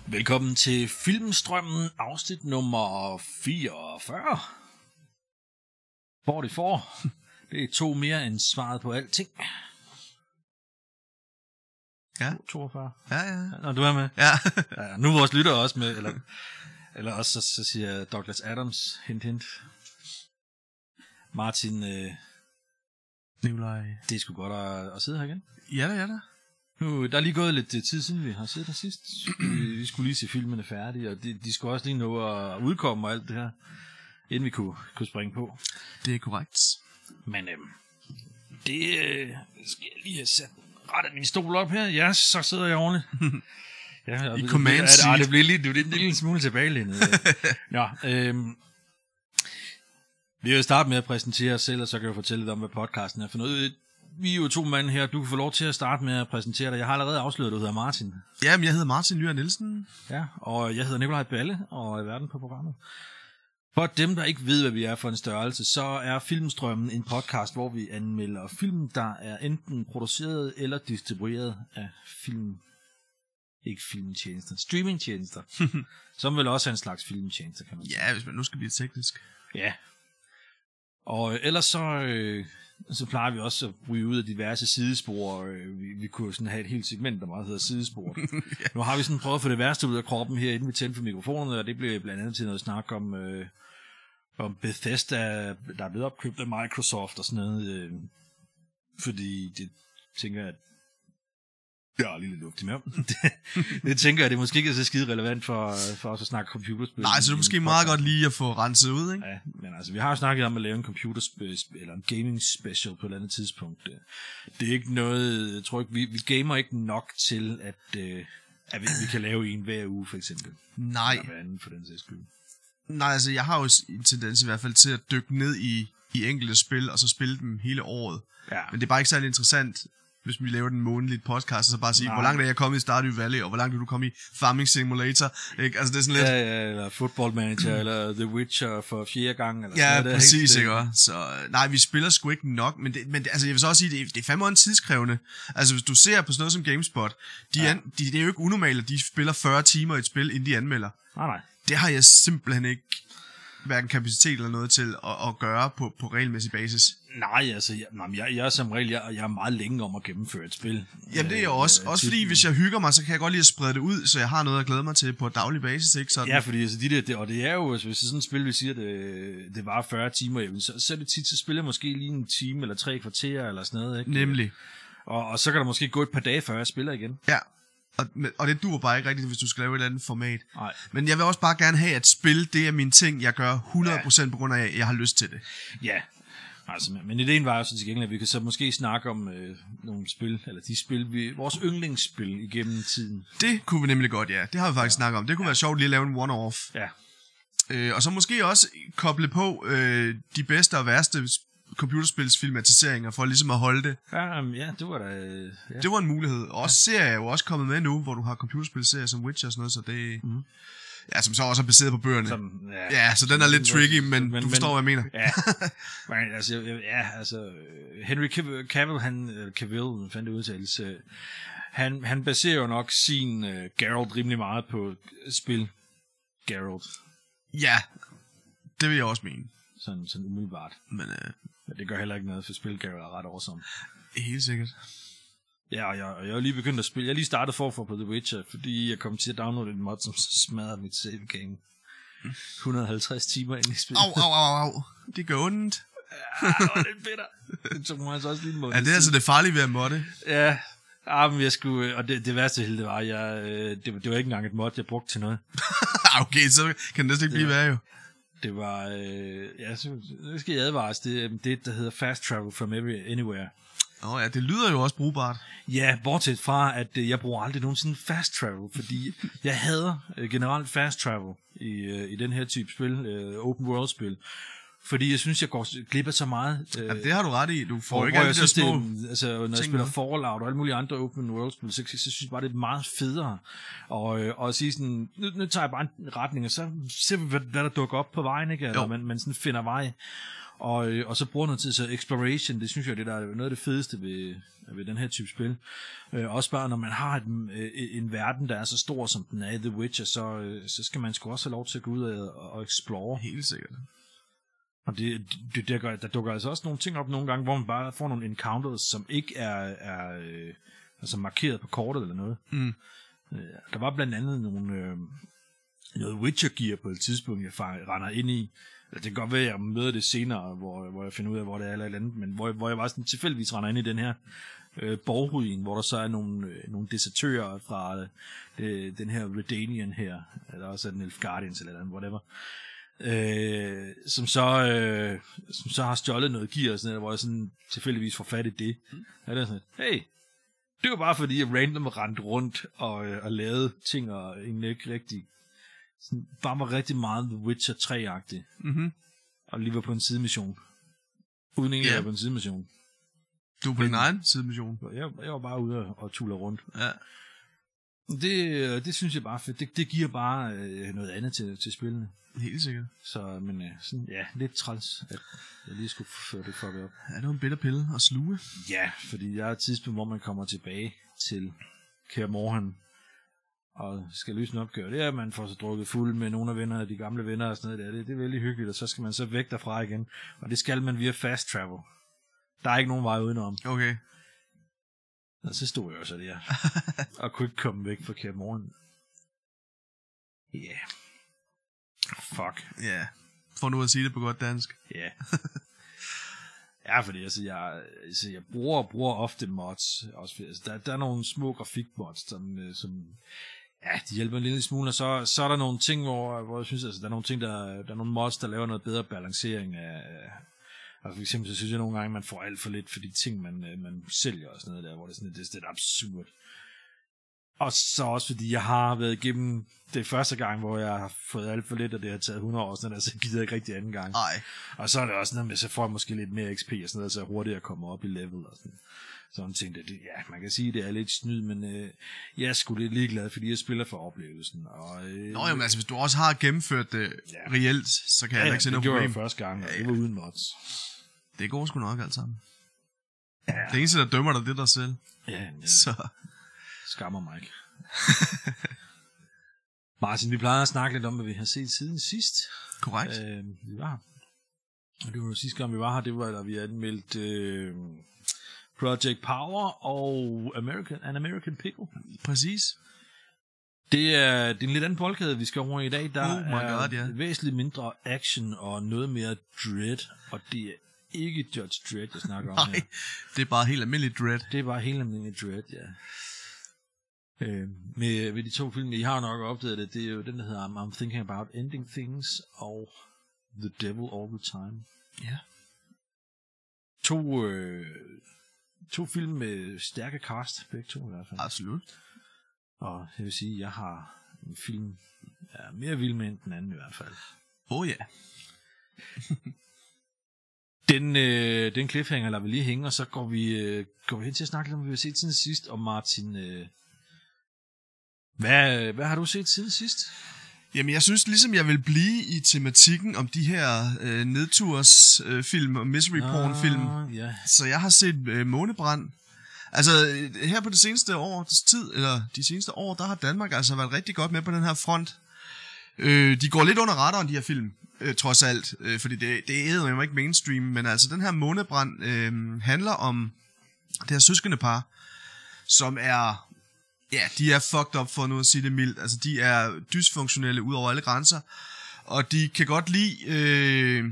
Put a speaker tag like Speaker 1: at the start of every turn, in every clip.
Speaker 1: Velkommen til Filmstrømmen, afsnit nummer 44. 44. Det er 2 mere end svaret på alting.
Speaker 2: Ja.
Speaker 1: 42.
Speaker 2: Ja.
Speaker 1: Nå, du er med?
Speaker 2: Ja.
Speaker 1: Ja, nu er vores lytter også med, eller også så siger Douglas Adams, hint hint. Martin,
Speaker 2: Nikolaj.
Speaker 1: det er sgu godt at sidde her igen.
Speaker 2: Ja da.
Speaker 1: Nu, der er lige gået lidt tid siden vi har siddet her sidst. Vi skulle lige se filmene færdige, og de skulle også lige nå at udkomme og alt det her, inden vi kunne springe på.
Speaker 2: Det er korrekt.
Speaker 1: Men det skal jeg lige have sat ret af min stol op her. Ja, så sidder jeg ordentligt. Ja,
Speaker 2: I command seat.
Speaker 1: Det bliver en lille smule tilbagelænet. Nå, vi vil starte med at præsentere os selv, og så kan jeg fortælle lidt om, hvad podcasten er for noget. Vi er jo 2 mand her. Du kan få lov til at starte med at præsentere dig. Jeg har allerede afsløret, at du hedder Martin.
Speaker 2: Jamen, jeg hedder Martin Lyre Nielsen.
Speaker 1: Ja, og jeg hedder Nikolaj Balle, og er verden på programmet. For dem, der ikke ved, hvad vi er for en størrelse, så er Filmstrømmen en podcast, hvor vi anmelder film, der er enten produceret eller distribueret af filmtjenester, streamingtjenester, som vel også er en slags filmtjenester, kan man sige.
Speaker 2: Ja, hvis man nu skal blive teknisk.
Speaker 1: Ja. Og ellers så plejer vi også at ryge ud af diverse sidespor. Vi kunne sådan have et helt segment, der meget hedder sidespor. Ja. Nu har vi sådan prøvet at få det værste ud af kroppen her, inden vi tændte for mikrofonerne, og det blev blandt andet til noget snak om Bethesda, der er blevet opkøbt af Microsoft og sådan noget. Fordi det tænker jeg, at jeg er lige lidt luftig med. Det tænker jeg, det måske ikke er så skide relevant for os at snakke computerspil.
Speaker 2: Nej, så det er måske meget godt lige at få renset ud, ikke?
Speaker 1: Ja, men altså, vi har jo snakket om at lave en computerspil, eller en gaming special på et eller andet tidspunkt. Det er ikke noget, jeg tror ikke, vi gamer ikke nok til, at vi kan lave en hver uge, for eksempel.
Speaker 2: Nej.
Speaker 1: Eller hvad andet for den sags skyld.
Speaker 2: Nej, altså, jeg har jo en tendens i hvert fald til at dykke ned i enkelte spil, og så spille dem hele året.
Speaker 1: Ja.
Speaker 2: Men det er bare ikke særlig interessant, hvis vi laver den månedlige podcast, og så bare sige, hvor langt er jeg kommet i Stardew Valley, og hvor langt er du kommet i Farming Simulator, ikke? Altså det er sådan lidt...
Speaker 1: Ja, eller Football Manager, eller The Witcher for 4. gang, eller
Speaker 2: ja,
Speaker 1: sådan noget.
Speaker 2: Præcis, ikke? Så nej, vi spiller sgu ikke nok, men altså, jeg vil så også sige, det er fandme tidskrævende. Altså, hvis du ser på sådan noget som GameSpot, det er jo ikke unormalt, at de spiller 40 timer i et spil, inden de anmelder.
Speaker 1: Nej.
Speaker 2: Det har jeg simpelthen ikke hverken kapacitet eller noget til at gøre på regelmæssig basis.
Speaker 1: Nej, altså, jeg er som regel, jeg er meget længe om at gennemføre et spil.
Speaker 2: Jamen det er jeg også. Også fordi, hvis jeg hygger mig, så kan jeg godt lide at sprede det ud, så jeg har noget at glæde mig til på daglig basis, ikke sådan?
Speaker 1: Ja, fordi altså, og det er jo, hvis det er sådan et spil, vi siger, det var 40 timer, jamen, så er det tit, så spiller jeg måske lige en time eller 3 kvarter eller sådan noget, ikke?
Speaker 2: Nemlig.
Speaker 1: Og så kan der måske gå et par dage, før jeg spiller igen.
Speaker 2: Ja. Og det duer bare ikke rigtigt, hvis du skal lave et eller andet format.
Speaker 1: Nej.
Speaker 2: Men jeg vil også bare gerne have, at spil, det er min ting, jeg gør 100% på grund af, at jeg har lyst til det.
Speaker 1: Ja, altså, men ideen var jo så til gengæld, at vi kan så måske snakke om nogle spil, eller de spil, vores yndlingsspil igennem tiden.
Speaker 2: Det kunne vi nemlig godt, ja. Det har vi faktisk snakket om. Det kunne være sjovt lige at lave en one-off.
Speaker 1: Ja.
Speaker 2: Og så måske også koble på de bedste og værste computerspilsfilmatiseringer, for ligesom at holde det.
Speaker 1: Ja, det var da... Ja.
Speaker 2: Det var en mulighed. Og også serier er jo også kommet med nu, hvor du har computerspilserier som Witcher og sådan noget, så det... Mm. Ja, som så også er baseret på bøgerne. Ja, så den er lidt tricky, men du forstår, hvad jeg mener.
Speaker 1: Ja, men altså Henry Cavill, Cavill fandt det udtales, han baserer jo nok sin Geralt rimelig meget på spil Geralt.
Speaker 2: Ja, det vil jeg også mene.
Speaker 1: Sådan umiddelbart. Men det gør heller ikke noget, for spil Geralt er ret awesome.
Speaker 2: Helt sikkert.
Speaker 1: Ja, og jeg er lige begyndt at spille. Jeg lige startet forfra på The Witcher, fordi jeg kom til at downloade en mod, som smadrede mit save game. 150 timer ind i spillet.
Speaker 2: Au. Det går ondt.
Speaker 1: Ja, det var lidt bitter. Det tog mig altså også lige en måned.
Speaker 2: Ja, det er altså det farlige ved at modde.
Speaker 1: Ja, men jeg skulle... Og det værste hele, det var, det var ikke engang et mod, jeg brugte til noget.
Speaker 2: Okay, så kan det næsten ikke blive værre jo.
Speaker 1: Det var... så skal jeg advares. Det der hedder Fast Travel from Anywhere.
Speaker 2: Ja, det lyder jo også brugbart.
Speaker 1: Ja, bortset fra, at jeg bruger aldrig nogensinde fast travel, fordi jeg hader generelt fast travel i den her type spil, open world spil. Fordi jeg synes, jeg går glip af så meget.
Speaker 2: Ja, det har du ret i. Du får ikke alle de der små
Speaker 1: altså, når jeg spiller Fallout og alle mulige andre open world spil, så synes jeg bare, det er meget federe. Og at sige sådan, nu tager jeg bare en retning, og så ser vi, hvad der dukker op på vejen, ikke? Eller man sådan finder vej. Og så bruger noget tid, så exploration, det synes jeg, det der er noget af det fedeste ved den her type spil. Også bare, når man har en verden, der er så stor, som den er i The Witcher, så skal man sgu også have lov til at gå ud og explore.
Speaker 2: Helt sikkert.
Speaker 1: Og der dukker altså også nogle ting op nogle gange, hvor man bare får nogle encounters, som ikke er altså markeret på kortet eller noget. Der var blandt andet noget Witcher gear på et tidspunkt, jeg render ind i. Det kan godt være, at jeg møder det senere, hvor jeg finder ud af, hvor det er eller et andet, men hvor jeg bare sådan tilfældigvis render ind i den her borgruin, hvor der så er nogle desertører fra den her Redanian her, eller også er den Nilfgaardians eller andet, whatever. Som så har stjålet noget gear og sådan noget, hvor jeg sådan tilfældigvis får fat i det. Og det er sådan, hey, det var bare fordi jeg random rendte rundt og lavede ting og egentlig ikke rigtig sådan, bare var rigtig meget The Witcher 3-agtig. Og lige var på en sidemission. Uden egentlig at være på en sidemission.
Speaker 2: Du er på din egen sidemission?
Speaker 1: Jeg var bare ude og tulle rundt.
Speaker 2: Ja.
Speaker 1: Det synes jeg bare fedt. Det giver bare noget andet til spillene.
Speaker 2: Helt sikkert.
Speaker 1: Så, men sådan, ja, lidt træls, at jeg lige skulle føre det fucket op.
Speaker 2: Er det en bitter pille at sluge?
Speaker 1: Ja, fordi jeg er et tidspunkt, hvor man kommer tilbage til Kaer Morhen og skal løse en opgave. Det er, at man får så drukket fuld med nogle af vennerne, de gamle venner og sådan noget der. Det er vældig hyggeligt, og så skal man så væk derfra igen. Og det skal man via fast travel. Der er ikke nogen vej udenom.
Speaker 2: Okay.
Speaker 1: Og så stod jeg jo så der, og kunne ikke komme væk fra Kaer Morhen. Ja. Yeah. Fuck.
Speaker 2: Ja. Yeah. For nu at sige det på godt dansk.
Speaker 1: Ja. Yeah. Ja, fordi altså, jeg bruger ofte mods. Også, altså, der er nogle små grafikmods, som ja, de hjælper en lille smule. Og så er der nogle ting, hvor jeg synes, altså, der er nogle ting, der er nogle mods, der laver noget bedre balancering af. Og for eksempel, så synes jeg nogle gange, man får alt for lidt for de ting, man sælger og sådan noget der, hvor det er sådan det er absurd. Og så også fordi jeg har været igennem det første gang, hvor jeg har fået alt for lidt, og det har taget 100 år, sådan der, så gider jeg ikke rigtig anden gang.
Speaker 2: Nej.
Speaker 1: Og så er det også noget med, så får jeg måske lidt mere XP og sådan noget, så hurtigere kommer op i level og sådan ting. Ja, man kan sige, det er lidt snyd, men jeg er sgu lidt ligeglad, fordi jeg spiller for oplevelsen. Og,
Speaker 2: nå, jamen altså, hvis du også har gennemført det reelt, så kan jeg ikke se noget problem.
Speaker 1: Det gjorde jeg første gang, og det var uden mods.
Speaker 2: Det går sgu nok alt sammen.
Speaker 1: Ja.
Speaker 2: Det eneste, der dømmer dig, det er dig selv.
Speaker 1: Ja.
Speaker 2: Så
Speaker 1: skammer mig ikke. Martin, vi plejer at snakke lidt om, hvad vi har set siden sidst.
Speaker 2: Korrekt.
Speaker 1: Vi var her. Og det var sidste gang, vi var her, det var, da vi anmeldte Project Power og An American Pickle.
Speaker 2: Præcis.
Speaker 1: Det er en lidt anden boldgade, vi skal over i dag. Der er
Speaker 2: God,
Speaker 1: væsentligt mindre action og noget mere dread, og det er ikke Judge Dredd, jeg snakker om her.
Speaker 2: Nej, det er bare helt almindelig dread.
Speaker 1: Det er bare helt almindelig dread, ja. Med de to film, I har nok opdaget det er jo den, der hedder I'm Thinking About Ending Things og The Devil All the Time.
Speaker 2: Ja.
Speaker 1: To film med stærke cast, begge to i hvert fald.
Speaker 2: Absolut.
Speaker 1: Og jeg vil sige, jeg har en film, jeg er mere vild med end den anden i hvert fald.
Speaker 2: Ja.
Speaker 1: Den cliffhanger lader vi lige hænge, og så går vi hen til at snakke lidt om, hvad vi har set siden sidst. Og Martin, hvad har du set siden sidst?
Speaker 2: Jamen, jeg synes ligesom, jeg vil blive i tematikken om de her nedtursfilm og misery porn-film.
Speaker 1: Yeah. Så
Speaker 2: jeg har set Månebrand. Altså, her på det seneste års tid, eller de seneste år, der har Danmark altså været rigtig godt med på den her front. De går lidt under radaren, de her film, trods alt, fordi det er jo ikke mainstream, men altså, den her Månebrand handler om det her søskendepar, som er, ja, de er fucked up, for nu at sige det mildt. Altså, de er dysfunktionelle ud over alle grænser, og de kan godt lide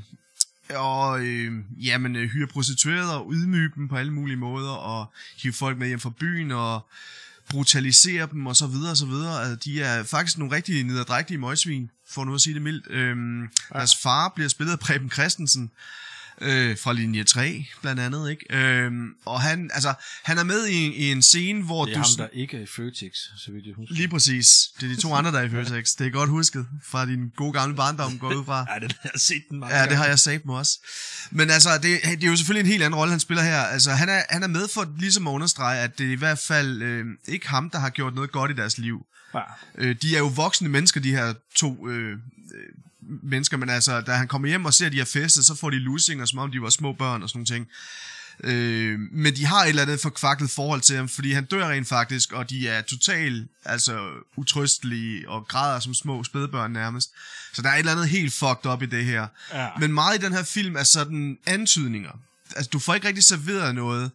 Speaker 2: hyre prostituerede og ydmyge dem på alle mulige måder, og hive folk med hjem fra byen, og brutalisere dem, og så videre, og så videre. Altså, de er faktisk nogle rigtig nederdrægtige møgsvin, for nu at sige det mildt. Deres far bliver spillet af Preben Christensen, fra linje 3, blandt andet, ikke? Og han er med i en scene, hvor
Speaker 1: det er ham, der ikke er i Føtex, så vidt jeg husker.
Speaker 2: Lige præcis. Det er de to andre, der er i Føtex. Det er godt husket fra din gode gamle barndom, går ud fra.
Speaker 1: Ja, det har jeg set den mange
Speaker 2: gange. Det har jeg sagt mig også. Men altså, det er jo selvfølgelig en helt anden rolle, han spiller her. Altså, han er med for ligesom at understrege, at det er i hvert fald ikke ham, der har gjort noget godt i deres liv. Ja. De er jo voksne mennesker, de her to mennesker, men altså, da han kommer hjem og ser de her fester, så får de lusinger, som om de var små børn og sådan nogle ting. Men de har et eller andet forkvaklet forhold til ham, fordi han dør rent faktisk, og de er totalt utrystelige og græder som små spædbørn nærmest. Så der er et eller andet helt fucked up i det her.
Speaker 1: Ja.
Speaker 2: Men meget i den her film er sådan antydninger. Altså, du får ikke rigtig serveret noget.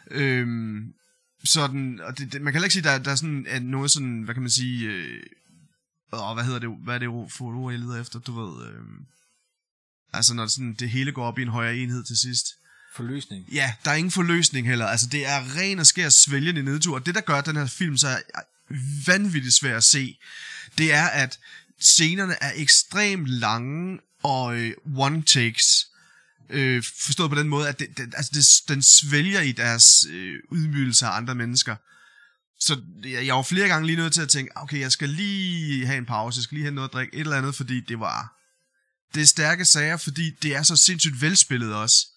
Speaker 2: Sådan, og man kan heller ikke sige, der er sådan noget sådan, hvad kan man sige, hvad er det for et ord, jeg leder efter, du ved, altså når sådan, det hele går op i en højere enhed til sidst.
Speaker 1: Forløsning.
Speaker 2: Ja, der er ingen forløsning heller, altså det er ren og skær svælgende nedtur, og det der gør den her film så vanvittigt svær at se, det er at scenerne er ekstremt lange og one takes. Forstået på den måde, at den svælger i deres ydmygelse af andre mennesker. Så jeg var flere gange lige nødt til at tænke, okay, jeg skal lige have en pause, jeg skal lige have noget at drikke, et eller andet, fordi det er stærke sager, fordi det er så sindssygt velspillet også.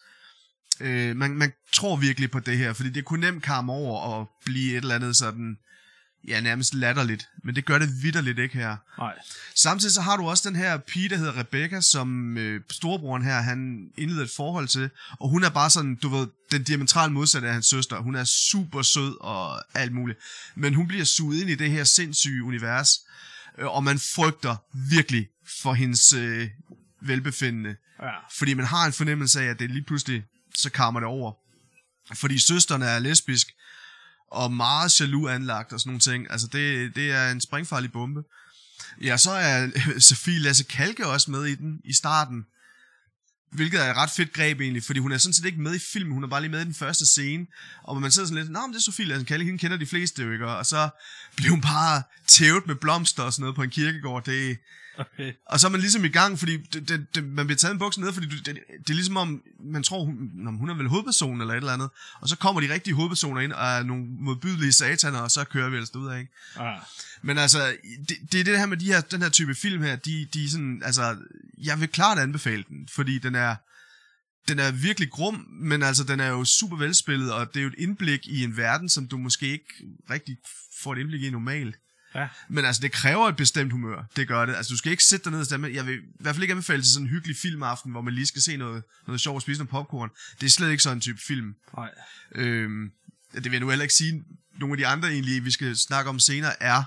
Speaker 2: Man tror virkelig på det her, fordi det kunne nemt komme over og blive et eller andet sådan, ja, nærmest latterligt, men det gør det vitterligt ikke her.
Speaker 1: Nej.
Speaker 2: Samtidig så har du også den her pige, der hedder Rebecca, som storebroren her, han indleder et forhold til, og hun er bare sådan, du ved, den diametrale modsatte af hans søster. Hun er super sød og alt muligt, men hun bliver suget ind i det her sindssyge univers, og man frygter virkelig for hendes velbefindende, fordi man har en fornemmelse af, at det lige pludselig, så kammer det over. Fordi søsterne er lesbisk, og meget jaloux anlagt og sådan nogle ting. Altså det er en springfarlig bombe. Ja, så er Sofie Lasse Kalke også med i den i starten. Hvilket er et ret fedt greb egentlig, fordi hun er sådan set ikke med i filmen, hun er bare lige med i den første scene. Og man sidder sådan lidt, men det er Sofie Lasse Kalke, hende kender de fleste jo ikke. Og så bliver hun bare tævet med blomster og sådan noget på en kirkegård. Okay. Og så er man ligesom i gang, fordi man bliver taget en bukse ned, fordi det er ligesom om, man tror, hun er vel hovedpersonen eller et eller andet. Og så kommer de rigtige hovedpersoner ind og er nogle modbydelige sataner, og så kører vi ellers ud af, ikke? Men altså, det er det her med den her type film her, de sådan, altså, jeg vil klart anbefale den, fordi den er virkelig grum, men altså, den er jo super velspillet, og det er jo et indblik i en verden, som du måske ikke rigtig får et indblik i normalt. Ja. Men altså, det kræver et bestemt humør. Det gør det. Altså, du skal ikke sætte dig ned og stemme. Jeg vil i hvert fald ikke anbefale til sådan en hyggelig filmaften, hvor man lige skal se noget sjovt og spise noget popcorn. Det er slet ikke sådan en type film. Nej. Det vil jeg nu heller ikke sige, nogle af de andre egentlig, vi skal snakke om senere, er.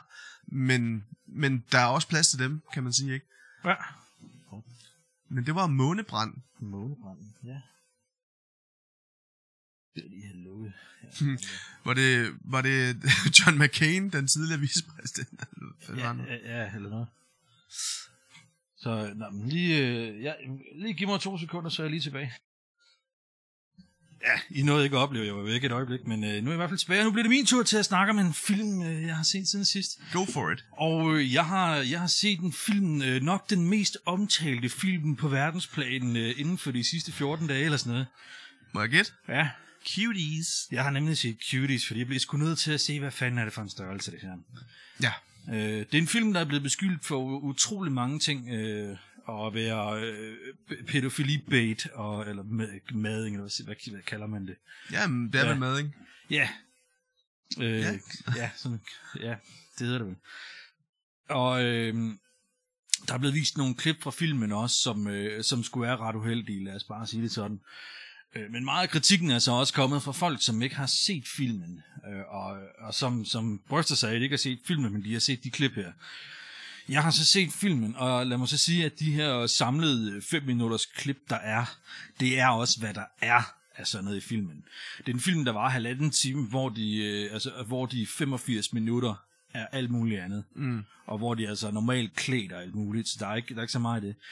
Speaker 2: Men der er også plads til dem, kan man sige, ikke? Ja. Men det var Månebrand.
Speaker 1: Månebranden, ja. Det er lige have lukket.
Speaker 2: Var det John McCain, den tidligere vicepræsident?
Speaker 1: Ja, eller noget. Så lige giv mig 2 sekunder, så er jeg lige tilbage. Ja, I nåede ikke at opleve, jeg var væk et øjeblik, men nu er jeg i hvert fald tilbage. Nu bliver det min tur til at snakke om en film, jeg har set siden sidst.
Speaker 2: Go for it.
Speaker 1: Og jeg har set en film, nok den mest omtalte film på verdensplan inden for de sidste 14 dage eller sådan noget.
Speaker 2: Må jeg gætte?
Speaker 1: Ja.
Speaker 2: Cuties.
Speaker 1: Jeg har nemlig set Cuties, fordi jeg blev sgu nødt til at se, hvad fanden er det for en størrelse, det her. Ja. Det er en film, der er blevet beskyldt for utrolig mange ting, og at være pædofili-bait, eller mading, eller hvad kalder man det?
Speaker 2: Jamen, det er vel mading.
Speaker 1: Ja. Ja, det hedder det vel. Og der er blevet vist nogle klip fra filmen også, som skulle være ret uheldige, lad os bare sige det sådan. Men meget af kritikken er så også kommet fra folk, som ikke har set filmen, og som bryster sig, at de ikke har set filmen, men de har set de klip her. Jeg har så set filmen, og lad mig så sige, at de her samlede 5 minutters klip, der er, det er også, hvad der er af sådan noget i filmen. Det er en film, der var 1,5 time, hvor de 85 minutter er alt muligt andet, og hvor de altså normalt klæder alt muligt, så der er ikke så meget af det.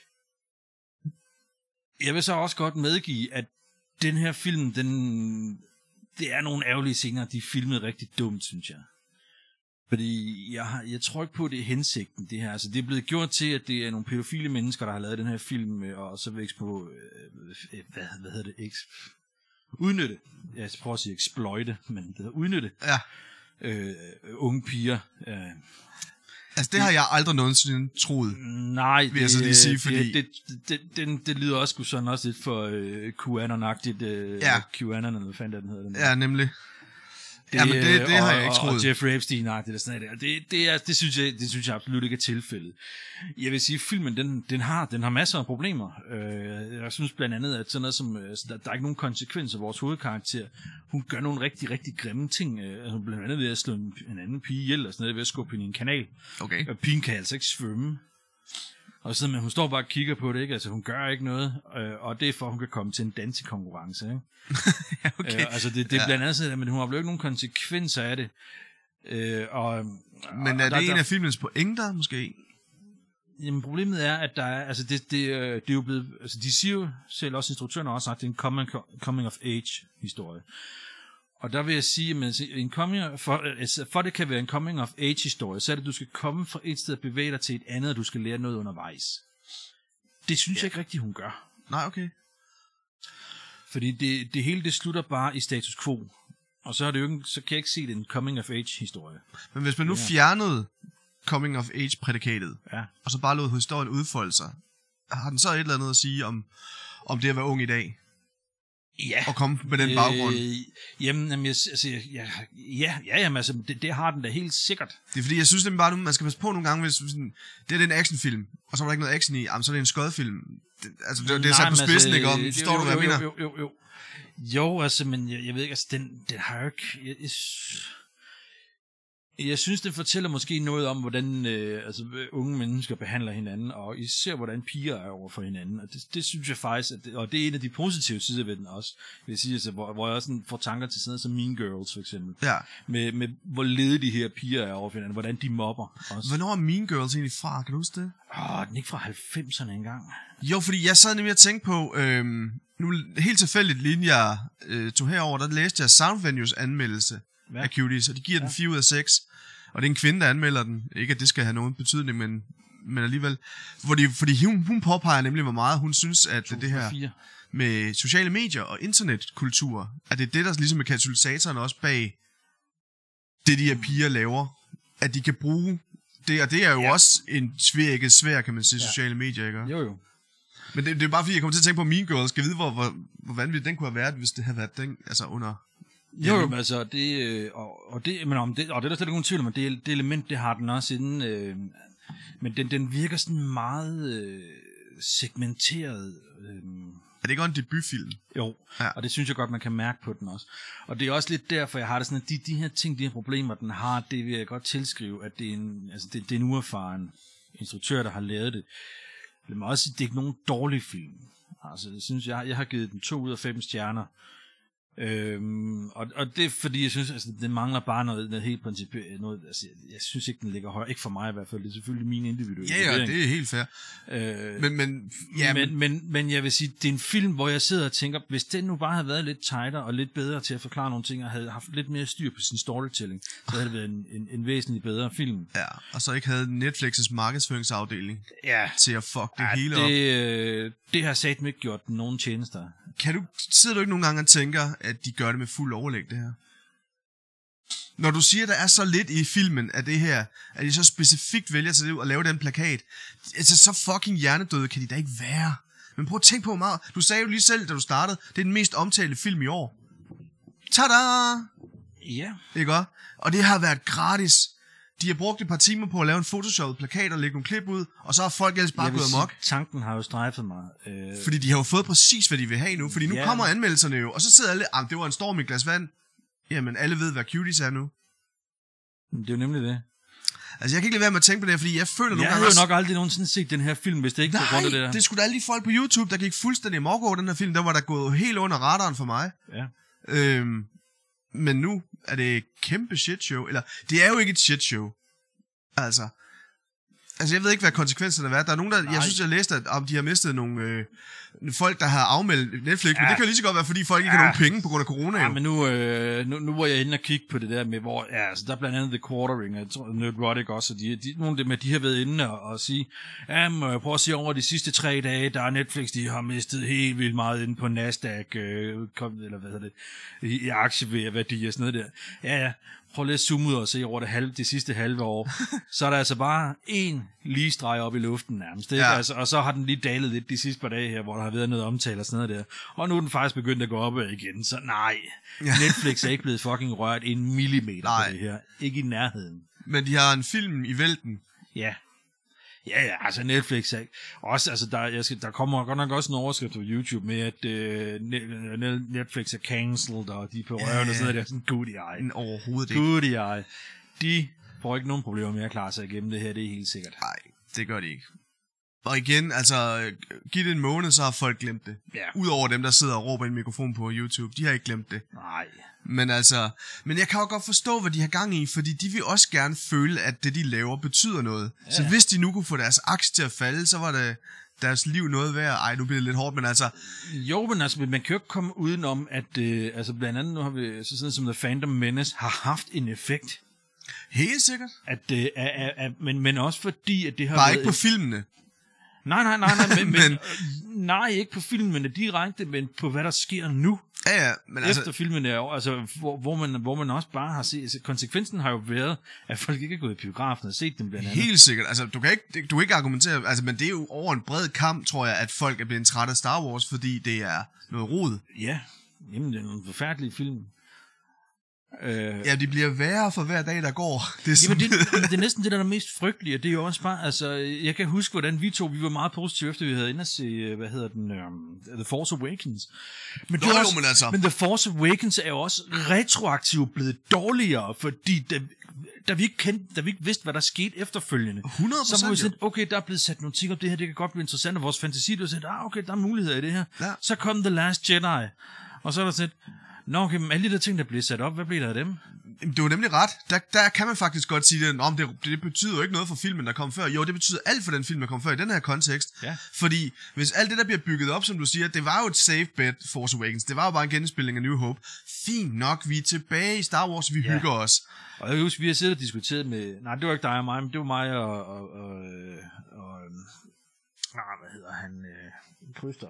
Speaker 1: Jeg vil så også godt medgive, at den her film, det er nogle ærgerlige scener, de er filmet rigtig dumt, synes jeg. Fordi jeg tror ikke på, at det er hensigten, det her. Altså, det er blevet gjort til, at det er nogle pædofile mennesker, der har lavet den her film, og så vækst på, hvad hedder det? Udnytte. Jeg prøver at sige exploite, men det hedder udnytte. Ja. Unge piger.
Speaker 2: Altså, det har jeg aldrig nogensinde troet.
Speaker 1: Nej,
Speaker 2: vil jeg så lige sige, fordi
Speaker 1: det lyder også sådan også lidt for QAnon-agtigt. QAnon, eller hvad fanden den hedder.
Speaker 2: Ja, nemlig. Jamen, det har jeg ikke troet.
Speaker 1: Og Jeffrey Epstein, nej, det er sådan der. Det synes jeg absolut ikke er tilfældet. Jeg vil sige, at filmen, den har masser af problemer. Jeg synes blandt andet, at sådan noget som, der er ikke nogen konsekvenser af vores hovedkarakter. Hun gør nogle rigtig, rigtig grimme ting. Altså, blandt andet ved at slå en anden pige ihjel, og sådan noget, ved at skubbe hende i en kanal.
Speaker 2: Okay.
Speaker 1: Og pigen kan altså ikke svømme. Og så, men hun står bare og kigger på det, ikke? Altså, hun gør ikke noget, og det er for, at hun kan komme til en dansekonkurrence, ikke?
Speaker 2: Okay.
Speaker 1: Altså, det er blandt andet sådan, men hun har jo ikke nogen konsekvenser af det.
Speaker 2: Men er det en af filmens pointer, måske?
Speaker 1: Jamen, problemet er, at der er, altså, det er jo blevet, altså, de siger jo selv, også instruktøren har også sagt, det er en coming of age historie. Og der vil jeg sige, at for det kan være en coming of age historie, så er det, at du skal komme fra et sted og bevæge dig til et andet, og du skal lære noget undervejs. Det synes jeg ikke rigtigt, hun gør.
Speaker 2: Nej, okay.
Speaker 1: Fordi det hele, det slutter bare i status quo. Og så, er det jo ikke, så kan jeg ikke se, det er en coming of age historie.
Speaker 2: Men hvis man nu fjernede coming of age prædikatet, og så bare lod historien udfolde sig, har den så et eller andet at sige om det at være ung i dag?
Speaker 1: Ja.
Speaker 2: Og komme med den baggrund?
Speaker 1: Det har den da helt sikkert.
Speaker 2: Det er fordi, jeg synes nemlig bare, man skal passe på nogle gange, hvis sådan, det er en actionfilm, og så er der ikke noget action i, så er det en skodfilm. Det er sat på spidsen, ikke om? Forstår du, hvad jeg mener?
Speaker 1: Jo, altså, men jeg ved ikke, altså, den har jo ikke... Jeg synes, det fortæller måske noget om, hvordan unge mennesker behandler hinanden, og især hvordan piger er over for hinanden. Og det synes jeg faktisk, og det er en af de positive sider ved den også, vil jeg sige, altså, hvor jeg også får tanker til sådan noget som Mean Girls for eksempel. Ja. Med hvor lede de her piger er over for hinanden, hvordan de mobber også.
Speaker 2: Hvornår er Mean Girls egentlig fra? Kan du huske det?
Speaker 1: Den er ikke fra 90'erne engang.
Speaker 2: Jo, fordi jeg sad nemlig og tænkte på, nu helt tilfældigt, lige jeg tog herover, der læste jeg Sound Venues anmeldelse af Cuties, og de giver den 4 ud af 6. Og det er en kvinde, der anmelder den. Ikke, at det skal have nogen betydning, men alligevel. Fordi hun påpeger nemlig, hvor meget hun synes, at det her med sociale medier og internetkultur, at det er det, der ligesom er katalysatoren også bag det, de her piger laver. At de kan bruge det, og det er jo også en svær, kan man sige, sociale medier, ikke?
Speaker 1: Jo.
Speaker 2: Men det er bare fordi, jeg kommer til at tænke på Mean Girls. Skal vide, hvor vanvittigt den kunne have været, hvis det havde været den, altså under...
Speaker 1: Jo, altså, det der slet ikke nogen tvivl om, det element, det har den også inden, men den virker sådan meget segmenteret.
Speaker 2: Er det ikke også en debutfilm?
Speaker 1: Jo, og det synes jeg godt, man kan mærke på den også. Og det er også lidt derfor, jeg har det sådan, at de her ting, de her problemer, den har, det vil jeg godt tilskrive, at det er en uerfaren instruktør, der har lavet det. Men også, det er ikke nogen dårlig film. Altså, det synes jeg har givet den 2 ud af 5 stjerner. Og det er fordi jeg synes, altså, den mangler bare noget helt principielt noget, altså, jeg synes ikke den ligger højere, ikke for mig i hvert fald, det er selvfølgelig min individuelle vurdering.
Speaker 2: Det er helt fair.
Speaker 1: Men jeg vil sige, det er en film, hvor jeg sidder og tænker, hvis den nu bare havde været lidt tightere og lidt bedre til at forklare nogle ting og havde haft lidt mere styr på sin storytelling, så havde det været en væsentligt bedre film.
Speaker 2: Ja, og så ikke havde Netflix's markedsføringsafdeling til at fuck det hele op.
Speaker 1: Det har satme ikke gjort nogen tjenester.
Speaker 2: Sidder du ikke nogle gange og tænker, at de gør det med fuld overlæg, det her? Når du siger, at der er så lidt i filmen af det her, at de så specifikt vælger til at lave den plakat, altså så fucking hjernedøde kan de da ikke være. Men prøv at tænke på meget. Du sagde jo lige selv, da du startede, det er den mest omtalte film i år. Tada!
Speaker 1: Ja.
Speaker 2: Ikke også? Og det har været gratis. De har brugt et par timer på at lave en photoshoppet plakat og lægge nogle klip ud, og så har folk ellers bare gået amok.
Speaker 1: Tanken har jo strejfet mig.
Speaker 2: Fordi de har jo fået præcis, hvad de vil have nu. Fordi nu kommer anmeldelserne jo, og så sidder alle, det var en storm i et glas vand. Jamen, alle ved, hvad Cuties er nu.
Speaker 1: Det er jo nemlig det.
Speaker 2: Altså, jeg kan ikke lade være med at tænke på det, fordi jeg føler nogle gange...
Speaker 1: Jeg havde jo nok aldrig nogensinde set den her film, hvis det ikke var grund af det der.
Speaker 2: Det skulle da alle de folk på YouTube, der gik fuldstændig amok over den her film. Der var der gået helt under radaren for mig.
Speaker 1: Ja.
Speaker 2: Men nu er det et kæmpe shitshow. Eller, det er jo ikke et shitshow. Altså, jeg ved ikke, hvad konsekvenserne har været. Der er nogen, der... Jeg synes, jeg læste, at de har mistet nogle... folk, der har afmeldt Netflix, men det kan jo lige så godt være, fordi folk ikke har nogen penge på grund af corona.
Speaker 1: Ja, men nu var jeg inde og kigge på det der med, hvor... Ja, altså, der er blandt andet The Quartering, og jeg tror, Nerdrotic også, og nogle af dem, de har været inde og sige, prøv at se over de sidste 3 dage, der er Netflix, de har mistet helt vildt meget inde på Nasdaq, eller hvad hedder det, i aktieværdi og sådan noget der. Ja, prøv lige at zoome ud og se over det sidste halve år, så er der altså bare en lige streg op i luften nærmest. Ikke?
Speaker 2: Ja.
Speaker 1: Altså, og så har den lige dalet lidt de sidste par dage her, hvor der har været noget omtale og sådan noget der. Og nu er den faktisk begyndt at gå op igen, så nej. Netflix er ikke blevet fucking rørt en millimeter på det her. Ikke i nærheden.
Speaker 2: Men de har en film i vælten.
Speaker 1: Ja. Ja, altså Netflix er også, altså der kommer godt nok også en overskrift på YouTube med, at Netflix er cancelled, og de er på røven og sådan noget, der er sådan good eye.
Speaker 2: Overhovedet ikke.
Speaker 1: Good eye. De får ikke nogen problemer med at klare sig igennem det her, det er helt sikkert.
Speaker 2: Nej, det gør de ikke. Og igen, altså, giv det en måned, så har folk glemt det.
Speaker 1: Ja.
Speaker 2: Udover dem, der sidder og råber i en mikrofon på YouTube, de har ikke glemt det.
Speaker 1: Nej.
Speaker 2: Men jeg kan jo godt forstå, hvad de har gang i, fordi de vil også gerne føle, at det, de laver, betyder noget. Ja. Så hvis de nu kunne få deres aktie til at falde, så var det deres liv noget værd. Ej, nu bliver det lidt hårdt, men altså...
Speaker 1: Jo, men altså, man kan jo ikke komme udenom, at altså blandt andet nu har vi så sådan som The Phantom Menace har haft en effekt.
Speaker 2: Helt sikkert.
Speaker 1: Men også fordi, at det har
Speaker 2: bare
Speaker 1: været...
Speaker 2: ikke på filmene.
Speaker 1: Nej, nej, ikke på filmene direkte, men på hvad der sker nu.
Speaker 2: Ja, men
Speaker 1: efter
Speaker 2: altså...
Speaker 1: filmene er altså, hvor man også bare har set... Altså, konsekvensen har jo været, at folk ikke er gået i biografen og set dem blandt andet.
Speaker 2: Helt sikkert. Altså, du kan ikke argumentere... Altså, men det er jo over en bred kamp, tror jeg, at folk er blevet trætte af Star Wars, fordi det er noget rod.
Speaker 1: Ja, jamen det er en forfærdelig film.
Speaker 2: Ja, de bliver værre for hver dag, der går.
Speaker 1: Jamen, det er næsten det, der er mest frygtelige, og det er jo også bare, altså, jeg kan huske, hvordan vi var meget positive, efter vi havde inde at se, The Force Awakens. Men, men The Force Awakens er jo også retroaktivt blevet dårligere, fordi da vi ikke vidste, hvad der skete efterfølgende,
Speaker 2: 100%,
Speaker 1: så var vi sådan, okay, der er blevet sat nogle ting op, det her, det kan godt blive interessant, og vores fantasi, der var sådan, okay, der er muligheder i det her. Ja. Så kom The Last Jedi, og så er der sådan, nå, okay, men alle de der ting, der bliver sat op, hvad bliver der af dem?
Speaker 2: Det var nemlig ret. Der kan man faktisk godt sige det. Det betyder jo ikke noget for filmen, der kom før. Jo, det betyder alt for den film, der kom før i den her kontekst.
Speaker 1: Ja.
Speaker 2: Fordi hvis alt det, der bliver bygget op, som du siger, det var jo et safe bet, Force Awakens. Det var jo bare en genspilning af New Hope. Fint nok, vi er tilbage i Star Wars, vi hygger os.
Speaker 1: Og jeg kan huske, vi har siddet og diskuteret med... Nej, det var ikke dig og mig, men det var mig og hvad hedder han? Kryster.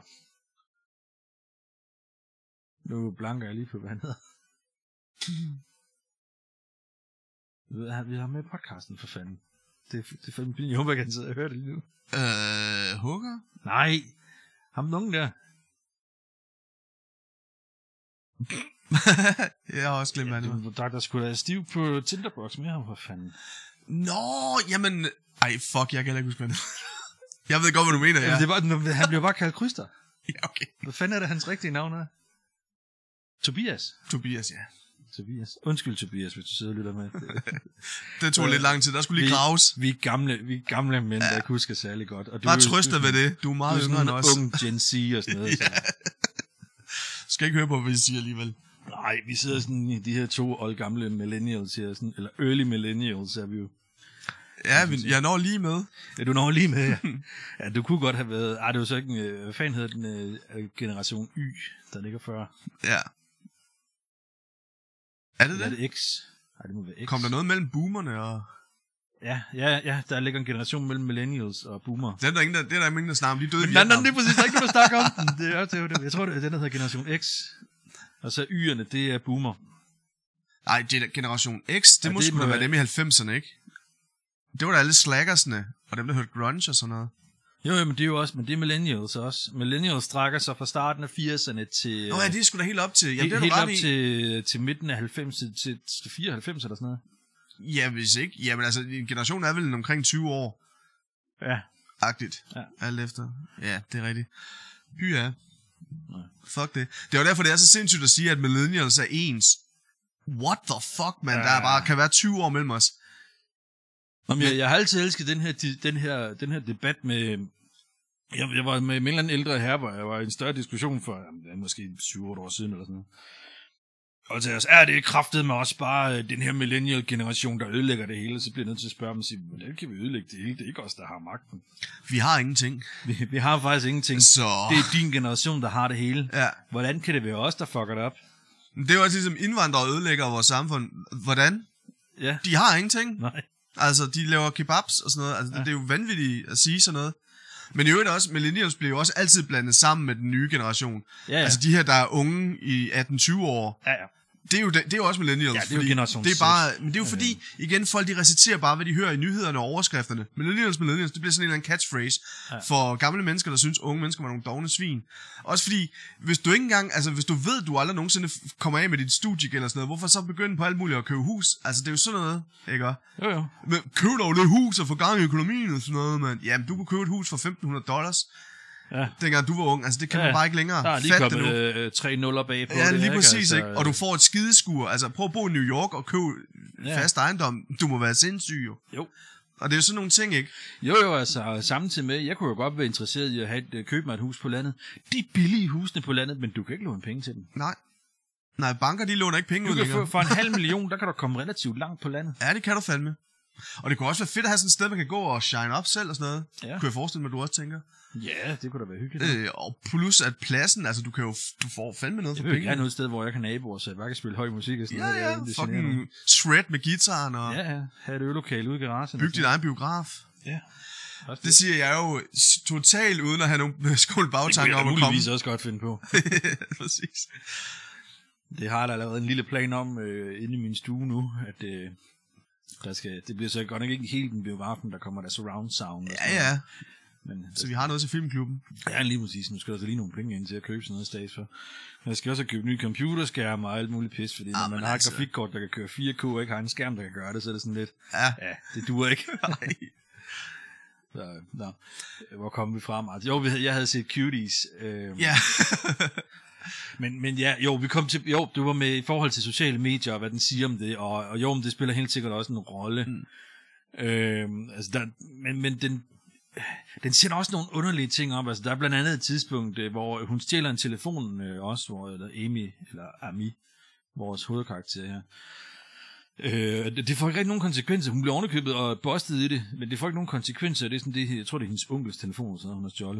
Speaker 1: Nu blanker jeg lige på, hvad han hedder. Vi har med podcasten, for fanden. Det er fandme pinligt. Jeg håber, jeg kan sidde og høre det lige nu.
Speaker 2: Hugger?
Speaker 1: Nej. Ham nogen der.
Speaker 2: Jeg har også glemt, hvad det var.
Speaker 1: Der skulle da stiv på Tinderbox med ham, for fanden.
Speaker 2: Nå, jamen... Ej, fuck, jeg kan ikke huske, hvad det. Jeg ved godt, hvad du mener, ja.
Speaker 1: Han bliver bare kaldt Kryster.
Speaker 2: Ja, okay.
Speaker 1: Hvad fanden er det, hans rigtige navn er? Tobias,
Speaker 2: ja.
Speaker 1: Tobias. Undskyld, Tobias, hvis du sidder og lytter med.
Speaker 2: Det tog lidt lang tid. Der skulle lige graves.
Speaker 1: Vi er gamle mænd, der ikke husker særlig godt. Og
Speaker 2: bare trøster ved det. Du er meget yngre end os.
Speaker 1: Du er ung Gen Z og sådan noget.
Speaker 2: Ja. Skal ikke høre på, hvad I siger alligevel.
Speaker 1: Nej, vi sidder sådan i de her 2 oldgamle millennials her, sådan, eller early millennials er vi jo.
Speaker 2: Ja, jeg når lige med.
Speaker 1: Ja, du når lige med, ja. Ja, du kunne godt have været... det var så ikke en... Hvad fanden hedder den generation Y, der ligger før?
Speaker 2: Ja. Er det det?
Speaker 1: Er det X? Nej, det må være X.
Speaker 2: Kom der noget mellem boomerne og...
Speaker 1: Ja, der ligger en generation mellem millennials og boomer.
Speaker 2: Det er der ingen, der snakker om. De døde i
Speaker 1: Vietnam. Nej, det er præcis, der er ikke, der snakker om den. Det er det. Jeg tror, det er den, der hedder generation X. Og så Y'erne, det er boomer.
Speaker 2: Nej, generation X, det må sgu da være dem i 90'erne, ikke? Det var da alle slackersne, og dem, der hørte grunge og sådan noget.
Speaker 1: Jo, men det er jo også, men det er millennials også. Millennials strækker sig fra starten af 80'erne til...
Speaker 2: Nå ja, det er sgu da helt op til...
Speaker 1: Jamen, det er helt op til midten af 90, til 94 eller sådan noget.
Speaker 2: Ja, hvis ikke. Jamen altså, en generation er vel omkring 20 år.
Speaker 1: Ja.
Speaker 2: Agtigt.
Speaker 1: Ja.
Speaker 2: Alt efter. Ja, det er rigtigt. Ja. Fuck det. Det er jo derfor, det er så sindssygt at sige, at millennials er ens. What the fuck, man? Ja. Der bare kan være 20 år mellem os.
Speaker 1: Jamen, jeg har altid elsket den her debat med... Jeg var med en eller anden ældre herre, hvor jeg var i en større diskussion for måske 7-8 år siden eller sådan noget. Og til os, det kraftede mig også bare den her millennial-generation, der ødelægger det hele, så bliver jeg nødt til at spørge dem og sige, hvordan kan vi ødelægge det hele? Det er ikke os, der har magten.
Speaker 2: Vi har ingenting.
Speaker 1: Vi har faktisk ingenting.
Speaker 2: Så...
Speaker 1: Det er din generation, der har det hele.
Speaker 2: Ja.
Speaker 1: Hvordan kan det være os, der fucker det op?
Speaker 2: Det er jo også ligesom indvandrere ødelægger vores samfund. Hvordan?
Speaker 1: Ja.
Speaker 2: De har ingenting.
Speaker 1: Nej.
Speaker 2: Altså, de laver kebabs og sådan noget. Altså, det er jo vanvittigt at sige sådan noget. Men i øvrigt også, millennials bliver jo også altid blandet sammen med den nye generation.
Speaker 1: Ja.
Speaker 2: Altså de her, der er unge i 18-20 år.
Speaker 1: Ja.
Speaker 2: Det er jo også millennials.
Speaker 1: Ja, det er jo generation
Speaker 2: det er bare, men det er jo fordi, igen, folk de reciterer bare, hvad de hører i nyhederne og overskrifterne. Millennials, det bliver sådan en eller anden catchphrase for gamle mennesker, der synes, unge mennesker var nogle dovne svin. Også fordi, hvis du ikke engang, altså hvis du ved, du aldrig nogensinde kommer af med dit studie eller sådan noget, hvorfor så begynde på alt muligt at købe hus? Altså det er jo sådan noget, ikke?
Speaker 1: Jo.
Speaker 2: Men køb dog det hus og få gang i økonomien og sådan noget, man. Jamen, du kunne købe et hus for $1,500. Ja. Dengang du var ung, altså det kan man bare ikke længere.
Speaker 1: Der er lige kommet 3 nuller bag på
Speaker 2: det. Ja, lige præcis,
Speaker 1: altså,
Speaker 2: ikke? Og du får et skideskur, altså prøv at bo i New York og købe fast ejendom. Du må være sindssyg jo. Og det er jo sådan nogle ting, ikke?
Speaker 1: Jo, altså samtidig med, jeg kunne jo godt være interesseret i at købe mig et hus på landet. De billige husene på landet, men du kan ikke låne penge til dem.
Speaker 2: Nej, banker de låner ikke penge ud længere.
Speaker 1: For 500.000, der kan du komme relativt langt på landet.
Speaker 2: Ja, det kan du fandme. Og det kunne også være fedt at have sådan et sted, man kan gå og shine op selv og sådan noget. Ja. Kunne jeg forestille mig, at du også tænker?
Speaker 1: Ja, det kunne da være hyggeligt.
Speaker 2: Og plus at pladsen, altså du får fandme noget for penge.
Speaker 1: Jeg vil gerne et sted, hvor jeg kan naboer, så jeg bare kan spille høj musik og sådan noget.
Speaker 2: Ja, fucking shred med guitaren og...
Speaker 1: Ja, have et øvelokale ude i garagen.
Speaker 2: Bygge din egen biograf.
Speaker 1: Ja.
Speaker 2: Det siger jeg jo totalt uden at have nogen skolebagtanker om at komme.
Speaker 1: Det kunne jeg muligvis også godt finde på.
Speaker 2: Præcis.
Speaker 1: Det har jeg da allerede en lille plan om inde i min stue nu, at det bliver så godt nok ikke helt den biografen, der kommer der surround sound.
Speaker 2: Ja. Men, så vi har noget til filmklubben.
Speaker 1: Ja, lige præcis. Nu skal der så lige nogle penge ind til at købe sådan noget stats for. Jeg skal også have købt nye computerskærme og alt muligt pis, fordi når man har et grafikkort, der kan køre 4K, og ikke har en skærm, der kan gøre det, så er det sådan lidt... Ja, det duer ikke. Så, hvor kom vi fra, Martin? Jo, jeg havde set Cuties.
Speaker 2: Ja.
Speaker 1: Men ja, jo, vi kom til, jo, du var med i forhold til sociale medier, og hvad den siger om det, og jo, men det spiller helt sikkert også en rolle. Altså men den siger også nogle underlige ting op. Altså, der er blandt andet et tidspunkt, hvor hun stjæler en telefon også, hvor Ami, vores hovedkarakter her. Det får ikke rigtig nogen konsekvenser. Hun bliver ovenikøbet og bustet i det, men det får ikke nogen konsekvenser. Det er sådan det, jeg tror, det er hendes onkels telefon, så hun har stjålet.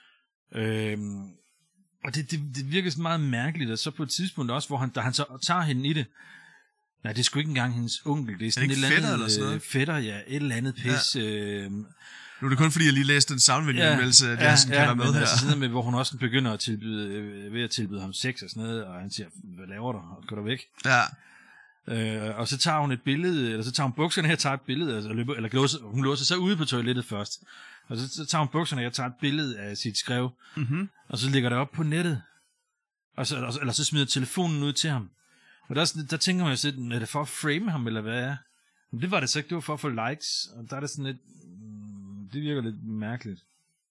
Speaker 1: Og det virker sådan meget mærkeligt, og så på et tidspunkt også, hvor han så tager hende i det. Nej, det er sgu ikke engang hendes onkel. Det er sådan
Speaker 2: et eller andet
Speaker 1: fætter, ja, et eller andet pis. Ja.
Speaker 2: Nu er det kun fordi, jeg lige læste den soundvenue-anmeldelse, at jeg kan være med her.
Speaker 1: Altså sådan med, hvor hun også begynder at tilbyde ham sex og sådan noget, og han siger, hvad laver du? Gå der væk.
Speaker 2: Ja.
Speaker 1: Og så tager hun et billede, eller så tager hun bukserne her og tager et billede, altså, hun låser sig ude på toilettet først. Og så tager hun bukserne her og tager et billede af sit skrev, og så lægger det op på nettet. Eller så smider telefonen ud til ham. Og der tænker man jo sådan, er det for at frame ham, eller hvad er? Men det var det så ikke, det var for at få likes, og der er det sådan lidt, det virker lidt mærkeligt.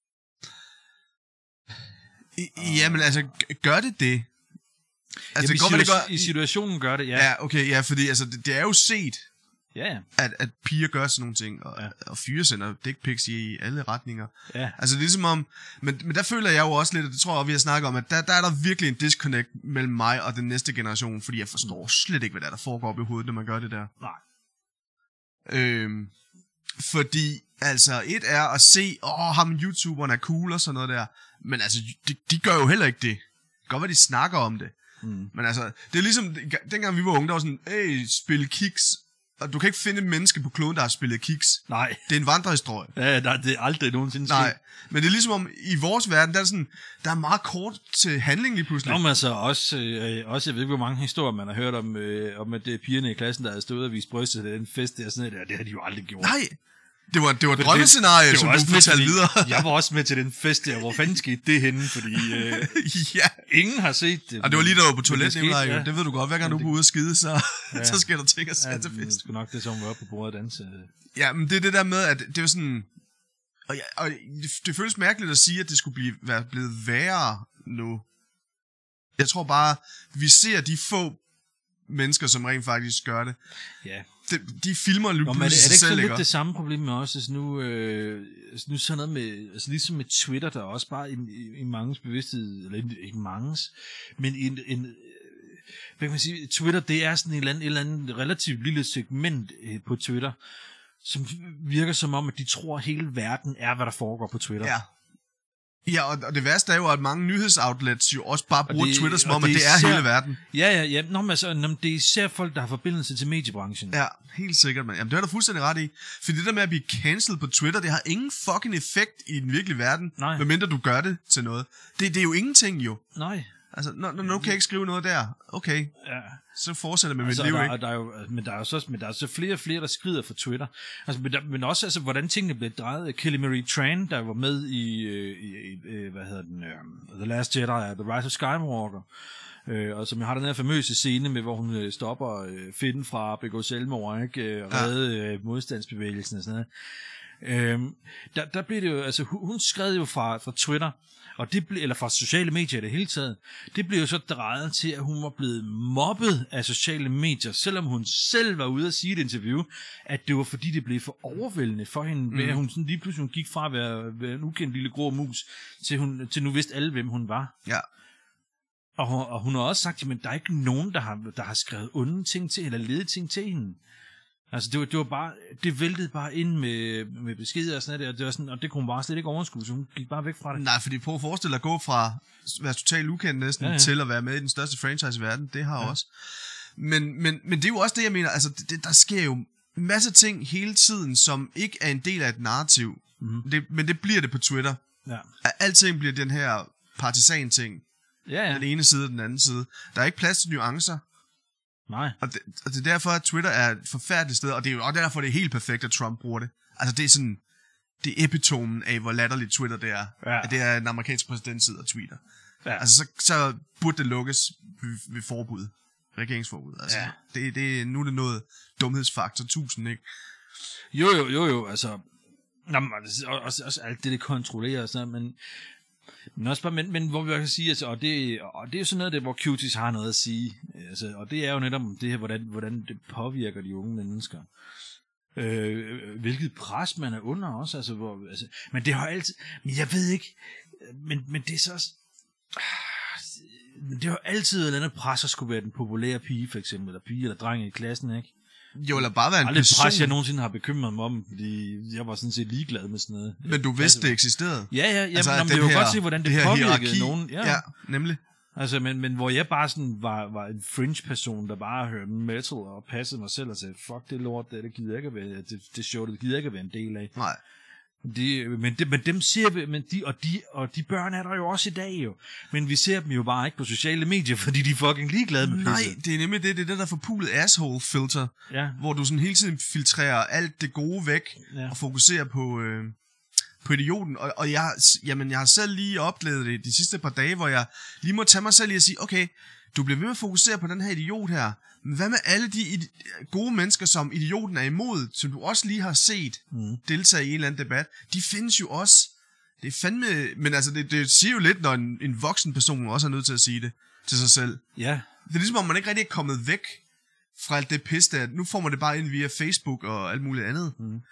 Speaker 2: Jamen altså, gør det?
Speaker 1: Altså, jamen, i situationen gør det, ja.
Speaker 2: Ja, okay, ja, fordi altså, det er jo set, at piger gør sådan nogle ting, og fyre sender dick pics i alle retninger. Ja. Altså det er ligesom om, men der føler jeg jo også lidt, og det tror jeg, vi har snakket om, at der er der virkelig en disconnect mellem mig og den næste generation, fordi jeg forstår slet ikke, hvad der foregår op i hovedet, når man gør det der.
Speaker 1: Nej.
Speaker 2: Fordi, altså, et er at se, ham YouTuberen er cool og sådan noget der, men altså, de gør jo heller ikke det. Godt hvad de snakker om det. Men altså, det er ligesom, dengang vi var unge, der var sådan, spil kiks, og du kan ikke finde et menneske på kloden, der har spillet kiks.
Speaker 1: Nej.
Speaker 2: Det er en vandrehistorie.
Speaker 1: Ja, det er aldrig nogensinde
Speaker 2: sket. Nej, men det er ligesom om, i vores verden, der er sådan, der er meget kort til handling lige pludselig.
Speaker 1: Nå, men altså, også, jeg ved ikke, hvor mange historier man har hørt om at det er pigerne i klassen, der havde stået og vist brystet til den fest der, sådan der, det har de jo aldrig gjort.
Speaker 2: Nej. Det var et drømmescenarie, som du fortalte videre.
Speaker 1: Jeg var også med til den fest der. Hvor fanden skete det henne? Fordi ingen har set det.
Speaker 2: Og det var lige der var på toilettet. Ja. Det ved du godt. Hver gang du går ud og skide, så sker der ting og sager til fest.
Speaker 1: Det skulle nok det, som var oppe på bordet og danse.
Speaker 2: Ja, men det er det der med, at det var sådan... Og det føles mærkeligt at sige, at det skulle være blevet værre nu. Jeg tror bare, vi ser de få mennesker, som rent faktisk gør det.
Speaker 1: Ja.
Speaker 2: De filmer lidt
Speaker 1: pludselig sig selv, ikke? Er det ikke lidt det samme problem med os? Altså nu sådan noget med, altså ligesom med Twitter, der er også bare i mangens bevidsthed, eller ikke mangens, men hvad kan man sige, Twitter, det er sådan et eller andet relativt lille segment på Twitter, som virker som om, at de tror, at hele verden er, hvad der foregår på Twitter.
Speaker 2: Ja. Ja, og det værste er jo, at mange nyhedsoutlets jo også bare bruger Twitter som om, at det er hele verden.
Speaker 1: Ja. Nå, men altså, det er især folk, der har forbindelse til mediebranchen.
Speaker 2: Ja, helt sikkert, man. Jamen, det er der fuldstændig ret i. For det der med at blive cancelled på Twitter, det har ingen fucking effekt i den virkelige verden, medmindre du gør det til noget. Det er jo ingenting, jo.
Speaker 1: Nej.
Speaker 2: Altså, nu kan jeg ikke skrive noget der. Okay, så fortsætter med mit liv, ikke?
Speaker 1: Men der er så flere og flere, der skrider for Twitter. Altså, men også, altså, hvordan tingene blev drejet. Kelly Marie Tran, der var med i hvad hedder den, The Last Jedi, The Rise of Skywalker, og som har den her famøse scene med, hvor hun stopper Finn fra at begå selvmord, ikke? Redde modstandsbevægelsen og sådan noget. Der blev det jo, altså hun skrev jo fra Twitter, og eller fra sociale medier i det hele taget, det blev jo så drejet til, at hun var blevet mobbet af sociale medier, selvom hun selv var ude at sige i et interview, at det var fordi, det blev for overvældende for hende, ved at hun sådan lige pludselig gik fra at være en ukendt lille grå mus, til nu vidste alle, hvem hun var.
Speaker 2: Ja.
Speaker 1: Og hun har også sagt, at der er ikke nogen, der har skrevet onde ting til, eller ledet ting til hende. Altså, det var bare, det væltede bare ind med beskeder og sådan noget, og det var sådan, og det kunne hun bare slet ikke overskue, så hun gik bare væk fra det.
Speaker 2: Nej, fordi prøv at forestille dig at gå fra at være totalt ukendt næsten, til at være med i den største franchise i verden, det har også. Men det er jo også det, jeg mener, altså, der sker jo en masse ting hele tiden, som ikke er en del af et narrativ, men det bliver det på Twitter. Ja. Alting bliver den her partisan-ting. Ja. Den ene side og den anden side. Der er ikke plads til nuancer.
Speaker 1: Nej.
Speaker 2: Og det er derfor, at Twitter er et forfærdeligt sted, og det er jo også derfor, det er helt perfekt, at Trump bruger det. Altså, det er sådan, det er epitomen af, hvor latterligt Twitter det er. Ja. At det er en amerikansk præsident sidder og tweeter. Ja. Altså, så burde det lukkes ved forbud. Regeringsforbud. Altså, det nu er det noget dumhedsfaktor 1000, ikke?
Speaker 1: Jo, altså, også alt det kontrollerer og sådan, men også bare, men hvor vi kan sige, altså, og det er jo sådan noget, hvor cuties har noget at sige, altså, og det er jo netop det her, hvordan det påvirker de unge mennesker. Hvilket pres man er under også, altså, men det har altid, men jeg ved ikke, men det er så, men det har altid et eller andet pres at skulle være den populære pige, for eksempel, eller pige eller dreng i klassen, ikke?
Speaker 2: Jo, eller bare være en person.
Speaker 1: Pres, jeg nogensinde har bekymret mig om, fordi jeg var sådan set ligeglad med sådan noget.
Speaker 2: Men du vidste, det eksisterede?
Speaker 1: Ja, altså, men det var godt se, hvordan det påvirkede nogen.
Speaker 2: Ja, nemlig.
Speaker 1: Altså, men hvor jeg bare sådan var en fringe-person, der bare hørte metal og passede mig selv og sagde, fuck det lort, det gider jeg ikke at være, det show, det gider jeg ikke at være en del af.
Speaker 2: Nej.
Speaker 1: Men dem ser vi, de børn er der jo også i dag jo. Men vi ser dem jo bare ikke på sociale medier, fordi de er fucking ligeglade med
Speaker 2: pisset. Nej, det er nemlig det er det der forpulede asshole filter, hvor du sådan hele tiden filtrerer alt det gode væk og fokuserer på idioten. Og jeg har selv lige oplevet det de sidste par dage, hvor jeg lige må tage mig selv i at sige, okay, du bliver ved med at fokusere på den her idiot her, men hvad med alle de gode mennesker, som idioten er imod, som du også lige har set deltage i en eller anden debat? De findes jo også. Det er fandme... Men altså, det siger jo lidt, når en voksen person også er nødt til at sige det til sig selv.
Speaker 1: Ja.
Speaker 2: Det er ligesom, om man ikke rigtig er kommet væk fra alt det pis, der nu får man det bare ind via Facebook og alt muligt andet.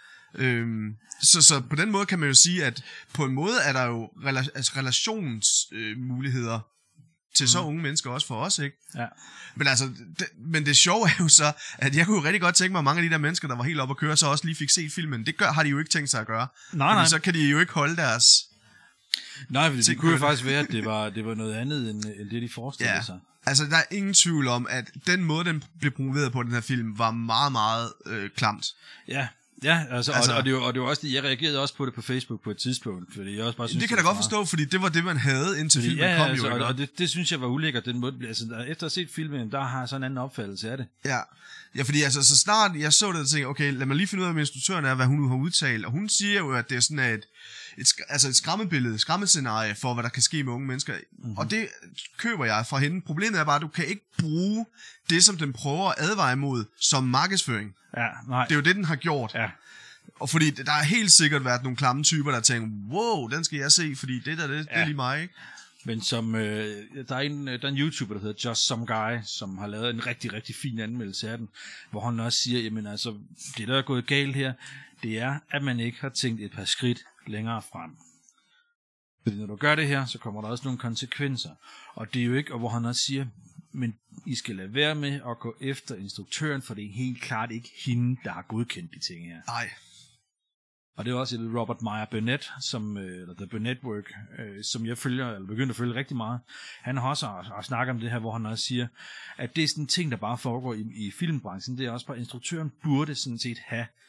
Speaker 2: Så på den måde kan man jo sige, at på en måde er der jo relationsmuligheder til så unge mennesker også for os, ikke?
Speaker 1: Ja.
Speaker 2: Men altså, det sjove er jo så, at jeg kunne rigtig godt tænke mig, at mange af de der mennesker, der var helt oppe at køre, så også lige fik set filmen. Det har de jo ikke tænkt sig at gøre.
Speaker 1: Nej.
Speaker 2: Så kan de jo ikke holde deres...
Speaker 1: Nej, fordi det kunne jo faktisk være, at det var noget andet, end det, de forestillede sig.
Speaker 2: Altså, der er ingen tvivl om, at den måde, den blev promoveret på, den her film, var meget, meget klamt.
Speaker 1: Ja, altså. Og det var også det, jeg reagerede også på det på Facebook på et tidspunkt, fordi jeg også bare synes,
Speaker 2: det kan jeg da godt forstå, fordi det var det, man havde indtil filmen kom jo.
Speaker 1: Og det synes jeg var ulækkert, den måde. Altså, efter at have set filmen, der har jeg sådan en anden opfattelse af det.
Speaker 2: Ja, fordi altså, så snart jeg så det, og tænkte, okay, lad mig lige finde ud af, hvad instruktøren er, hvad hun nu har udtalt, og hun siger jo, at det er sådan et skræmmebillede, skræmmescenarie for, hvad der kan ske med unge mennesker, og det køber jeg fra hende. Problemet er bare, at du kan ikke bruge det, som den prøver at advare imod, som markedsføring.
Speaker 1: Ja, nej.
Speaker 2: Det er jo det, den har gjort.
Speaker 1: Ja.
Speaker 2: Og fordi der har helt sikkert været nogle klamme typer, der tænker, wow, den skal jeg se, fordi det er lige mig, ikke?
Speaker 1: Men som, der er en YouTuber, der hedder Just Some Guy, som har lavet en rigtig, rigtig fin anmeldelse af den, hvor han også siger, jamen altså, det der er gået galt her, det er, at man ikke har tænkt et par skridt længere frem. Fordi når du gør det her, så kommer der også nogle konsekvenser. Og det er jo ikke, og hvor han også siger, men I skal lade være med at gå efter instruktøren, for det er helt klart ikke hende, der har godkendt de ting her.
Speaker 2: Nej.
Speaker 1: Og det er også Robert Meyer Burnett, eller The Burnett Work, som jeg følger, eller begynder at følge rigtig meget. Han har også snakket om det her, hvor han også siger, at det er sådan en ting, der bare foregår i filmbranchen. Det er også bare, instruktøren burde sådan set have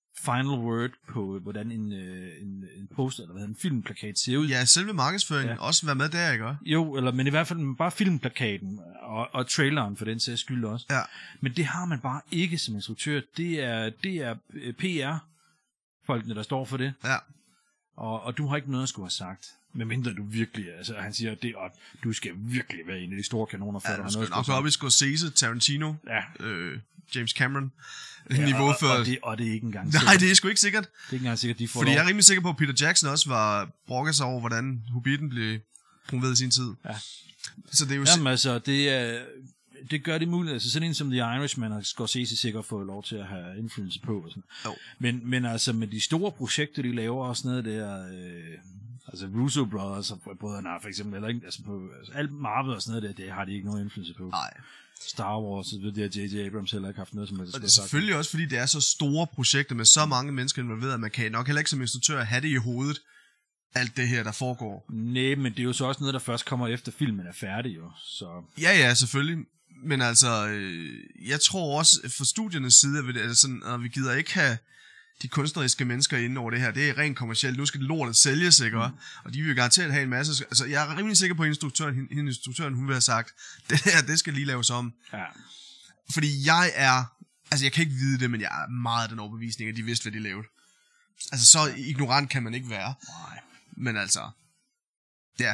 Speaker 1: final word på, hvordan en poster, eller hvad en filmplakat ser ud.
Speaker 2: Ja, selve markedsføringen også være med der, ikke?
Speaker 1: Jo, men i hvert fald bare filmplakaten, og traileren for den sags skyld også.
Speaker 2: Ja.
Speaker 1: Men det har man bare ikke som instruktør. Det er PR-folkene, der står for det.
Speaker 2: Ja.
Speaker 1: Og du har ikke noget at skulle have sagt. Medmindre du virkelig, altså han siger, det, og du skal virkelig være en af de store kanoner, for
Speaker 2: du skal nok gå op i Scorsese, Tarantino, James Cameron niveau for...
Speaker 1: Og det er ikke engang sikkert.
Speaker 2: Nej, det er sgu ikke sikkert.
Speaker 1: Det er ikke engang sikkert, de får
Speaker 2: Fordi
Speaker 1: lov.
Speaker 2: jeg er rimelig sikker på, at Peter Jackson også var brokket sig over, hvordan Hobbiten blev promoveret i sin tid.
Speaker 1: Ja.
Speaker 2: Så det er jo...
Speaker 1: Jamen altså, det gør det muligt. Altså sådan en som The Irishman har Scorsese sikkert fået lov til at have indflydelse på. Og sådan. Men altså med de store projekter, de laver og sådan noget der... altså Russo Brothers og brødrene for eksempel, eller ikke, altså på alt Marvel og sådan noget der, det har de ikke nogen indflydelse på.
Speaker 2: Nej.
Speaker 1: Star Wars, det har J.J. Abrams heller ikke haft noget som helst.
Speaker 2: Og det er selvfølgelig også, fordi det er så store projekter med så mange mennesker involveret, at man kan nok heller ikke som instruktør have det i hovedet, alt det her, der foregår.
Speaker 1: Nej, men det er jo så også noget, der først kommer efter filmen er færdig jo. Så.
Speaker 2: Ja, selvfølgelig. Men altså, jeg tror også, for studiernes side, at vi gider ikke have de kunstneriske mennesker inde over det her. Det er rent kommercielt. Nu skal det lortet sælges, ikke? Og de vil garanteret have en masse... Altså, jeg er rimelig sikker på, at instruktøren, hun vil have sagt, det her, det skal lige laves om.
Speaker 1: Ja.
Speaker 2: Fordi jeg er... Altså, jeg kan ikke vide det, men jeg er meget af den overbevisning, at de vidste, hvad de lavede. Altså, så ignorant kan man ikke være.
Speaker 1: Nej.
Speaker 2: Men altså... Ja.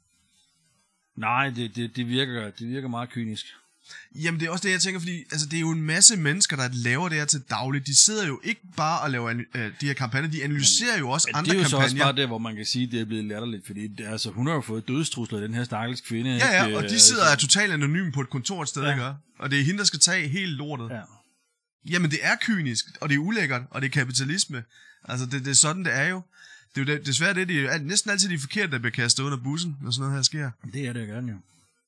Speaker 1: Nej, det virker meget kynisk.
Speaker 2: Jamen det er også det, jeg tænker, fordi altså, det er jo en masse mennesker, der laver det her til dagligt. De sidder jo ikke bare og laver de her kampagner, de analyserer jo også andre kampagner.
Speaker 1: Det er jo så også bare der, hvor man kan sige, at det er blevet latterligt, fordi det, altså, hun har jo fået dødstrusler, den her stakkels kvinde.
Speaker 2: Ja, og de sidder er totalt anonyme på et kontor et sted, ikke? Og det er hende, der skal tage hele lortet. Ja. Jamen det er kynisk, og det er ulækkert, og det er kapitalisme. Altså det er sådan, det er jo. Det er jo desværre det er næsten altid de forkerte, der bliver kastet under bussen, når sådan noget her sker.
Speaker 1: Det er det gerne jo.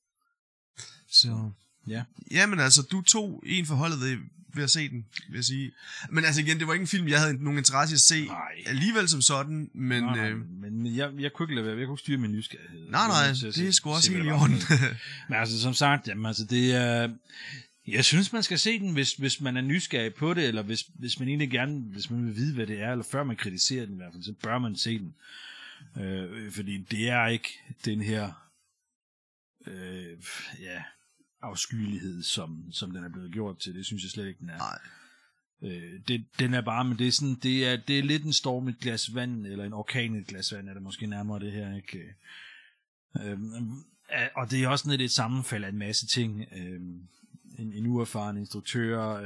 Speaker 2: Så...
Speaker 1: Ja.
Speaker 2: Jamen altså, du tog en forholdet ved at se den, vil jeg sige. Men altså igen, det var ikke en film, jeg havde nogen interesse i at se alligevel som sådan, men...
Speaker 1: Men jeg kunne ikke lade være, jeg kunne ikke styre min nysgerrighed.
Speaker 2: Nej, det er sgu også helt i orden.
Speaker 1: Men altså, som sagt, jamen altså, det er... Jeg synes, man skal se den, hvis man er nysgerrig på det, eller hvis man egentlig gerne, hvis man vil vide, hvad det er, eller før man kritiserer den i hvert fald, så bør man se den. Fordi det er ikke den her... afskyelighed, som den er blevet gjort til. Det synes jeg slet ikke, den er.
Speaker 2: Nej.
Speaker 1: Den er bare, men det er sådan, det er lidt en storm i et glas vand, eller en orkan i et glas vand, er det måske nærmere det her, ikke? Og det er også lidt et sammenfald af en masse ting. En uerfaren instruktør,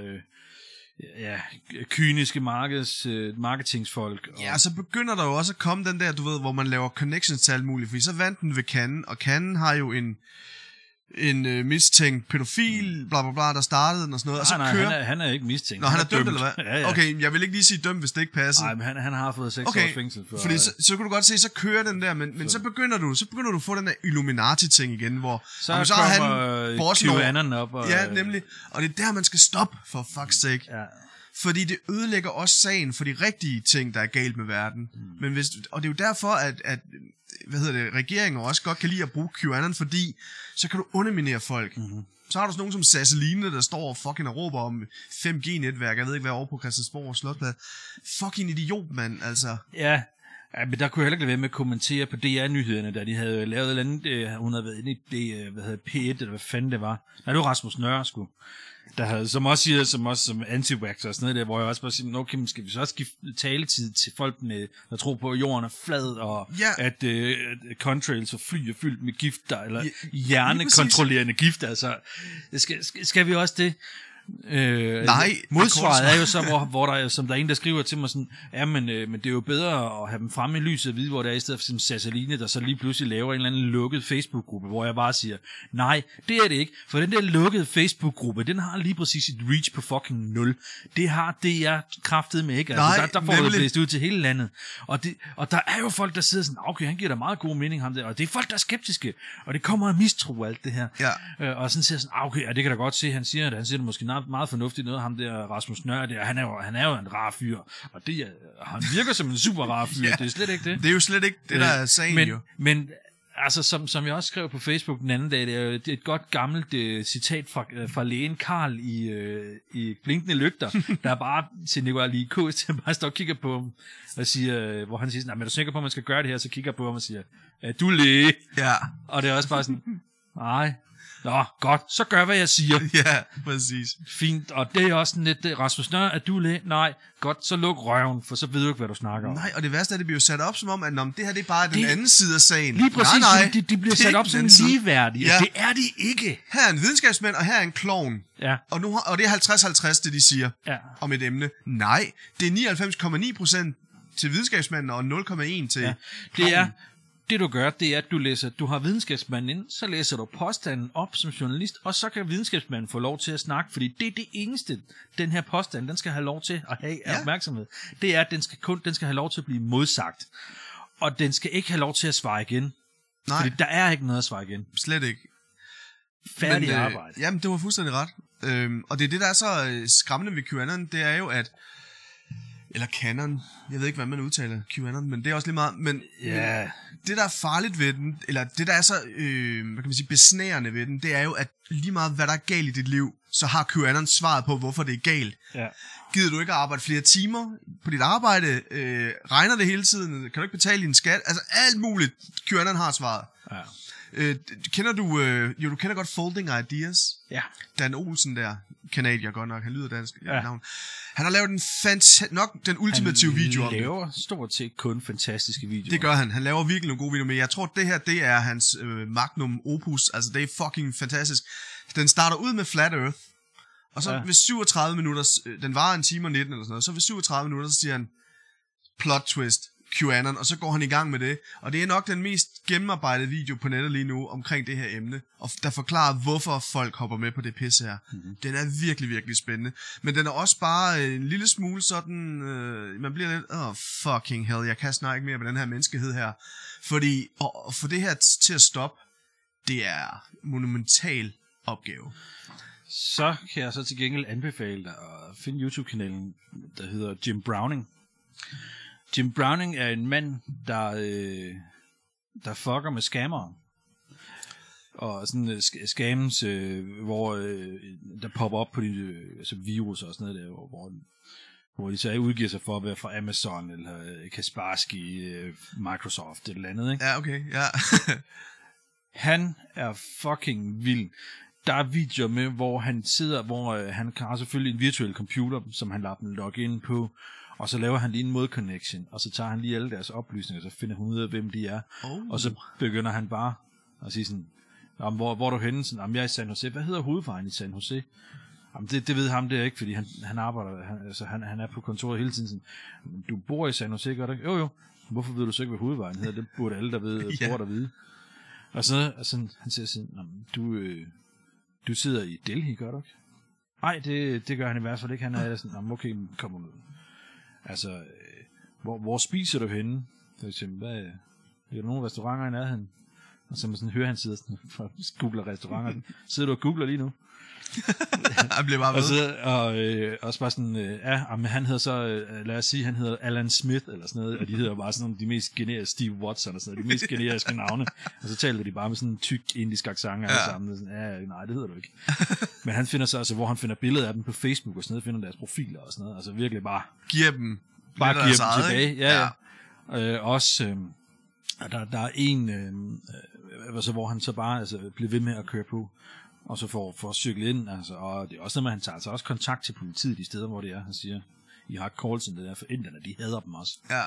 Speaker 1: kyniske marketingsfolk.
Speaker 2: Ja, så begynder der jo også at komme den der, du ved, hvor man laver connections til alt muligt, fordi så vandt den ved Cannes, og Cannes har jo en mistænkt pædofil, bla bla bla, der startede den og sådan noget. Og så kører...
Speaker 1: han er ikke mistænkt.
Speaker 2: Nå, han er dømt, eller hvad?
Speaker 1: Ja.
Speaker 2: Okay, jeg vil ikke lige sige dømt, hvis det ikke passer.
Speaker 1: Nej, men han har fået 6 års fængsel.
Speaker 2: Fordi så kan du godt se, så kører den der, men så begynder du at få den der Illuminati-ting igen, hvor...
Speaker 1: Så kommer QAnon op.
Speaker 2: Ja, nemlig. Og det er der, man skal stoppe, for fuck's sake.
Speaker 1: Ja.
Speaker 2: Fordi det ødelægger også sagen for de rigtige ting, der er galt med verden. Men og det er jo derfor, at regeringer også godt kan lide at bruge QAnon, fordi så kan du underminere folk. Så har du sådan nogen som Sasseline, der står og fucking råber om 5G-netværk. Jeg ved ikke, hvad over på Christiansborg Slotspladsen. Fucking idiot, mand, altså.
Speaker 1: Ja, men der kunne jeg heller ikke lade være med at kommentere på DR-nyhederne, da de havde lavet et eller andet, hun havde været inde i det, P1, eller hvad fanden det var. Nej, det var Rasmus Nørre, sgu. Der havde, som også siger, som anti-vax og sådan noget der, hvor jeg også bare siger, okay, men skal vi så også give taletid til folk, der tror på, at jorden er flad, og at contrails og fly er fyldt med gift, eller hjernekontrollerende gift, altså, skal vi også det?
Speaker 2: Nej.
Speaker 1: Modsvaret er jo så, hvor der er, som der er en, der skriver til mig sådan, ja, men det er jo bedre at have dem fremme i lyset og vide, hvor det er, i stedet for som Sasseline, der så lige pludselig laver en eller anden lukket Facebook-gruppe, hvor jeg bare siger, nej, det er det ikke, for den der lukkede Facebook-gruppe, den har lige præcis et reach på fucking 0. Det har det, jeg kraftede med, ikke? Altså, der får det blæst ud til hele landet. Og der er jo folk, der sidder sådan, okay, han giver da meget god mening, ham der, og det er folk, der er skeptiske, og det kommer af mistro alt det her.
Speaker 2: Ja.
Speaker 1: Og sådan siger sådan, okay, det kan da godt se, han siger det måske meget fornuftigt noget, ham der Rasmus Nørre der, han er jo en rar fyr, og han virker som en super rar fyr, det er slet ikke det.
Speaker 2: Det er jo slet ikke det, der er sagen jo.
Speaker 1: Men Altså, som jeg også skrev på Facebook den anden dag, det er jo et godt gammelt citat fra lægen Karl i Blinkende Lygter, der er bare til Nikolaj Lie K. til bare står og kigger på ham og siger, hvor han siger, nej, men er du sikker på, at man skal gøre det her? Så kigger på ham og siger, er du læge?
Speaker 2: Ja.
Speaker 1: Og det er også bare sådan, nej. Nå, godt, så gør, hvad jeg siger.
Speaker 2: Ja, præcis.
Speaker 1: Fint, og det er også sådan lidt, Rasmus Nøhr, er du læge? Nej, godt, så luk røven, for så ved du ikke, hvad du snakker om.
Speaker 2: Nej, og det værste er, at det bliver jo sat op som om, at det her det er bare den anden side af sagen.
Speaker 1: Lige præcis,
Speaker 2: nej,
Speaker 1: de bliver sat op som ligeværdige. Ja. Det er de ikke.
Speaker 2: Her er en videnskabsmand, og her er en klovn.
Speaker 1: Ja.
Speaker 2: Og det er 50-50, det de siger om et emne. Nej, det er 99,9% til videnskabsmanden, og 0,1% til klovnen.
Speaker 1: Det du gør, det er, at du har videnskabsmanden ind, så læser du påstanden op som journalist, og så kan videnskabsmanden få lov til at snakke, fordi det er det eneste, den her påstand, den skal have lov til at have opmærksomhed. Det er, at den skal have lov til at blive modsagt. Og den skal ikke have lov til at svare igen. Nej. Fordi der er ikke noget at svare igen.
Speaker 2: Slet ikke.
Speaker 1: Færdig arbejde.
Speaker 2: Jamen, det var fuldstændig ret. Og det er det, der er så skræmmende ved QAnon, det er jo, at eller Canon. Jeg ved ikke, hvad man udtaler QAnon, men det er også lige meget. Men det, der er farligt ved den, eller det, der er så hvad kan man sige, besnærende ved den, det er jo, at lige meget, hvad der er galt i dit liv, så har QAnon svaret på, hvorfor det er galt. Ja. Gider du ikke at arbejde flere timer på dit arbejde? Regner det hele tiden? Kan du ikke betale din skat? Altså alt muligt. QAnon har svaret. Ja. Kender du du kender godt Folding Ideas? Ja. Dan Olsen der, kanadier godt nok, han lyder dansk navn. Han har lavet nok den ultimative video om det. Han
Speaker 1: laver stort set kun fantastiske videoer.
Speaker 2: Det gør han. Han laver virkelig nogle gode videoer, men jeg tror, det her, det er hans magnum opus. Altså, det er fucking fantastisk. Den starter ud med Flat Earth, og så ved 37 minutter, den varer en time og 19 eller sådan noget, så ved 37 minutter, så siger han plot twist. QAnon, og så går han i gang med det. Og det er nok den mest gennemarbejdede video på nettet lige nu omkring det her emne, og der forklarer, hvorfor folk hopper med på det pis her. Mm-hmm. Den er virkelig, virkelig spændende. Men den er også bare en lille smule sådan, man bliver lidt, fucking hell, jeg kan snakke mere med den her menneskehed her. Fordi at få det her til at stoppe, det er monumental opgave.
Speaker 1: Så kan jeg så til gengæld anbefale dig at finde YouTube-kanalen, der hedder Jim Browning. Jim Browning er en mand, der fucker med scammere. Og sådan scams, hvor der popper op på de altså virus og sådan noget der, hvor de så udgiver sig for at være fra Amazon eller Kaspersky, Microsoft eller andet, ikke?
Speaker 2: Ja, okay, ja.
Speaker 1: Han er fucking vild. Der er videoer med, hvor han sidder, hvor han har selvfølgelig en virtuel computer, som han lader dem logge ind på. Og så laver han lige en modconnection, og så tager han lige alle deres oplysninger, så finder han ud af, hvem de er. Og så begynder han bare at sige sådan, hvor er du henne? Sådan, jeg er i San Jose. Hvad hedder hovedvejen i San Jose? Jamen, det ved ham det ikke, fordi han arbejder, han er på kontoret hele tiden. Sådan, du bor i San Jose, gør du ikke? Jo. Hvorfor ved du så ikke, hvad hovedvejen hedder? Det burde alle, der ved, bor der vide. Og så han siger sådan, du sidder i Delhi, gør du ikke? Nej, det gør han i hvert fald ikke. Han er sådan, okay, kom ud. Altså, hvor spiser du henne? For eksempel, er der nogle restauranter i nærheden? Og så man sådan hører han sidder sådan og googler restauranter. Sidder du og googler lige nu?
Speaker 2: Jeg bliver bare ved.
Speaker 1: Og også bare sådan, men han hedder så, lad os sige, han hedder Alan Smith, eller sådan noget, og de hedder bare sådan nogle de mest generiske, Steve Watson, og sådan noget, de mest generiske navne. Og så taler de bare med sådan en tyk indisk accent alle sammen. Sådan, nej, det hedder du ikke. Men han finder så, altså, hvor han finder billeder af dem på Facebook, og sådan noget, finder deres profiler og sådan noget. Altså virkelig bare...
Speaker 2: Giver dem
Speaker 1: tilbage. Ja. Også... Der er en, hvor han så bare bliver ved med at køre på, og så får cyklet ind, altså, og det er også noget, han tager altså også kontakt til politiet de steder, hvor det er. Han siger, I har callcenter der for inderne, de hader dem også. Ja.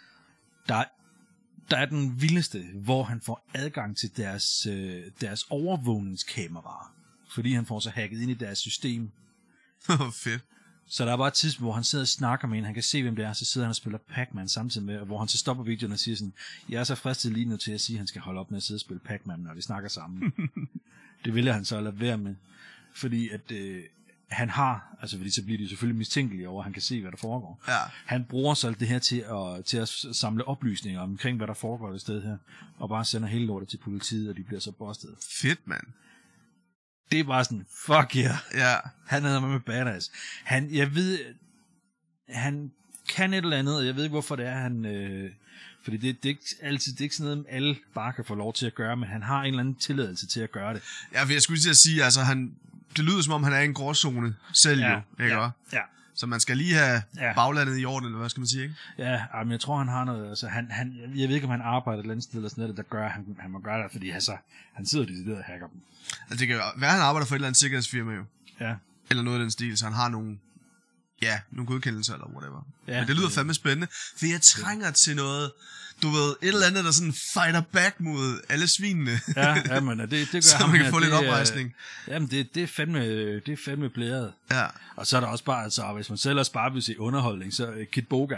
Speaker 1: Der er den vildeste, hvor han får adgang til deres overvågningskameraer, fordi han får så hacket ind i deres system.
Speaker 2: Fedt.
Speaker 1: Så der er bare et tidspunkt, hvor han sidder og snakker med en, han kan se, hvem det er, så sidder han og spiller Pac-Man samtidig med, hvor han så stopper videoen og siger sådan, jeg er så fristet lige nu til at sige, at han skal holde op med at sidde og spille Pac-Man, når vi snakker sammen. Det vil han så lade være med, fordi at han har, altså fordi så bliver de selvfølgelig mistænkelige over, at han kan se, hvad der foregår. Ja. Han bruger så alt det her til at samle oplysninger omkring, hvad der foregår det sted her, og bare sender hele lortet til politiet, og de bliver så bustet.
Speaker 2: Fedt, mand.
Speaker 1: Det er bare sådan, fuck yeah. Ja. Han er med badass. Han kan et eller andet, og jeg ved ikke, hvorfor det er, han... fordi det er ikke altid, det er ikke sådan noget, alle bare kan få lov til at gøre, men han har en eller anden tilladelse til at gøre det.
Speaker 2: Ja, for jeg skulle lige til at sige, altså det lyder som om, han er i en gråzone selv jo, ikke?
Speaker 1: Ja.
Speaker 2: Så man skal lige have baglandet i orden, eller hvad skal man sige, ikke?
Speaker 1: Ja, men jeg tror, han har noget, altså jeg ved ikke, om han arbejder et eller andet sted, eller sådan noget, der gør, at han må gøre det, fordi altså, han sidder decideret og hacker dem.
Speaker 2: Altså det kan være, han arbejder for et eller andet sikkerhedsfirma jo.
Speaker 1: Ja.
Speaker 2: Eller noget af den stil, så han har nogle godkendelser eller whatever.
Speaker 1: Ja,
Speaker 2: men det lyder fandme spændende, for jeg trænger til noget, du ved, et eller andet, der sådan fighter back mod alle svinene.
Speaker 1: Ja, men det gør
Speaker 2: så
Speaker 1: ham
Speaker 2: man kan
Speaker 1: her,
Speaker 2: få lidt oprejsning.
Speaker 1: Jamen, det er fandme blæret.
Speaker 2: Ja.
Speaker 1: Og så er der også bare, altså, hvis man selv også bare vil se underholdning, så Kid Boga.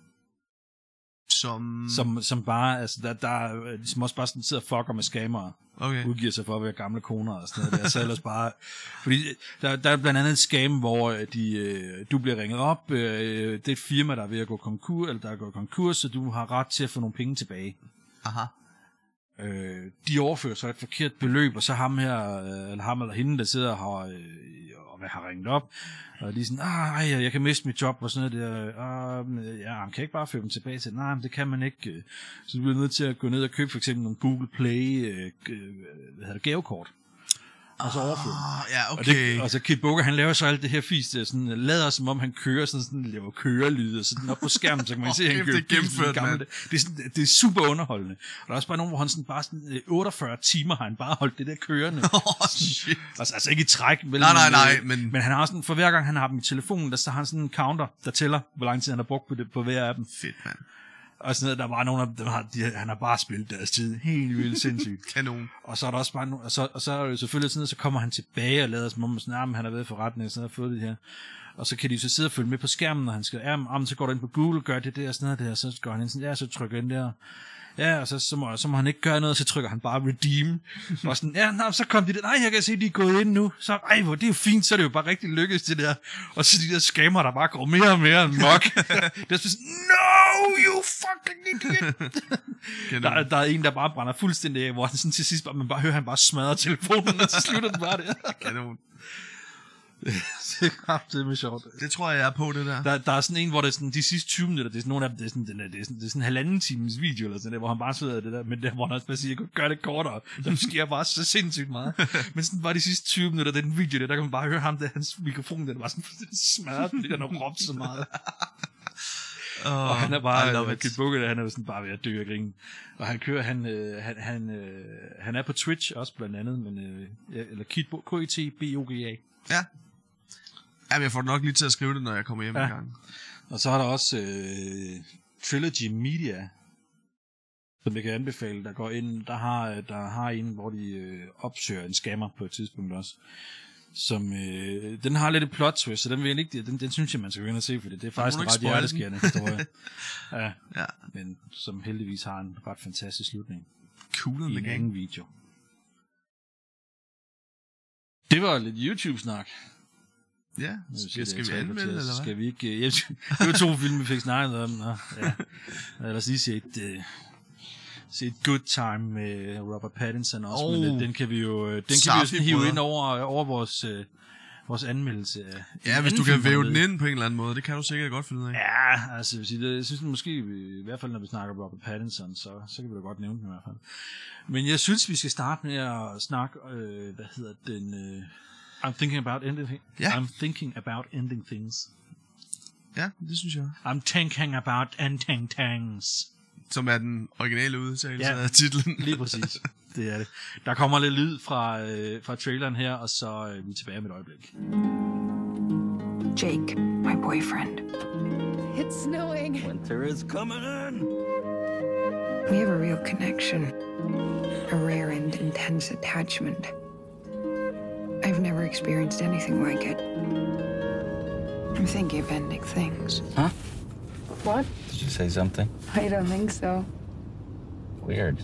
Speaker 1: Som bare, altså, der som også bare sådan sidder og fucker med skamere.
Speaker 2: Okay.
Speaker 1: Udgiver sig for at være gamle koner og sådan noget. Det er så ellers bare... Fordi der er blandt andet et scam, hvor du bliver ringet op. Det er et firma, der er ved at gå konkurs, eller der er gået konkurs, så du har ret til at få nogle penge tilbage.
Speaker 2: Aha.
Speaker 1: De overfører så et forkert beløb, og så ham eller hende, der sidder og har ringet op, og de er sådan, jeg kan miste mit job, og sådan noget der, man kan ikke bare føre dem tilbage til, nej, men det kan man ikke, så du bliver nødt til at gå ned og købe for eksempel nogle Google Play, gavekort, og så overføre.
Speaker 2: Ja, okay.
Speaker 1: Og så Kid Boga, han laver så alt det her fis, der sådan lader som om han kører, sådan laver kørelyd, og sådan op på skærmen, så kan man se, at han kører
Speaker 2: gennemført,
Speaker 1: gamle. Det er super underholdende. Og der er også bare nogen, hvor han sådan bare sådan 48 timer har han bare holdt det der kørende.
Speaker 2: Shit.
Speaker 1: Altså ikke i træk.
Speaker 2: Nej,
Speaker 1: men han har sådan, for hver gang han har dem i telefonen, der så har han sådan en counter, der tæller, hvor lang tid han har brugt på hver af dem.
Speaker 2: Fedt, mand.
Speaker 1: Og sådan noget, der var nogen af dem, han har bare spillet deres tid. Helt vildt sindssygt.
Speaker 2: Kanon. Og
Speaker 1: så er der også bare og så er det selvfølgelig sådan noget, så kommer han tilbage og lader som om, sådan, han har været i forretning og sådan noget, og fået det her. Og så kan de så sidde og følge med på skærmen, når han skal, så går du ind på Google, gør det der og sådan noget der, og så går han ind sådan, så trykker ind der. Ja, og så må han ikke gøre noget, så trykker han bare redeem. Og sådan, så kom de der, nej, jeg kan se, de er gået ind nu. Så, det er jo fint, så er det jo bare rigtig lykkedes det der. Og så de der scammer, der bare går mere og mere mok. Det er sådan, no, you fucking idiot. Der er en, der bare brænder fuldstændig af, hvor han sådan til sidst, man bare hører, han bare smadrer telefonen, og så slutter den bare der.
Speaker 2: Kanon.
Speaker 1: Det er kraftigt sjovt.
Speaker 2: Det tror jeg er på, det der.
Speaker 1: Der er sådan en, hvor det er sådan, de sidste 20 minutter, det er sådan nogle af dem, det er sådan en halvanden times video, eller sådan der, hvor han bare sidder det der, men der, hvor han også bare siger, jeg kunne gøre det kortere, der sker bare så sindssygt meget. Men sådan bare de sidste 20 minutter, den video der kan man bare høre ham, der hans mikrofon, der var sådan smadret, fordi han har råbt så meget. Og han er bare, Kid Boga, han er sådan bare ved at dø af grin. Og han kører, han er på Twitch også blandt andet, men, eller KITBOGA.
Speaker 2: Ja. Jamen, jeg får nok lige til at skrive det, når jeg kommer hjem en gang.
Speaker 1: Og så er der også Trilogy Media, som jeg kan anbefale, der går ind, der har en, hvor de opsøger en scammer på et tidspunkt også. Som, den har lidt et plot twist, så den vil jeg ikke, den synes jeg, man skal gå ind og se, for det er faktisk en ret hjerteskærende historie. Ja, men som heldigvis har en ret fantastisk slutning.
Speaker 2: Cool
Speaker 1: i en anden video. Det var lidt YouTube-snak.
Speaker 2: Ja, skal vi anmelde, eller hvad?
Speaker 1: Skal vi ikke... Det var 2 film, vi fik snakket om. Lad os lige se et Good Time med Robert Pattinson også, men den kan vi jo sådan hive ind over vores anmeldelse af...
Speaker 2: Ja, hvis du kan væve den ind på en eller anden måde, det kan du sikkert godt finde ud af.
Speaker 1: Ja, altså jeg synes måske, i hvert fald når vi snakker Robert Pattinson, så kan vi da godt nævne den i hvert fald. Men jeg synes, vi skal starte med at snakke, hvad hedder den... I'm thinking about ending things.
Speaker 2: Yeah.
Speaker 1: I'm thinking about ending things.
Speaker 2: Ja, det synes jeg.
Speaker 1: I'm thinking about ending things.
Speaker 2: Som er den originale udtalelse af titlen.
Speaker 1: Lige præcis. Det er det. Der kommer lidt lyd fra traileren her, og så er vi tilbage med et øjeblik.
Speaker 3: Jake, my boyfriend.
Speaker 4: It's snowing.
Speaker 5: Winter is coming in.
Speaker 3: We have a real connection. A rare and intense attachment. I've never experienced anything like it. I'm thinking of ending things.
Speaker 5: Huh?
Speaker 4: What?
Speaker 5: Did you say something?
Speaker 4: I don't think so.
Speaker 5: Weird.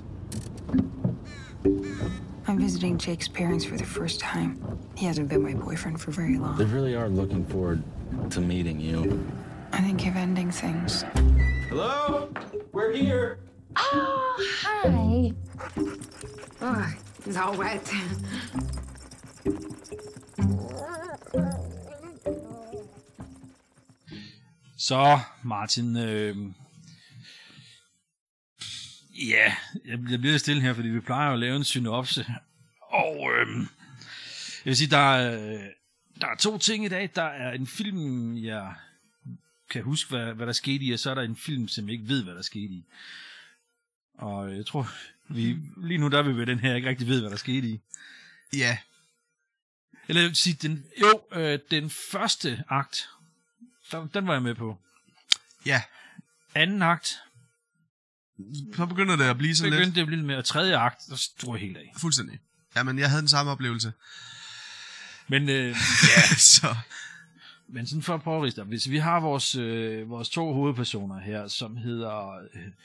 Speaker 3: I'm visiting Jake's parents for the first time. He hasn't been my boyfriend for very long.
Speaker 5: They really are looking forward to meeting you.
Speaker 3: I think of ending things.
Speaker 5: Hello? We're here.
Speaker 4: Oh, hi. Oh, it's all wet.
Speaker 1: Så, Martin, ja, jeg bliver stille her, fordi vi plejer jo at lave en synopse. Og jeg vil sige, der er 2 ting i dag. Der er en film, jeg kan huske, hvad der skete i, og så er der en film, som jeg ikke ved, hvad der skete i. Og jeg tror, lige nu der er vi ved den her, ikke rigtig ved, hvad der skete i.
Speaker 2: Ja.
Speaker 1: Eller jeg vil sige, den første akt, den var jeg med på.
Speaker 2: Ja.
Speaker 1: Anden akt,
Speaker 2: Så begynder det at blive sådan lidt.
Speaker 1: begyndte det at blive lidt mere, og tredje akt, så stod jeg helt af.
Speaker 2: Fuldstændig. Jamen, jeg havde den samme oplevelse.
Speaker 1: Men,
Speaker 2: Så.
Speaker 1: men sådan for at prøve at riste op, hvis vi har vores 2 hovedpersoner her, som hedder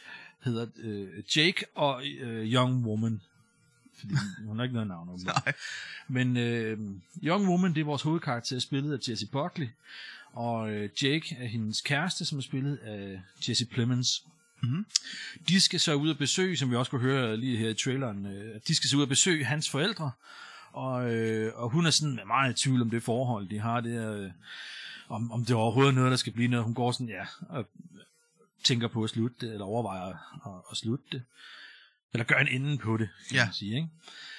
Speaker 1: Jake og Young Woman. Fordi hun har ikke noget navn.
Speaker 2: Nej.
Speaker 1: Men Young Woman, det er vores hovedkarakter, spillet af Jessie Buckley. Og Jake er hendes kæreste, som er spillet af Jesse Plemons.
Speaker 2: Mm-hmm.
Speaker 1: De skal så ud og besøge, som vi også kunne høre lige her i traileren, de skal så ud og besøge hans forældre. Og hun er sådan meget i tvivl om det forhold, de har der, om det overhovedet er noget, der skal blive noget. Hun går sådan, og tænker på at slutte det, eller overvejer at slutte det. Eller gøre en ende på det, kan man sige, ikke?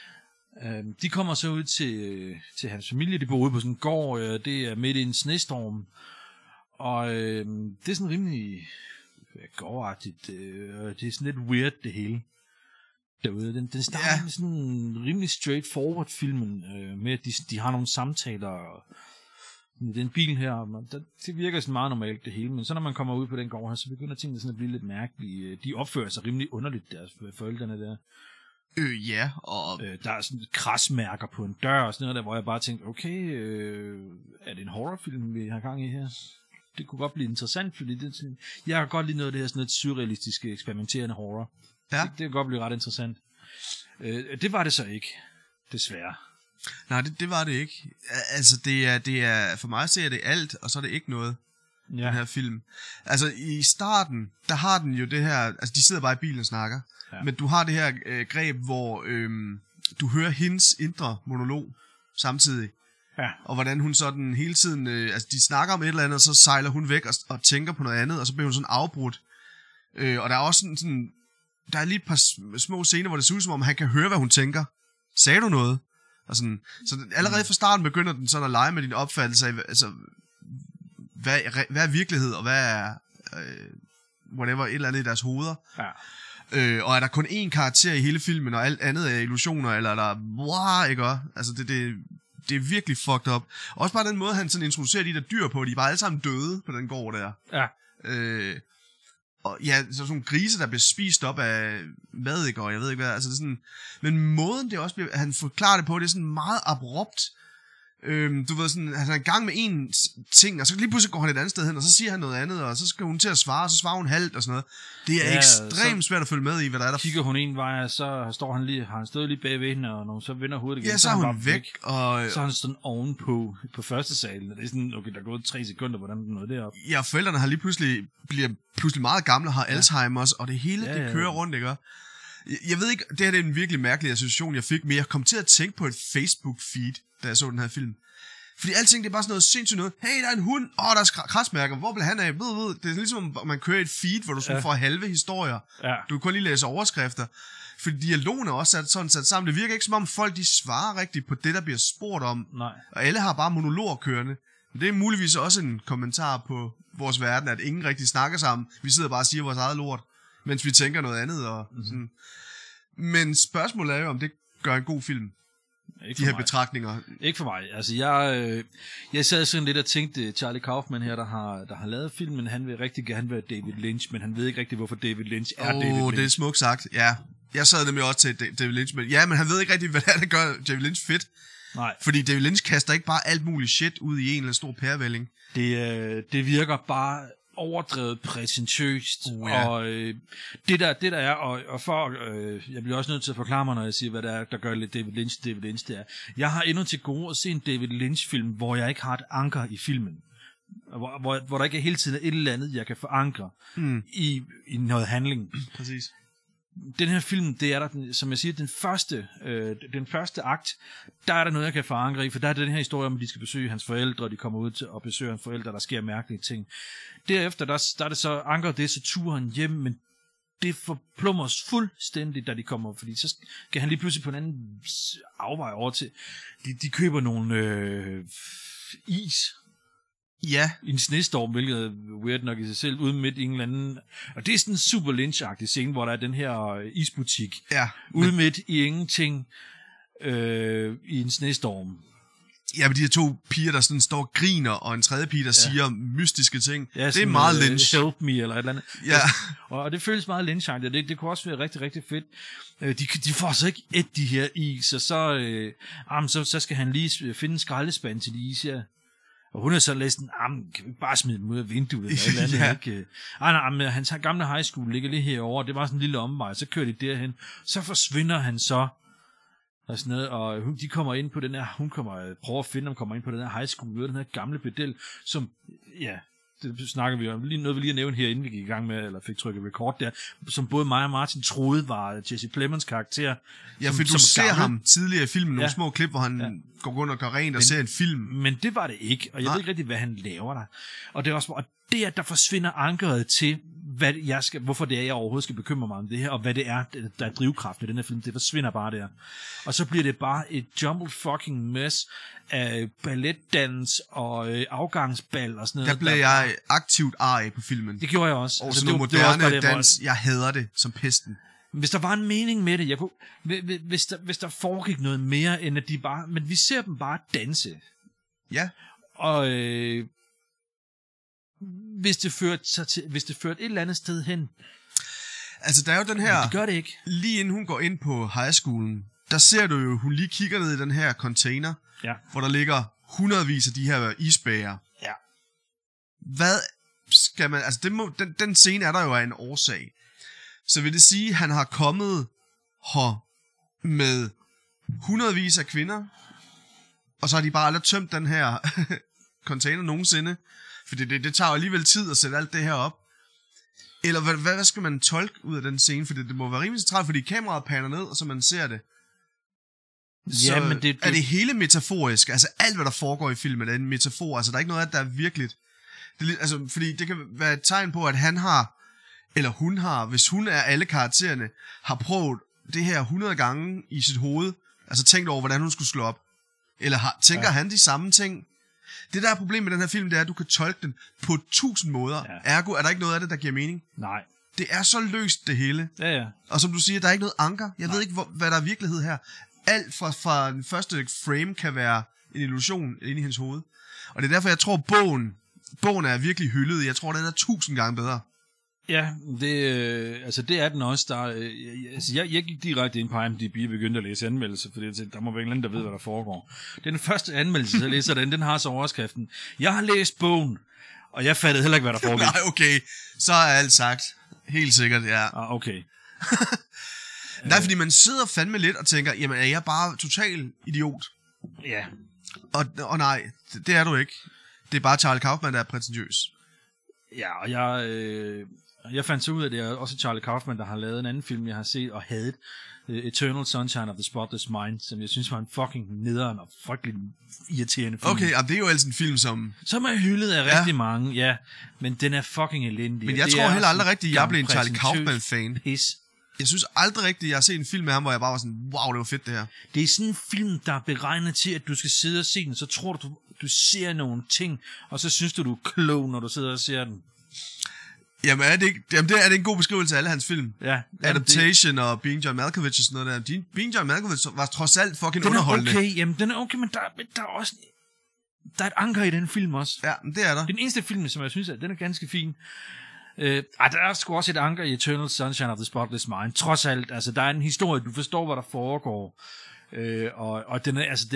Speaker 1: De kommer så ud til hans familie. De bor ude på sådan en gård. Det er midt i en snestorm. Og det er sådan rimelig gårdagtigt. Det er sådan lidt weird, det hele derude. Den starter med sådan en rimelig straightforward filmen, med at de har nogle samtaler. Den bil her, det virker sådan meget normalt det hele, men så når man kommer ud på den gård her, så begynder tingene sådan at blive lidt mærkelige. De opfører sig rimelig underligt, deres forældrene der.
Speaker 2: Ja, og...
Speaker 1: Der er sådan krasmærker på en dør og sådan noget der, hvor jeg bare tænkte, okay, er det en horrorfilm, vi har gang i her? Det kunne godt blive interessant, fordi jeg kan godt lide noget af det her sådan lidt surrealistiske, eksperimenterende horror.
Speaker 2: Ja.
Speaker 1: Det kan godt blive ret interessant. Det var det så ikke, desværre.
Speaker 2: Nej, det var det ikke. Altså, det er for mig at se, at det er alt, og så er det ikke noget, den her film. Altså, i starten, der har den jo det her, altså, de sidder bare i bilen og snakker, men du har det her greb, hvor du hører hendes indre monolog samtidig.
Speaker 1: Ja.
Speaker 2: Og hvordan hun sådan hele tiden, altså, de snakker om et eller andet, og så sejler hun væk og tænker på noget andet, og så bliver hun sådan afbrudt. Og der er også sådan, der er lige et par små scener, hvor det ser ud som om, han kan høre, hvad hun tænker. Sagde du noget? Og sådan, så allerede fra starten begynder den sådan at lege med din opfattelse af, altså, hvad er virkelighed, og hvad er whatever, et eller andet i deres hoveder.
Speaker 1: Ja.
Speaker 2: Og er der kun én karakter i hele filmen, og alt andet er illusioner, eller er der, wow, ikke også? Altså, det er virkelig fucked up. Også bare den måde, han sådan introducerer de der dyr på, de er bare alle sammen døde på den gård der.
Speaker 1: Ja.
Speaker 2: Og ja, så sådan nogle grise, der bliver spist op af mad, og jeg ved ikke hvad, altså det er sådan, men måden det også bliver, han forklarer det på, det er sådan meget abrupt. Du ved sådan, han er i gang med en ting, og så lige pludselig går han et andet sted hen, og så siger han noget andet, og så skal hun til at svare, og så svarer hun halvt og sådan noget. Det er ekstremt svært at følge med i, hvad der er der. Kigger
Speaker 1: hun en vej, så har han stået lige bagved hende, og når hun så vender hovedet igen,
Speaker 2: så er hun væk. Og
Speaker 1: så er han sådan ovenpå første salen, og det er sådan, okay, der er gået 3 sekunder, hvordan den nåede derop.
Speaker 2: Ja, forældrene har bliver pludselig meget gamle, har Alzheimer's, og det hele, det kører rundt, ikke? Jeg ved ikke, det her det er en virkelig mærkelig association, jeg fik, men jeg kom til at tænke på et Facebook-feed, da jeg så den her film. Fordi alting, det er bare sådan noget sindssygt noget. Hey, der er en hund. Der er krasmærker. Hvor bliver han af? Det er ligesom, om man kører et feed, hvor du sådan får halve historier. Ja. Du kan kun lige læse overskrifter. Fordi dialogen er også sat sammen. Det virker ikke som om folk, de svarer rigtigt på det, der bliver spurgt om.
Speaker 1: Nej.
Speaker 2: Og alle har bare monologer kørende. Men det er muligvis også en kommentar på vores verden, at ingen rigtig snakker sammen. Vi sidder bare og siger vores eget lort, mens vi tænker noget andet. Og sådan. Men spørgsmålet er jo, om det gør en god film.
Speaker 1: Ikke
Speaker 2: de her betragtninger.
Speaker 1: Ikke for mig. Altså, jeg sad sådan lidt og tænkte, Charlie Kaufman her, der har lavet filmen, han vil rigtig gerne være David Lynch, men han ved ikke rigtig, hvorfor David Lynch er David Lynch.
Speaker 2: Det er smukt sagt, ja. Jeg sad nemlig også til David Lynch, men ja, men han ved ikke rigtig, hvad det er, der gør David Lynch fedt.
Speaker 1: Nej.
Speaker 2: Fordi David Lynch kaster ikke bare alt muligt shit ud i en eller anden stor pærevælling.
Speaker 1: Det virker bare overdrevet præsentøst, og det der er, og for, jeg bliver også nødt til at forklare mig, når jeg siger, hvad der er, der gør lidt David Lynch, det er. Jeg har endnu til gode at se en David Lynch-film, hvor jeg ikke har et anker i filmen. Hvor der ikke hele tiden er et eller andet, jeg kan forankre i noget handling.
Speaker 2: Præcis.
Speaker 1: den her film, det er der, som jeg siger, den første akt, der er der noget, jeg kan forankre i, for der er den her historie om, at de skal besøge hans forældre, og de kommer ud til at besøge hans forældre, der sker mærkelige ting. Derefter, der er det så, anker det, så turer han hjem, men det forplumres fuldstændig, da de kommer, fordi så skal han lige pludselig på en anden afvej over til, de køber nogle is,
Speaker 2: Ja.
Speaker 1: i en snestorm, hvilket er weird nok i sig selv, uden midt i en eller anden... Og det er sådan en super lynch-agtig scene, hvor der er den her isbutik,
Speaker 2: Ja.
Speaker 1: ude midt i ingenting, i en snestorm.
Speaker 2: Ja, men de her to piger, der sådan står og griner, og en tredje pige, der siger mystiske ting.
Speaker 1: Ja,
Speaker 2: det er meget lynch.
Speaker 1: Help me, eller et eller andet.
Speaker 2: Ja.
Speaker 1: Og det føles meget lynch-agtigt, det kunne også være rigtig, rigtig fedt. De får så ikke et de her is, og så skal han lige finde en skraldespand til de is, ja. Og hun er så læst en, kan vi ikke bare smide dem ud af vinduet, eller et eller andet,
Speaker 2: Ja.
Speaker 1: ikke? Nej, men hans gamle high school ligger lige herovre, det var sådan en lille omvej, så kører de derhen, så forsvinder han så, og sådan noget, og de kommer ind på den her, prøver at finde ham, kommer ind på den her high school, den her gamle pedel, som, ja, det snakker vi om, noget vi lige at nævne her, inden vi gik i gang med, eller fik trykket record der, som både mig og Martin troede var Jesse Plemons karakter.
Speaker 2: Ja, for du ser ham tidligere i filmen, nogle
Speaker 1: Ja.
Speaker 2: små klip, hvor han går rundt og gør rent og ser en film.
Speaker 1: Men det var det ikke, og jeg ved ikke rigtig, hvad han laver der. Og det er også, og det at der forsvinder ankeret til, hvorfor det er, jeg overhovedet skal bekymre mig om det her, og hvad det er, der er drivkraften i den her film, det forsvinder bare der. Og så bliver det bare et jumbled fucking mess af balletdans og afgangsbal og sådan noget.
Speaker 2: Der blev jeg aktivt arg på filmen.
Speaker 1: Det gjorde jeg også.
Speaker 2: Og sådan noget moderne dans, jeg hader det som pesten.
Speaker 1: Hvis der var en mening med det, hvis der foregik noget mere, end at de bare... Men vi ser dem bare danse.
Speaker 2: Ja.
Speaker 1: Og hvis det førte et eller andet sted hen...
Speaker 2: Altså, der er jo den her...
Speaker 1: Det gør det ikke.
Speaker 2: Lige inden hun går ind på high schoolen, der ser du jo, hun lige kigger ned i den her container,
Speaker 1: Ja.
Speaker 2: hvor der ligger hundredvis af de her isbæger.
Speaker 1: Ja.
Speaker 2: Hvad skal man... Altså, den scene er der jo af en årsag. Så vil det sige, at han har kommet her med hundredvis af kvinder, og så har de bare aldrig tømt den her container nogensinde. For det tager jo alligevel tid at sætte alt det her op. Eller hvad skal man tolke ud af den scene? For det må være rimelig centralt, fordi kameraet paner ned, og så man ser det. Så
Speaker 1: Ja, men
Speaker 2: er det hele metaforisk? Altså alt, hvad der foregår i filmen, er en metafor. Altså der er ikke noget af det, der er virkeligt. Altså, fordi det kan være et tegn på, at han har, eller hun har, hvis hun er alle karaktererne, har prøvet det her 100 gange i sit hoved. Altså tænkt over, hvordan hun skulle slå op. Eller tænker han de samme ting? Det der er problemet med den her film, det er, at du kan tolke den på 1000 måder. Ja. Ergo er der ikke noget af det, der giver mening.
Speaker 1: Nej.
Speaker 2: Det er så løst, det hele.
Speaker 1: Ja.
Speaker 2: Og som du siger, der er ikke noget anker. Jeg ved ikke, hvad der er virkelighed her. Alt fra den første frame kan være en illusion inde i hendes hoved. Og det er derfor, jeg tror, bogen er virkelig hyldet. Jeg tror, den er 1000 gange bedre.
Speaker 1: Ja, det er den også. Jeg gik direkte ind på IMDb og begyndte at læse anmeldelser, fordi jeg tænkte, der må være ingen, der ved, hvad der foregår. Det er den første anmeldelse, jeg læser den har så overskriften. Jeg har læst bogen, og jeg fattede heller ikke, hvad der foregik.
Speaker 2: Nej, okay. Så er alt sagt. Helt sikkert, ja.
Speaker 1: Okay.
Speaker 2: Nej, fordi man sidder fandme lidt og tænker, jamen er jeg bare total idiot?
Speaker 1: Ja.
Speaker 2: Og nej, det er du ikke. Det er bare Charlie Kaufman, der er prætentiøs.
Speaker 1: Ja, og jeg fandt så ud af, det er også Charlie Kaufman, der har lavet en anden film, jeg har set og hadet, Eternal Sunshine of the Spotless Mind, som jeg synes var en fucking nederen og frygtelig irriterende film.
Speaker 2: Okay, det er jo altså en film, som
Speaker 1: er hyldet af rigtig mange, ja, men den er fucking elendig.
Speaker 2: Men jeg tror heller aldrig rigtigt, jeg blev en Charlie Kaufman-fan.
Speaker 1: Pis.
Speaker 2: Jeg synes aldrig rigtigt, jeg har set en film med ham, hvor jeg bare var sådan, wow, det var fedt det her.
Speaker 1: Det er sådan en film, der er beregnet til, at du skal sidde og se den, så tror du ser nogle ting, og så synes du er klog, når du sidder og ser den.
Speaker 2: Jamen er det en god beskrivelse af alle hans film?
Speaker 1: Ja.
Speaker 2: Adaptation og Being John Malkovich og sådan noget der. Being John Malkovich var trods alt fucking underholdende.
Speaker 1: Den er okay, men der er også... Der er et anker i den film også.
Speaker 2: Ja, det er der.
Speaker 1: Den eneste film, som jeg synes, den er ganske fin. Der er sgu også et anker i Eternal Sunshine of the Spotless Mind. Trods alt, altså der er en historie, du forstår, hvad der foregår. Og den er, altså,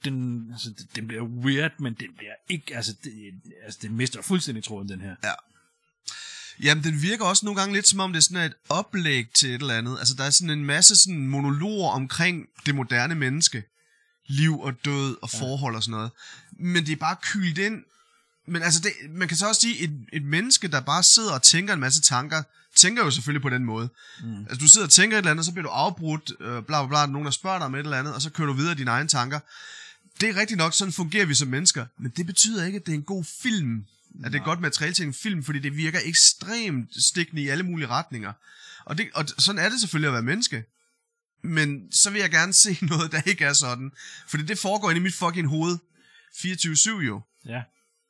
Speaker 1: den bliver weird, men den bliver ikke, den mister fuldstændig tråden, den her.
Speaker 2: Ja. Jamen, den virker også nogle gange lidt som om, det er sådan et oplæg til et eller andet. Altså, der er sådan en masse sådan monologer omkring det moderne menneske. Liv og død og forhold og sådan noget. Men det er bare kylet ind. Men altså, man kan så også sige, et menneske, der bare sidder og tænker en masse tanker tænker jo selvfølgelig på den måde. Altså, du sidder og tænker et eller andet, så bliver du afbrudt, bla bla bla, nogen der spørger dig om et eller andet, og så kører du videre dine egne tanker. Det er rigtigt nok, sådan fungerer vi som mennesker, men det betyder ikke, at det er en god film, at det er godt materiale til en film, fordi det virker ekstremt stikkende i alle mulige retninger. Og sådan er det selvfølgelig at være menneske. Men så vil jeg gerne se noget, der ikke er sådan. Fordi det foregår inde i mit fucking hoved 24/7 jo.
Speaker 1: Ja.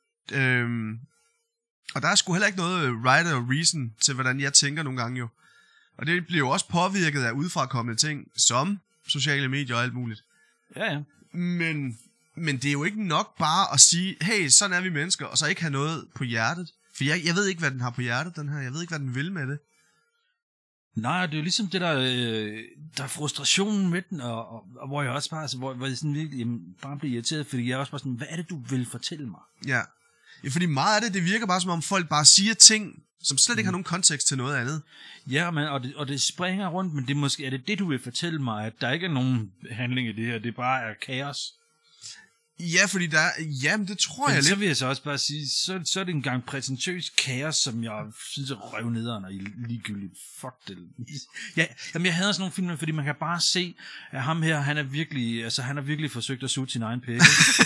Speaker 2: Og der er sgu heller ikke noget right or reason til, hvordan jeg tænker nogle gange jo. Og det bliver jo også påvirket af udefrakommende ting, som sociale medier og alt muligt.
Speaker 1: Ja.
Speaker 2: Men det er jo ikke nok bare at sige, hey, sådan er vi mennesker, og så ikke have noget på hjertet. For jeg ved ikke, hvad den har på hjertet, den her. Jeg ved ikke, hvad den vil med det.
Speaker 1: Nej, det er jo ligesom det der er frustrationen med den, og hvor jeg også bare, altså, hvor jeg sådan virkelig bare bliver irriteret, fordi jeg er også bare sådan, hvad er det, du vil fortælle mig?
Speaker 2: Ja, fordi meget af det virker bare som om folk bare siger ting, som slet ikke har nogen kontekst til noget andet.
Speaker 1: Ja, men, og det springer rundt, men er det, du vil fortælle mig, at der ikke er nogen handling i det her, det bare er kaos?
Speaker 2: Ja, fordi jamen det tror jeg lidt.
Speaker 1: Så vil jeg så også bare sige, så er det en gang prætentiøs kaos, som jeg synes er røv nederen og ligegyldigt. Fuck det. Ja, jamen jeg hader sådan nogle film, fordi man kan bare se, at ham her, han har virkelig forsøgt at suge sin egen pæk.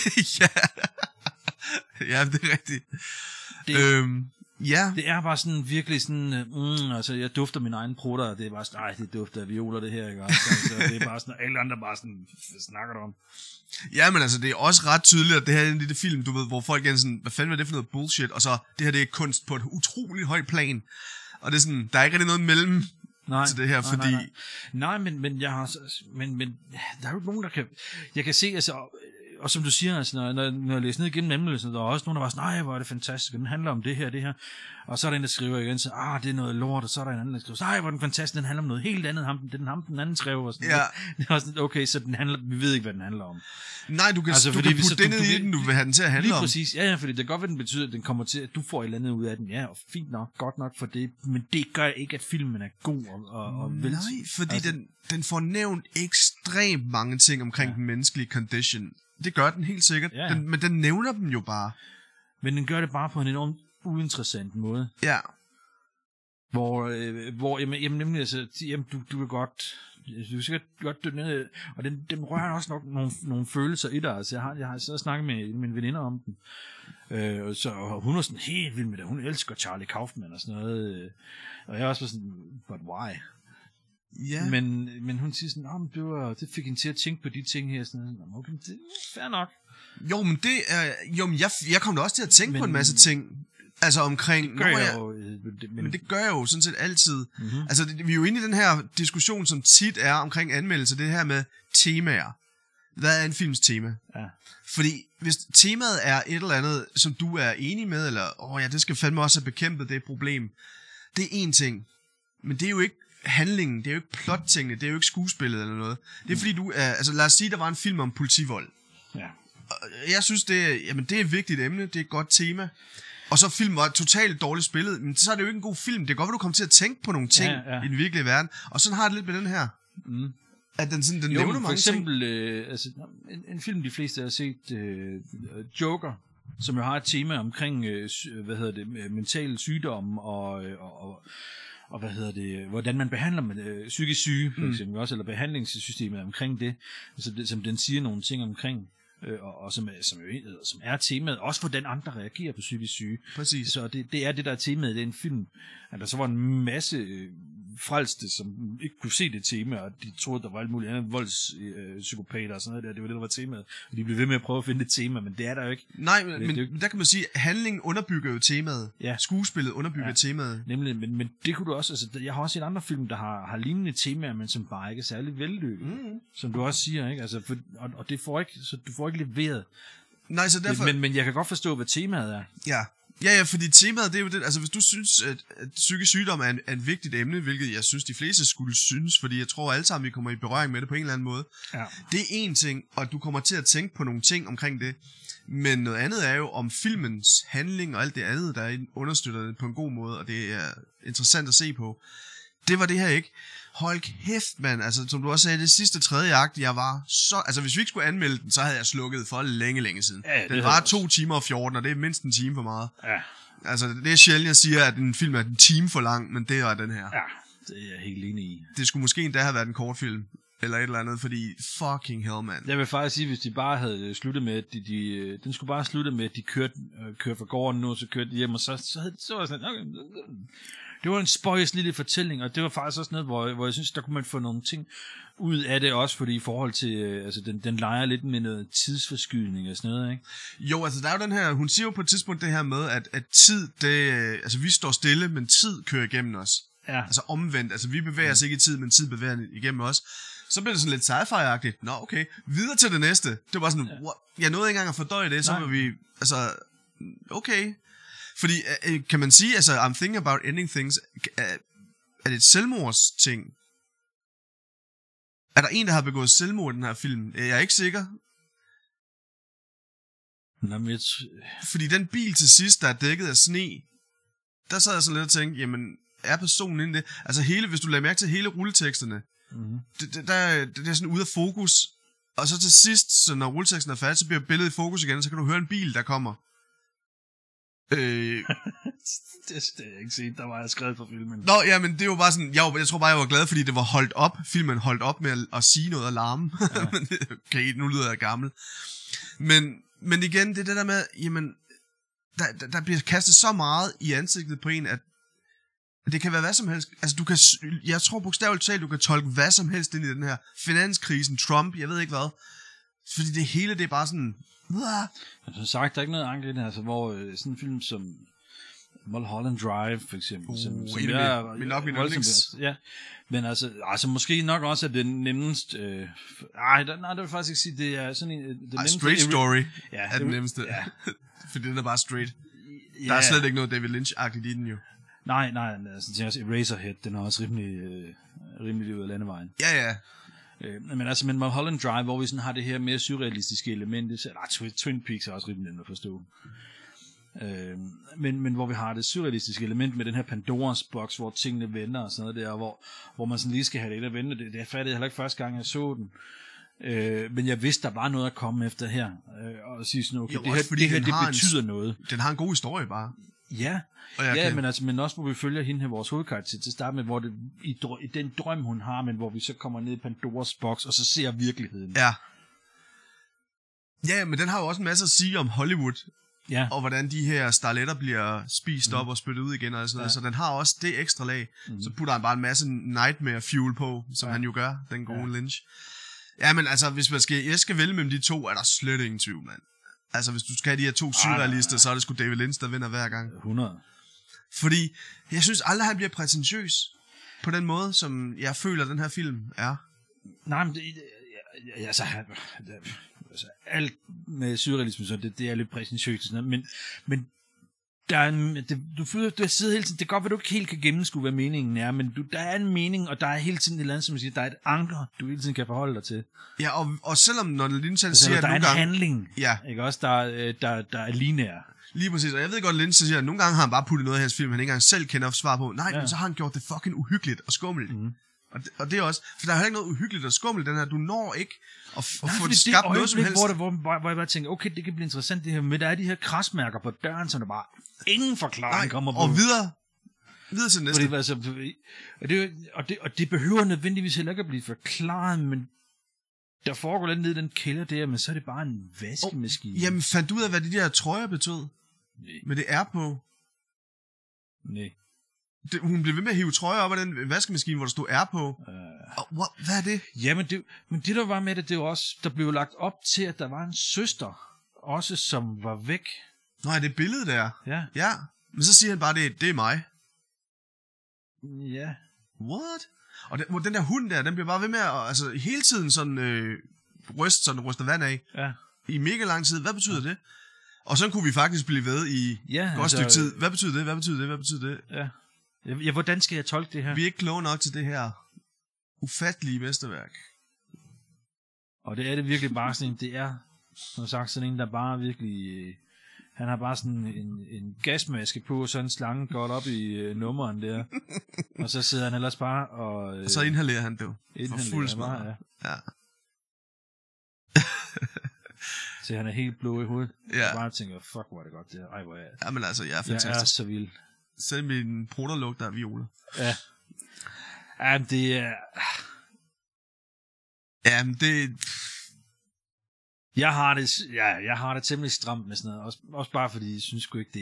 Speaker 2: Ja, det er rigtigt.
Speaker 1: Det er bare sådan virkelig sådan, altså jeg dufter min egen prutter, og det er bare sådan, nej, det dufter af violer det her, ikke? Altså, det er bare sådan, alle andre bare sådan, hvad snakker du om?
Speaker 2: Ja, men altså, det er også ret tydeligt, at det her er en lille film, du ved, hvor folk er sådan, hvad fanden er det for noget bullshit, og så, det her det er kunst på et utroligt højt plan, og det er sådan, der er ikke rigtig noget mellem til det her, fordi...
Speaker 1: Nej, men jeg har, men der er jo nogen, der kan, jeg kan se, altså, og som du siger, altså, når jeg læser ned igennem anmeldelsen, der er også nogen, der var sådan, nej, hvor er det fantastisk, den handler om det her, og så er der en, der skriver igen, så, det er noget lort, og så er der en anden, der skriver, nej, hvor er den fantastisk, den handler om noget helt andet, den anden skrev, og sådan, det er også sådan, okay, så vi ved ikke, hvad den handler om.
Speaker 2: Nej, du kan, altså, du kan putte det ned i den, du vil have den til at handle om.
Speaker 1: Lige præcis, ja, fordi det kan godt være, den betyder, at den kommer til, at du får et eller andet ud af den, ja, og fint nok, godt nok for det, men det gør ikke, at filmen er god og vel.
Speaker 2: Nej, fordi altså, den får nævnt ekstremt mange ting omkring den menneskelige condition. Det gør den helt sikkert, men den nævner dem jo bare. Men
Speaker 1: den gør det bare på en enormt uinteressant måde.
Speaker 2: Ja.
Speaker 1: Hvor jamen nemlig, altså, du kan godt, du skal godt dykke ned, og den rører også nok nogle følelser i dig. Altså, jeg har så snakket med min veninde om den, så hun er sådan helt vild med det. Hun elsker Charlie Kaufman og sådan noget, og jeg er også sådan, but why?
Speaker 2: Ja.
Speaker 1: Men hun siger sådan, det fik hende til at tænke på de ting her, sådan, okay, det er fair nok.
Speaker 2: Jo, men det er, jeg kom da også til at tænke på en masse ting, altså omkring,
Speaker 1: det gør jeg jo,
Speaker 2: men det gør jeg jo sådan set altid. Altså, vi er jo inde i den her diskussion, som tit er omkring anmeldelser, det her med temaer. Hvad er en films tema?
Speaker 1: Ja.
Speaker 2: Fordi hvis temaet er et eller andet, som du er enig med, eller, det skal fandme også have bekæmpet det problem, det er en ting. Men det er jo ikke handlingen, det er jo ikke plottingene, det er jo ikke skuespillet eller noget. Det er fordi du er, altså lad os sige, der var en film om politivold.
Speaker 1: Ja.
Speaker 2: Jeg synes, det er et vigtigt emne, det er et godt tema. Og så film var totalt dårligt spillet, men så er det jo ikke en god film. Det er godt, at du kommer til at tænke på nogle ting i den virkelige verden. Og sådan har det lidt med den her. At den nævner mange ting.
Speaker 1: For eksempel, altså, en film, de fleste har set, Joker, som jo har et tema omkring, mental sygdom og hvordan man behandler med psykisk syge, for eksempel også, eller behandlingssystemet omkring det, som den siger nogle ting omkring, og som er temaet, også hvordan andre reagerer på psykisk syge.
Speaker 2: Præcis.
Speaker 1: Så det er det, der er temaet i den film, at der så var en masse frelste, som ikke kunne se det tema, og de troede, der var alt muligt andet voldspsykopater og sådan noget der. Det var det, der var temaet. Og de blev ved med at prøve at finde det tema, men det er der jo ikke.
Speaker 2: Nej, men der kan man sige, at handlingen underbygger jo temaet.
Speaker 1: Ja.
Speaker 2: Skuespillet underbygger temaet.
Speaker 1: Nemlig, men det kunne du også, altså jeg har også set andre film, der har lignende temaer, men som bare ikke er særlig vellykket. Som du også siger, ikke? Altså, og det får ikke, så du får ikke leveret.
Speaker 2: Nej, så derfor...
Speaker 1: Men jeg kan godt forstå, hvad temaet er.
Speaker 2: Ja, fordi temaet, det er jo det, altså hvis du synes, at psykisk sygdom er et vigtigt emne, hvilket jeg synes, de fleste skulle synes, fordi jeg tror alle sammen, vi kommer i berøring med det på en eller anden måde.
Speaker 1: Ja.
Speaker 2: Det er en ting, og du kommer til at tænke på nogle ting omkring det, men noget andet er jo om filmens handling og alt det andet, der understøtter det på en god måde, og det er interessant at se på. Det var det her ikke. Hold kæft, mand. Altså, som du også sagde, det sidste tredje akt, jeg var så... Altså, hvis vi ikke skulle anmelde den, så havde jeg slukket for længe siden.
Speaker 1: Ja,
Speaker 2: den var 2 timer og 14, og det er mindst en time for meget.
Speaker 1: Ja.
Speaker 2: Altså, det er sjældent, jeg siger, at en film er en time for lang, men det er den her.
Speaker 1: Ja, det er jeg helt enig i.
Speaker 2: Det skulle måske endda have været en kortfilm, eller et eller andet, fordi fucking hell, man.
Speaker 1: Jeg vil faktisk sige, hvis de bare havde sluttet med, at den skulle bare slutte med, at de kørte fra gården nu, og så kørte de hjem, og så var sådan, okay, det var en spøjs lille fortælling, og det var faktisk også noget, hvor jeg synes, der kunne man få nogle ting ud af det også, fordi i forhold til, altså den leger lidt med noget tidsforskydning og sådan noget, ikke?
Speaker 2: Jo, altså der er jo den her, hun siger jo på et tidspunkt det her med, at tid, altså vi står stille, men tid kører igennem os.
Speaker 1: Ja.
Speaker 2: Altså omvendt, altså vi bevæger os ikke i tid, men tid bevæger igennem os. Så bliver det sådan lidt sci-fi-agtigt. Nå, okay, videre til det næste. Det var bare sådan, jeg nåede ikke engang at fordøje det, så var vi, altså, okay. Fordi, kan man sige, altså, I'm thinking about ending things, er det et selvmordsting? Er der en, der har begået selvmord i den her film? Jeg er ikke sikker.
Speaker 1: Nå,
Speaker 2: fordi den bil til sidst, der er dækket af sne, der sad jeg sådan lidt og tænkte, jamen, er personen inde det? Altså hvis du lader mærke til hele rulleteksterne, det er sådan ude af fokus, og så til sidst, så når rulleteksten er færdig, så bliver billedet i fokus igen, og så kan du høre en bil, der kommer.
Speaker 1: det er jeg ikke set, der var jeg skrevet på filmen.
Speaker 2: Nå, ja, men det var bare sådan, jeg tror bare, jeg var glad, fordi det var holdt op, filmen holdt op med at sige noget og larme. Ja. Okay, nu lyder jeg gammel. Men igen, det er det der med, jamen, der bliver kastet så meget i ansigtet på en, at det kan være hvad som helst. Altså, jeg tror bogstaveligt talt, du kan tolke hvad som helst ind i den her finanskrisen, Trump, jeg ved ikke hvad. Fordi det hele, det er bare sådan...
Speaker 1: Som sagt, der er ikke noget angreb, altså, hvor sådan en film som Mulholland Drive, for eksempel, som
Speaker 2: er min yndlings.
Speaker 1: Ja, men altså måske nok også er det nemmest... nej, det vil faktisk ikke sige, det er sådan en... Det nemmeste,
Speaker 2: Straight Story
Speaker 1: ja,
Speaker 2: er den nemmeste. Ja. Fordi den er bare straight.
Speaker 1: Ja.
Speaker 2: Der er slet ikke noget David Lynch-agtigt i den jo.
Speaker 1: Nej, altså også Eraserhead, den er også rimelig ud af landevejen.
Speaker 2: Ja.
Speaker 1: Men Mulholland Drive, hvor vi sådan har det her mere surrealistiske element, Twin Peaks er også rimelig nemt at forstå. Men hvor vi har det surrealistiske element med den her Pandoras boks, hvor tingene vender og sådan noget der, hvor man sådan lige skal have det ind og vende. Det fattede jeg heller ikke første gang, jeg så den. Men jeg vidste, der var noget at komme efter her. Og sige sådan, okay, jo, det her det betyder noget.
Speaker 2: Den har en god historie bare.
Speaker 1: Ja, men også hvor vi følger hende her, vores hovedkarakter, til at starte med, hvor det i den drøm, hun har, men hvor vi så kommer ned i Pandoras boks, og så ser virkeligheden.
Speaker 2: Ja, men den har jo også en masse at sige om Hollywood, og hvordan de her starletter bliver spist op og spyttet ud igen, og sådan noget. Så den har også det ekstra lag. Så putter han bare en masse nightmare fuel på, som han jo gør, den gode Lynch. Ja, men altså, hvis jeg skal vælge mellem de to, er der slet ingen tvivl, mand. Altså, hvis du skal have de her to surrealister, så er det sgu David Lynch, der vinder hver gang.
Speaker 1: 100.
Speaker 2: Fordi, jeg synes aldrig, han bliver prætentiøs på den måde, som jeg føler, den her film er. Nej, men
Speaker 1: altså alt med surrealisme, så det er lidt prætentiøst, men der er du sidder hele tiden, det kan godt være, du ikke helt kan gennemskue, hvad meningen er, men der er en mening, og der er hele tiden et eller andet, som siger, der er et anker, du hele tiden kan forholde dig til.
Speaker 2: Ja, og selvom når Lynch siger,
Speaker 1: at der er en handling,
Speaker 2: ja,
Speaker 1: ikke også, der er lineær.
Speaker 2: Lige præcis, og jeg ved godt, Lynch siger, at nogle gange har han bare puttet noget i hans film, han ikke engang selv kender svar på. Nej, men så har han gjort det fucking uhyggeligt og skummelt. Og det er også, for der er heller ikke noget uhyggeligt og skummelt den her, du når ikke at få det skabt noget som helst.
Speaker 1: Hvor jeg bare tænker, okay, det kan blive interessant det her, men der er de her krasmærker på døren, som der bare ingen forklaring kommer på.
Speaker 2: Og videre til næste.
Speaker 1: Fordi, og det behøver nødvendigvis heller ikke at blive forklaret, men der foregår lidt ned i den kælder der, men så er det bare en vaskemaskine.
Speaker 2: Jamen, fandt du ud af, hvad de der trøjer betød?
Speaker 1: Nej.
Speaker 2: Med det er på?
Speaker 1: Nej.
Speaker 2: Hun blev ved med at hive trøjer op af den vaskemaskine, hvor der stod er på. Hvad er det?
Speaker 1: Ja, men det der var med det, det var også, der blev lagt op til, at der var en søster, også som var væk.
Speaker 2: Nå, er det billede der?
Speaker 1: Ja.
Speaker 2: Men så siger han bare, det er mig.
Speaker 1: Ja.
Speaker 2: What? Og den der hund der, den bliver bare ved med at, hele tiden sådan ryster vand af.
Speaker 1: Ja.
Speaker 2: I mega lang tid. Hvad betyder det? Og så kunne vi faktisk blive ved i godt stykke tid. Hvad betyder det? Hvad betyder det? Hvad betyder det?
Speaker 1: Ja, hvordan skal jeg tolke det her?
Speaker 2: Vi er ikke kloge nok til det her ufattelige mesterværk.
Speaker 1: Og det er det virkelig bare sådan en, det er som sagt sådan en, der bare virkelig, han har bare sådan en gasmaske på, og så en slange godt op i nummeren der. Og så sidder han ellers bare og
Speaker 2: så inhalerer han det jo.
Speaker 1: For fuld smør. Ja. Så han er helt blå i hovedet.
Speaker 2: Ja.
Speaker 1: Jeg bare tænker, fuck, hvor er det godt det her. Ej, hvor er jeg.
Speaker 2: Jamen altså, jeg er
Speaker 1: Jeg
Speaker 2: fantastisk.
Speaker 1: er så vild.
Speaker 2: Selv min bruder lugter af violer.
Speaker 1: Ja. Jamen, det er...
Speaker 2: Jamen, det...
Speaker 1: Jeg har det temmelig stramt med sådan noget. Også bare fordi jeg synes sgu ikke,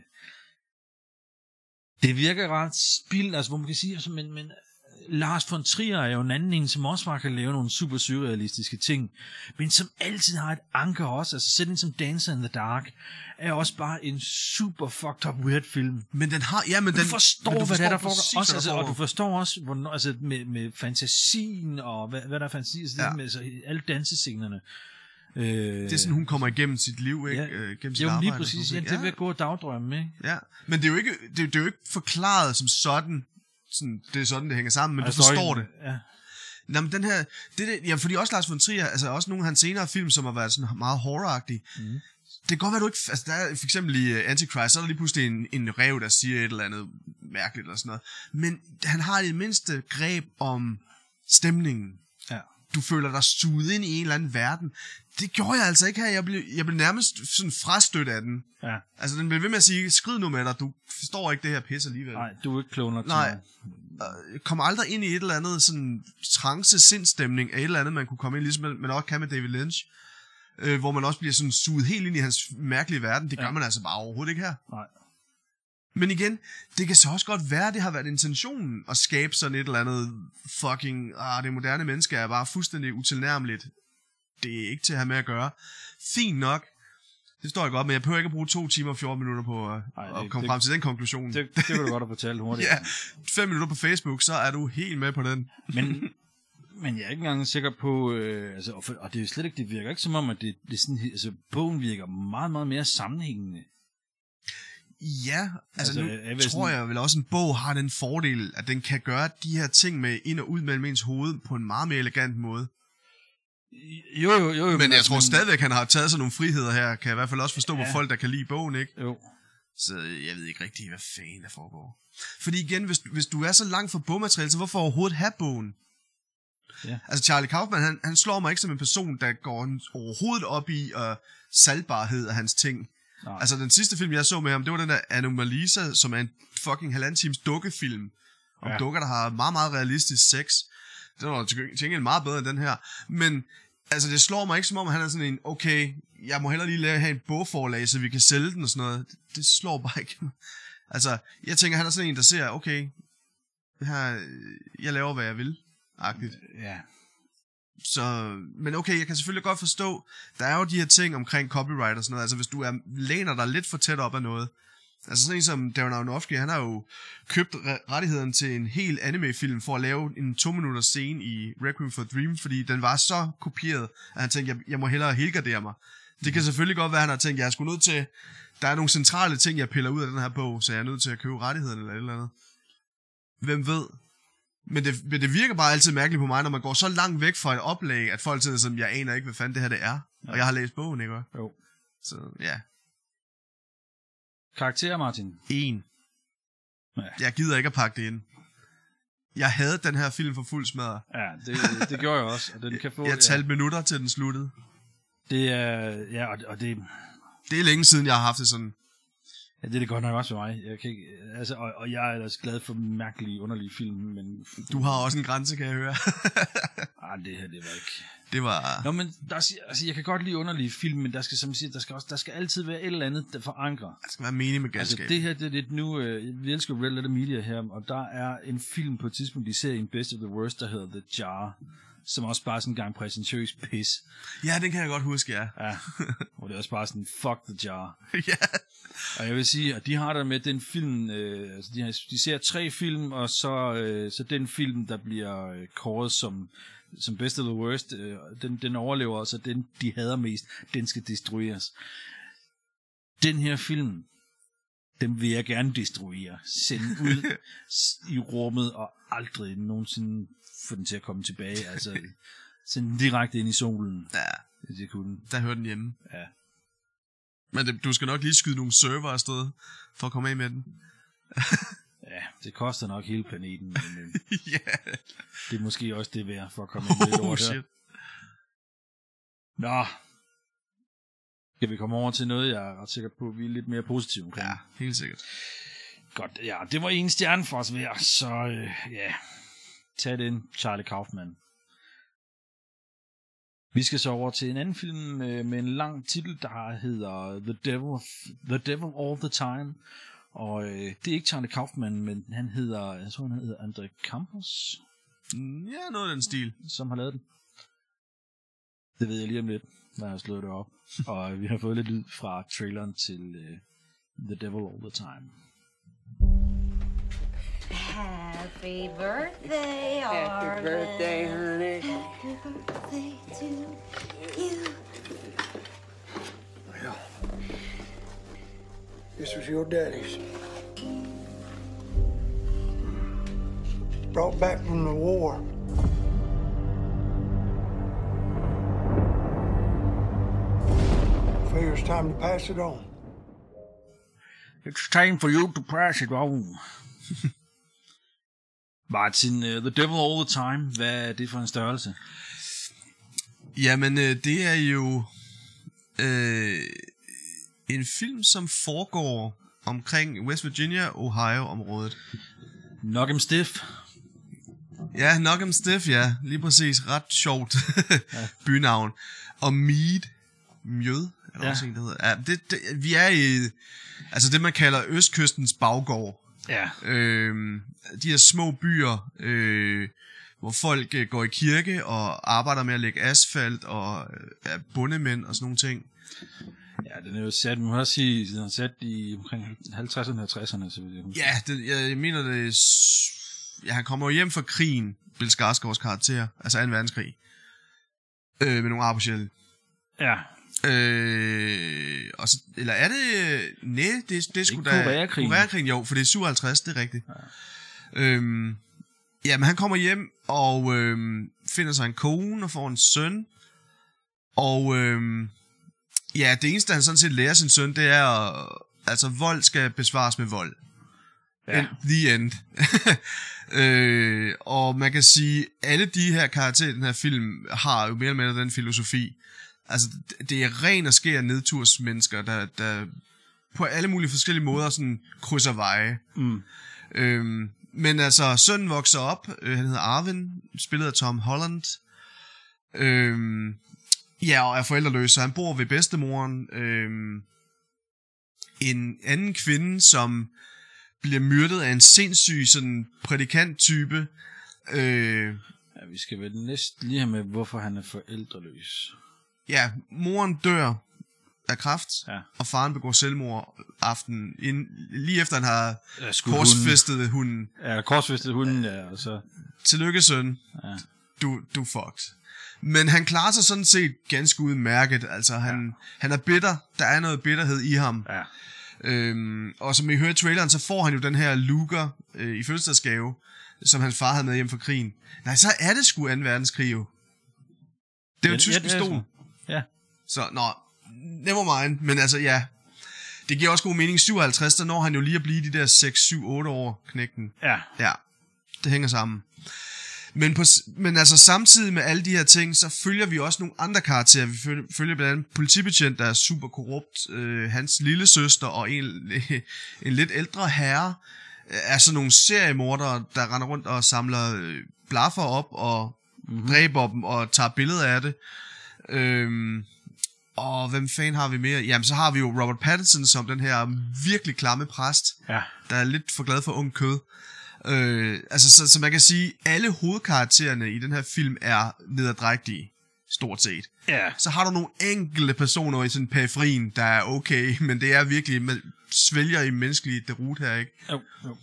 Speaker 1: det virker ret spild, altså hvor man kan sige, altså, men Lars von Trier er jo en anden en, som også bare kan lave nogle super surrealistiske ting, men som altid har et anker også, altså selv en som Dancer in the Dark, er også bare en super fucked up weird film.
Speaker 2: Men den har... Ja, men
Speaker 1: Du forstår, hvad det er, der
Speaker 2: præcis,
Speaker 1: foregår. Også,
Speaker 2: hvad der
Speaker 1: altså, og
Speaker 2: foregår.
Speaker 1: du forstår også, hvornår, altså, med fantasien, og hvad der er fantasi, altså,
Speaker 2: Ja.
Speaker 1: med, altså, alle dansescenerne.
Speaker 2: Det er sådan, hun kommer igennem sit liv, ikke?
Speaker 1: Ja.
Speaker 2: Gennem sit
Speaker 1: Jo,
Speaker 2: arbejde.
Speaker 1: lige
Speaker 2: og
Speaker 1: præcis. Ja,
Speaker 2: sådan
Speaker 1: det er
Speaker 2: noget.
Speaker 1: ved at gå og dagdrømme, ikke?
Speaker 2: Ja, men det er jo ikke, det er jo ikke forklaret som sådan, det er sådan, det hænger sammen, men du forstår det.
Speaker 1: Ja.
Speaker 2: Nå, men den her, ja, fordi også Lars von Trier, altså også nogle af hans senere film, som har været sådan meget horroragtige, det kan godt være, du ikke, altså der er for eksempel i Antichrist, så er der lige pludselig en ræv, der siger et eller andet mærkeligt eller sådan noget, men han har det mindste greb om stemningen.
Speaker 1: Ja.
Speaker 2: Du føler dig suget ind i en eller anden verden. Det gjorde jeg altså ikke her. Jeg blev nærmest sådan frastødt af den.
Speaker 1: Ja.
Speaker 2: Altså, den blev ved med at sige, skrid nu med dig, du forstår ikke det her pis alligevel.
Speaker 1: Nej, du er ikke klog nok til
Speaker 2: Nej.
Speaker 1: noget.
Speaker 2: Jeg kom aldrig ind i et eller andet sådan trance sindstemning af et eller andet, man kunne komme ind, ligesom man også kan med David Lynch. Hvor man også bliver sådan suget helt ind i hans mærkelige verden. Det gør man altså bare overhovedet ikke her.
Speaker 1: Nej.
Speaker 2: Men igen, det kan så også godt være, det har været intentionen at skabe sådan et eller andet fucking, det moderne menneske er bare fuldstændig utilnærmeligt. Det er ikke til at have med at gøre. Fint nok. Det står jeg godt, men jeg behøver ikke at bruge 2 timer og 14 minutter på at komme frem til den konklusion.
Speaker 1: Det kan du godt have fortalt hurtigt.
Speaker 2: Ja, 5 minutter på Facebook, så er du helt med på den.
Speaker 1: Men jeg er ikke engang sikker på, altså, og det er jo slet ikke, det virker ikke som om, at det er sådan, altså, bogen virker meget, meget mere sammenhængende.
Speaker 2: Ja, altså nu
Speaker 1: jeg
Speaker 2: tror jeg vel også, en bog har den fordel, at den kan gøre de her ting med ind og ud mellem ens hoved på en meget mere elegant måde.
Speaker 1: Jo.
Speaker 2: Men jeg tror stadigvæk, han har taget sig nogle friheder her, kan jeg i hvert fald også forstå på folk, der kan lide bogen, ikke?
Speaker 1: Jo.
Speaker 2: Så jeg ved ikke rigtig, hvad fanden der foregår. Fordi igen, hvis du er så langt fra bogmateriale, så hvorfor overhovedet have bogen?
Speaker 1: Ja.
Speaker 2: Altså Charlie Kaufman, han slår mig ikke som en person, der går overhovedet op i salgbarhed af hans ting.
Speaker 1: Nej.
Speaker 2: Altså den sidste film, jeg så med ham, det var den der Anomalisa, som er en fucking 1,5 times dukkefilm. Om dukker, der har meget, meget realistisk sex. Den var til gengæld meget bedre end den her. Men altså det slår mig ikke som om, han er sådan en, okay, jeg må hellere lige have en bogforlag, så vi kan sælge den og sådan noget. Det slår bare ikke. Altså, jeg tænker, han er sådan en, der ser, okay, her, jeg laver, hvad jeg vil. Agtigt.
Speaker 1: Ja.
Speaker 2: Så, men okay, jeg kan selvfølgelig godt forstå, der er jo de her ting omkring copyright og sådan noget, altså hvis du læner dig lidt for tæt op af noget, altså sådan en som Darren Aronofsky, han har jo købt rettigheden til en hel anime-film for at lave en 2-minutters scene i Requiem for a Dream, fordi den var så kopieret, at han tænkte, jeg må hellere helgardere mig. Det kan selvfølgelig godt være, at han har tænkt, jeg er sgu nødt til, der er nogle centrale ting, jeg piller ud af den her bog, så jeg er nødt til at købe rettigheden eller et eller andet. Hvem ved? Men det virker bare altid mærkeligt på mig, når man går så langt væk fra et oplag, at folk siger, som jeg aner ikke, hvad fanden det her det er. Ja. Og jeg har læst bogen, ikke?
Speaker 1: Jo.
Speaker 2: Så ja.
Speaker 1: Karakter, Martin?
Speaker 2: 1.
Speaker 1: Ja.
Speaker 2: Jeg gider ikke at pakke det ind. Jeg havde den her film for fuld smadre.
Speaker 1: Ja, det gjorde jeg også. Og den kan få,
Speaker 2: jeg talte minutter til den sluttede.
Speaker 1: Det er, ja, og det...
Speaker 2: Det er længe siden, jeg har haft det sådan.
Speaker 1: Ja, det er det godt nok også for mig. Jeg kan ikke, altså, og jeg er ellers glad for mærkelige, underlige film, men...
Speaker 2: Du har også en grænse, kan jeg høre.
Speaker 1: Det her, det var ikke...
Speaker 2: Det var...
Speaker 1: Nå, men altså, jeg kan godt lide underlige film, men der skal, som siger, der skal altid være et eller andet, der forankrer.
Speaker 2: Der skal være mening med galskab.
Speaker 1: Altså, det her, det er lidt nu... vi elsker Red Letter Media her, og der er en film på et tidspunkt, de ser i en Best of the Worst, der hedder The Jar, som også bare sådan en gang præsentøs pis.
Speaker 2: Ja, den kan jeg godt huske, ja.
Speaker 1: Ja, og det er også bare sådan, fuck The Jar.
Speaker 2: Ja.
Speaker 1: Og jeg vil sige, at de har der med den film, altså de ser 3 film, og så den film, der bliver kåret som best of the worst, den overlever, og så den, de hader mest, den skal destrueres. Den her film, den vil jeg gerne destruere. Sende ud i rummet, og aldrig nogensinde få den til at komme tilbage. Altså, sende den direkte ind i solen.
Speaker 2: Ja.
Speaker 1: Hvis jeg kunne.
Speaker 2: Der hører den hjemme.
Speaker 1: Ja.
Speaker 2: Men du skal nok lige skyde nogle server afsted, for at komme af med den.
Speaker 1: Ja, det koster nok hele planeten. Men,
Speaker 2: Ja.
Speaker 1: det er måske også det værd, for at komme af med det lort her.
Speaker 2: Shit.
Speaker 1: Nå. Skal vi komme over til noget, jeg er ret sikker på, at vi er lidt mere positive omkring?
Speaker 2: Ja, helt sikkert.
Speaker 1: Godt, ja, det var 1 stjerne for os hver, så ja, tag den, Charlie Kaufman. Vi skal så over til en anden film med en lang titel, der hedder The Devil All the Time. Og det er ikke Charlie Kaufman, men han hedder, jeg tror han hedder André Campos.
Speaker 2: Ja, noget af den stil.
Speaker 1: Som har lavet den. Det ved jeg lige om lidt, når jeg har slået det op. Og vi har fået lidt lyd fra traileren til The Devil All the Time.
Speaker 6: Happy birthday,
Speaker 7: Happy birthday, honey.
Speaker 6: Happy birthday to you.
Speaker 7: Well, this was your daddy's. Brought back from the war. Figure it's time to pass it on.
Speaker 1: It's time for you to pass it on. Martin, The Devil All the Time, hvad er det for en størrelse?
Speaker 2: Jamen, det er jo en film, som foregår omkring West Virginia, Ohio-området.
Speaker 1: Knock'em Stiff.
Speaker 2: Ja, Knock'em Stiff, ja. Lige præcis. Ret sjovt bynavn. Og Mjød, er der også en, der hedder. Ja, vi er i altså det, man kalder Østkystens baggård.
Speaker 1: Ja.
Speaker 2: De her små byer, hvor folk går i kirke og arbejder med at lægge asfalt og er bondemænd og sådan nogle ting.
Speaker 1: Ja, den er jo sat, man må også sige, den er sat i omkring 50'erne og 60'erne, så vil jeg huske.
Speaker 2: Ja, jeg mener det. Ja, han kommer jo hjem fra krigen, Bill Skarsgårds karakter, altså 2. verdenskrig, med nogle ar på sjælen.
Speaker 1: Ja.
Speaker 2: Og så, eller er det... Nej, det er sgu da... Koreakrigen, jo, for det er 57, det er rigtigt. Ja. Men han kommer hjem og finder sig en kone og får en søn. Og ja, det eneste, han sådan set lærer sin søn, det er, altså vold skal besvares med vold. Ja. The end. Og man kan sige, alle de her karakterer i den her film har jo mere eller mindre den filosofi. Altså, det er ren og skær nedtursmennesker, der på alle mulige forskellige måder sådan krydser veje. Men altså, sønnen vokser op, han hedder Arvin, spillet af Tom Holland. Ja, og er forældreløs, så han bor ved bedstemoren. En anden kvinde, som bliver myrdet af en sindssyg sådan prædikant-type.
Speaker 1: Ja, vi skal vel næsten lige have med, hvorfor han er forældreløs.
Speaker 2: Ja, moren dør af kræft,
Speaker 1: ja.
Speaker 2: Og faren begår selvmord aftenen, lige efter han har korsfæstet hunden.
Speaker 1: Ja, korsfæstet hunden, ja, og så...
Speaker 2: Tillykke, søn.
Speaker 1: Ja.
Speaker 2: Du fucked. Men han klarer sig sådan set ganske udmærket. Altså, han er bitter. Der er noget bitterhed i ham.
Speaker 1: Ja.
Speaker 2: Og som I hører i traileren, så får han jo den her Luger i fødselsdagsgave, som hans far havde med hjem fra krigen. Nej, så er det sgu 2. verdenskrig jo. Det er jo en tysk pistol.
Speaker 1: Ja.
Speaker 2: Så, never mind. Men altså, ja. Det giver også god mening. 57, der når han jo lige at blive de der 6, 7, 8 år, knægten.
Speaker 1: Ja.
Speaker 2: Ja, det hænger sammen. Men altså samtidig med alle de her ting, så følger vi også nogle andre karakterer. Vi følger blandt andet politibetjent, der er super korrupt. Hans lille søster og en lidt ældre herre er sådan nogle seriemordere, der render rundt og samler blaffer op og dræber dem og tager billeder af det. Og hvem fanden har vi mere? Jamen, så har vi jo Robert Pattinson som den her virkelig klamme præst, der er lidt for glad for ung kød. Altså, så man kan sige, alle hovedkaraktererne i den her film er nederdrægtige, stort set.
Speaker 1: Ja. Så
Speaker 2: har du nogle enkelte personer i sådan periferien, der er okay, men det er virkelig, man svælger i menneskelige derut her, ikke?
Speaker 1: Jo.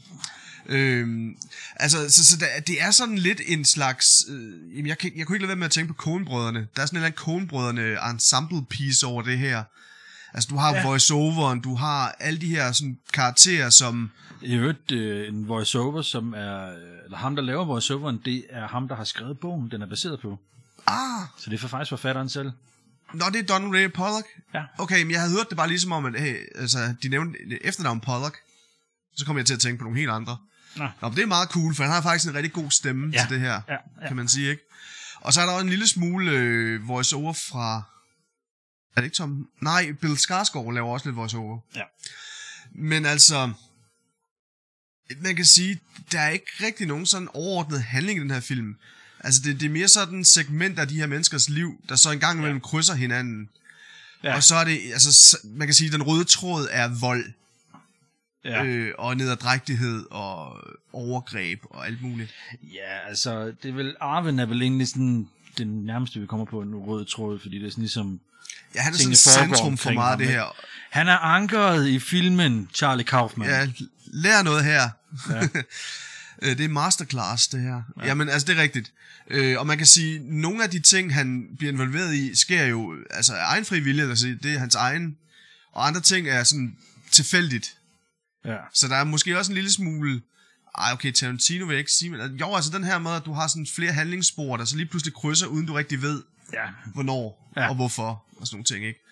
Speaker 2: Altså, så det er sådan lidt en slags... jeg kunne ikke lade være med at tænke på Coen-brødrene. Der er sådan en eller anden Coen-brødrene ensemble piece over det her. Altså, du har voice-overen, du har alle de her sådan karakterer, som...
Speaker 1: Jeg hørte en voice-over, som er... Eller ham, der laver voice-overen, det er ham, der har skrevet bogen, den er baseret på. Så det er faktisk forfatteren selv.
Speaker 2: Nå, det er Donald Ray Pollock?
Speaker 1: Ja.
Speaker 2: Okay, men jeg havde hørt det bare ligesom om, at altså, de nævnte efternavn Pollock. Så kom jeg til at tænke på nogle helt andre. Nå, det er meget cool, for han har faktisk en rigtig god stemme til det her, kan man sige, ikke? Og så er der også en lille smule voice-over fra Er det ikke Tom? Nej, Bill Skarsgård laver også lidt voiceover.
Speaker 1: Ja.
Speaker 2: Men altså, man kan sige, der er ikke rigtig nogen sådan overordnet handling i den her film. Altså, det er mere sådan et segment af de her menneskers liv, der så en gang imellem krydser hinanden. Ja. Og så er det, altså, man kan sige, den røde tråd er vold. Ja. Og nederdrægtighed og overgreb og alt muligt.
Speaker 1: Ja, altså, det er vel, Arwen er vel egentlig sådan den nærmeste, vi kommer på en rød tråd, fordi det er sådan ligesom...
Speaker 2: Ja, han er sådan centrum for meget af det her.
Speaker 1: Han er ankeret i filmen Charlie Kaufman.
Speaker 2: Ja, lær noget her. Ja. Det er masterclass, det her. Ja. Jamen, altså, det er rigtigt. Og man kan sige, nogle af de ting, han bliver involveret i, sker jo altså af egen fri vilje, altså, det er hans egen. Og andre ting er sådan tilfældigt. Ja. Så der er måske også en lille smule... okay, Tarantino vil jeg ikke sige, men jo, altså den her måde, at du har sådan flere handlingsspor, der så lige pludselig krydser, uden du rigtig ved, hvornår og hvorfor, og sådan nogle ting, ikke?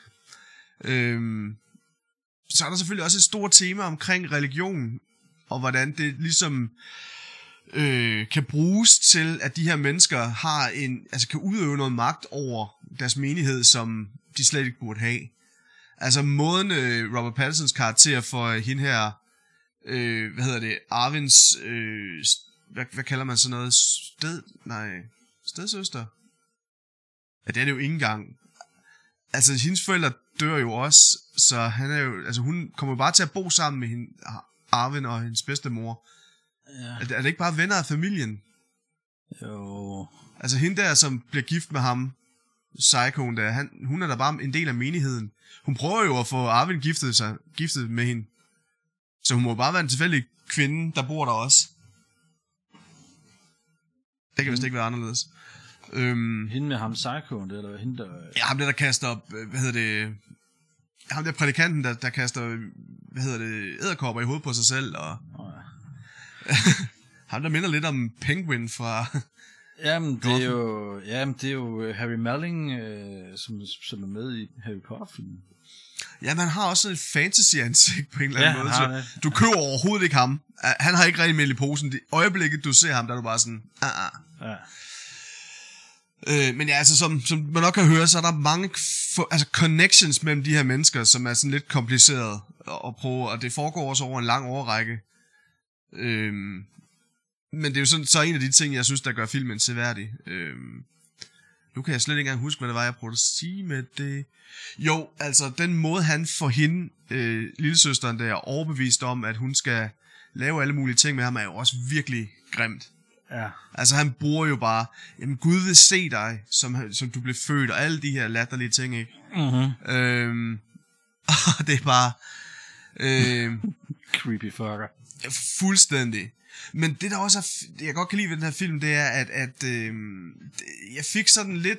Speaker 2: Så er der selvfølgelig også et stort tema omkring religion, og hvordan det ligesom kan bruges til, at de her mennesker har kan udøve noget magt over deres menighed, som de slet ikke burde have. Altså måden Robert Pattinsons karakter for hende her, Arvens, hvad kalder man sådan noget, stedsøster? Ja, det er det jo ikke engang. Altså, hendes forældre dør jo også, så han er jo, altså hun kommer bare til at bo sammen med hende, Arwen og hendes bedstemor. Ja. Er det ikke bare venner af familien?
Speaker 1: Jo.
Speaker 2: Altså hende der, som bliver gift med ham, Psychoen der, hun er da bare en del af menigheden. Hun prøver jo at få Arwen giftet med hende. Så hun må bare være en tilfældig kvinde, der bor der også. Det kan vist ikke være anderledes.
Speaker 1: Hende med ham Psychoen, det eller hende der...
Speaker 2: Ja, ham der kaster op, ham der prædikanten, der kaster, edderkopper i hovedet på sig selv, og... ham der minder lidt om Penguin fra...
Speaker 1: Jamen, det er jo Harry Melling, som er med i Harry Potter-filmen.
Speaker 2: Ja, man har også et fantasy-ansigt på en eller anden måde. Så du køber overhovedet ikke ham. Han har ikke rigtig mel i posen. Det øjeblikket, du ser ham, der er du bare sådan... Ja. Men ja, altså, som man nok kan høre, så er der mange connections mellem de her mennesker, som er sådan lidt kompliceret at prøve, og det foregår også over en lang årrække. Men det er jo sådan, så en af de ting, jeg synes, der gør filmen seværdig. Nu kan jeg slet ikke engang huske, hvad det var, jeg prøvede at sige med det. Jo, altså den måde, han får hende, lillesøsteren der, overbevist om, at hun skal lave alle mulige ting med ham, er jo også virkelig grimt. Ja. Altså han bruger jo bare, jamen Gud vil se dig, som du blev født, og alle de her latterlige ting, ikke? Mm-hmm. Og det er bare...
Speaker 1: creepy fucker.
Speaker 2: Fuldstændig. Men det der også er, jeg godt kan lide ved den her film, det er, at jeg fik sådan lidt...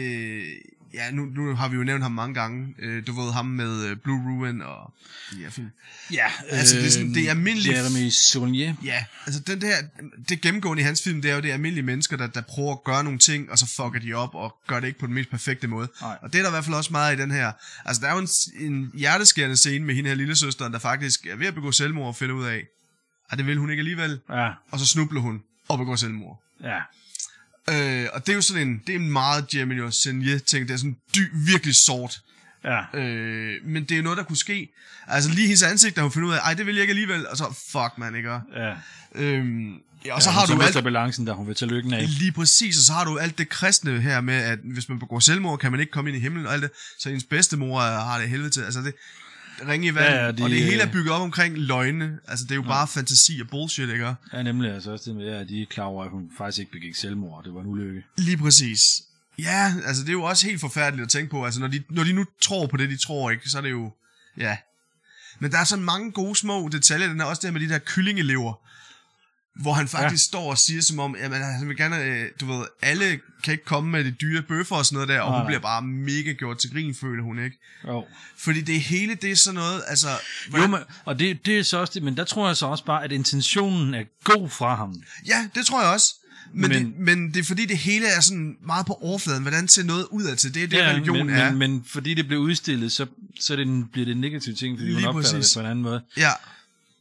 Speaker 2: nu har vi jo nævnt ham mange gange. Du ved ham med Blue Ruin og de her film.
Speaker 1: Ja,
Speaker 2: altså det er almindelige...
Speaker 1: Jeremy Saulnier.
Speaker 2: Ja, altså det gennemgående i hans film, det er jo det almindelige mennesker, der prøver at gøre nogle ting, og så fucker de op og gør det ikke på den mest perfekte måde. Nej. Og det er der i hvert fald også meget i den her. Altså der er jo en hjerteskærende scene med hende her lillesøsteren, der faktisk er ved at begå selvmord og finde ud af, at det vil hun ikke alligevel. Ja. Og så snubler hun og begår selvmord. Ja. Og det er jo sådan en meget Jeremy Saulnier ting. Det er sådan virkelig sort. Ja. Men det er jo noget, der kunne ske. Altså lige hendes ansigt, der hun finder ud af, det vil jeg ikke alligevel. Og så, fuck man, ikke? Ja. Og så har du alt...
Speaker 1: balancen, der hun vil tage lykken af.
Speaker 2: Lige præcis, og så har du alt det kristne her med, at hvis man begår selvmord, kan man ikke komme ind i himlen og alt det. Så hendes bedstemor har det helvede til. Altså det... ringe i vand, og det hele er bygget op omkring løgne. Altså det er jo bare fantasi og bullshit, ikke?
Speaker 1: Ja, nemlig. Altså også det med, at de er klar over, at hun faktisk ikke begik selvmord. Det var en ulykke.
Speaker 2: Lige præcis. Ja, altså det er jo også helt forfærdeligt at tænke på. Altså når de nu tror på det, de tror, ikke, så er det jo... Ja. Men der er sådan mange gode små detaljer. Den er også der med de der kyllingelever, hvor han faktisk står og siger som om, jamen han vil gerne, du ved, alle kan ikke komme med de dyre bøffer og sådan noget der, og hun bliver bare mega gjort til grin, føler hun, ikke? Jo. Fordi det hele, det er sådan noget, altså...
Speaker 1: Jo, men, og det er så også det, men der tror jeg så også bare, at intentionen er god fra ham.
Speaker 2: Ja, det tror jeg også. Men det er fordi, det hele er sådan meget på overfladen, hvordan ser noget ud af til, det er det, religion er.
Speaker 1: Men fordi det bliver udstillet, så bliver det en negativ ting, fordi hun opfatter det på en anden måde.
Speaker 2: Ja.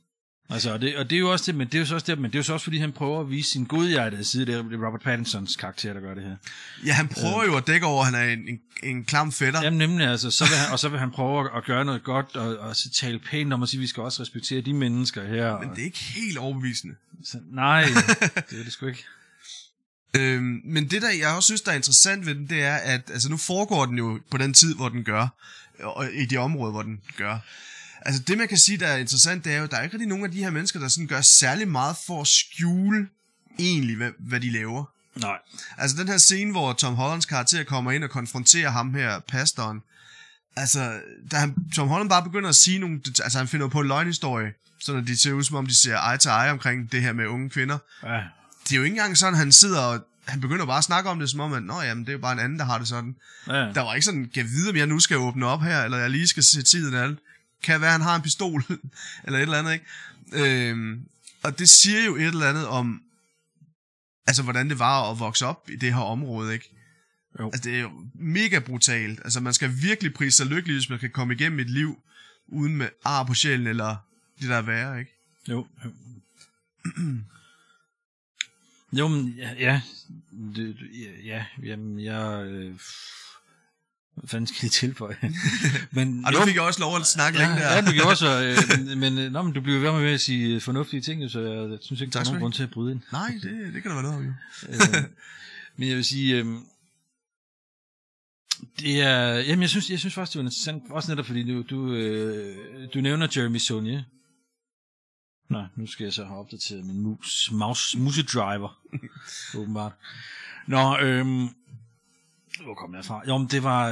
Speaker 1: Altså, og det er jo også det, men det er jo så også det, men det er jo så også, fordi han prøver at vise sin godhjertede side. Det er Robert Pattinsons karakter, der gør det her.
Speaker 2: Ja, han prøver jo at dække over, at han er en klam fætter.
Speaker 1: Jamen nemlig, altså, så vil han prøve at gøre noget godt, og så tale pænt om at sige, at vi skal også respektere de mennesker her.
Speaker 2: Men det er ikke helt overbevisende.
Speaker 1: Så, nej, det er det sgu ikke.
Speaker 2: Men det, der jeg også synes, der er interessant ved den, det er, at altså, nu foregår den jo på den tid, hvor den gør, og i de områder, hvor den gør. Altså det, man kan sige, der er interessant, det er jo, der er ikke rigtig nogen af de her mennesker, der sådan gør særlig meget for at skjule egentlig, hvad de laver.
Speaker 1: Nej.
Speaker 2: Altså den her scene, hvor Tom Hollands karakter kommer ind og konfronterer ham her, pastoren. Altså, Tom Holland bare begynder at sige nogle, altså han finder på en løgnhistorie, sådan at de ser ud, som om de ser eye til eye omkring det her med unge kvinder.
Speaker 1: Ja.
Speaker 2: Det er jo ikke engang sådan, han sidder og han begynder bare at snakke om det, som om, at jamen, det er jo bare en anden, der har det sådan.
Speaker 1: Ja.
Speaker 2: Der var ikke sådan, kan jeg vide, om jeg nu skal åbne op her, eller jeg lige skal se tiden af alt. Kan være, han har en pistol, eller et eller andet, ikke? Og det siger jo et eller andet om, altså, hvordan det var at vokse op i det her område, ikke?
Speaker 1: Jo.
Speaker 2: Altså, det er jo mega brutalt. Altså, man skal virkelig prise sig lykkelig, hvis man kan komme igennem et liv, uden med ar på sjælen, eller det der er værre, ikke?
Speaker 1: Jo. Jo, men ja. Jamen, hvad fanden skal jeg tilføje? Men,
Speaker 2: og nu fik jeg også lov at snakke længe der.
Speaker 1: Ja, du gjorde også, men du bliver ved med at sige fornuftige ting, så jeg synes ikke, der er nogen grund til at bryde ind.
Speaker 2: Nej, det kan der være noget om, jo.
Speaker 1: Men jeg vil sige, det er, jamen jeg synes faktisk, det er interessant, også netop fordi du nævner Jeremy Saulnier. Nå, nu skal jeg så have opdateret min musedriver, åbenbart. Nå, hvor kom jeg fra? Jo, men det var...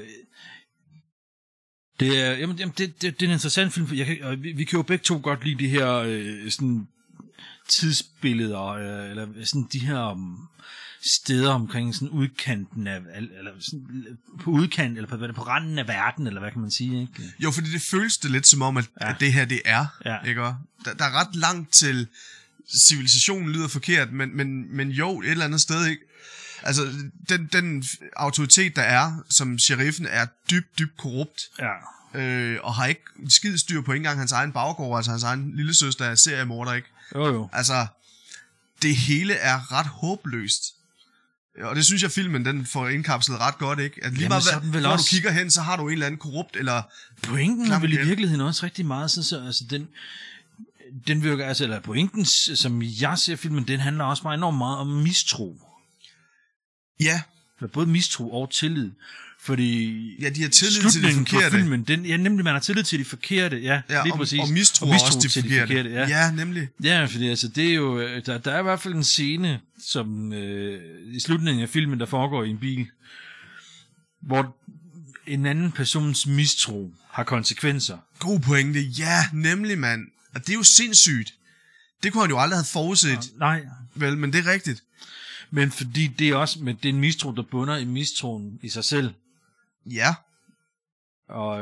Speaker 1: det er en interessant film. Vi kan jo begge to godt lide de her sådan tidsbilleder, eller sådan de her steder omkring sådan udkanten af, eller sådan på udkant, eller på randen af verden, eller hvad kan man sige, ikke?
Speaker 2: Jo, fordi det føles det lidt som om, at det her, det er, ikke? Der er ret langt til civilisationen, lyder forkert, men jo, et eller andet sted, ikke? Altså, den autoritet, der er, som sheriffen, er dybt korrupt. Ja. Og har ikke skide styr på ikke engang hans egen baggård, altså hans egen lillesøster er seriemorder, ikke?
Speaker 1: Jo.
Speaker 2: Altså, det hele er ret håbløst. Og det synes jeg, filmen den får indkapslet ret godt, ikke? At lige meget, hvor du kigger hen, så har du en eller anden korrupt, eller...
Speaker 1: Pointen er vel i virkeligheden også rigtig meget, så altså den virker, altså, eller pointen, som jeg ser filmen, den handler også meget enormt meget om mistro.
Speaker 2: Ja.
Speaker 1: Både mistro og tillid. Fordi
Speaker 2: ja, de har tillid til de forkerte.
Speaker 1: Filmen, nemlig man har tillid til de forkerte, ja lige præcis.
Speaker 2: Og mistro også til de forkerte.
Speaker 1: Ja,
Speaker 2: nemlig.
Speaker 1: Ja, fordi altså, det er jo, der er i hvert fald en scene, som i slutningen af filmen, der foregår i en bil, hvor en anden persons mistro har konsekvenser.
Speaker 2: God pointe, ja, nemlig mand. Og det er jo sindssygt. Det kunne han jo aldrig have forudset.
Speaker 1: Nej.
Speaker 2: Vel, men det er rigtigt.
Speaker 1: Men fordi det er også, men det er en mistro, der bunder i mistroen i sig selv.
Speaker 2: Ja.
Speaker 1: Og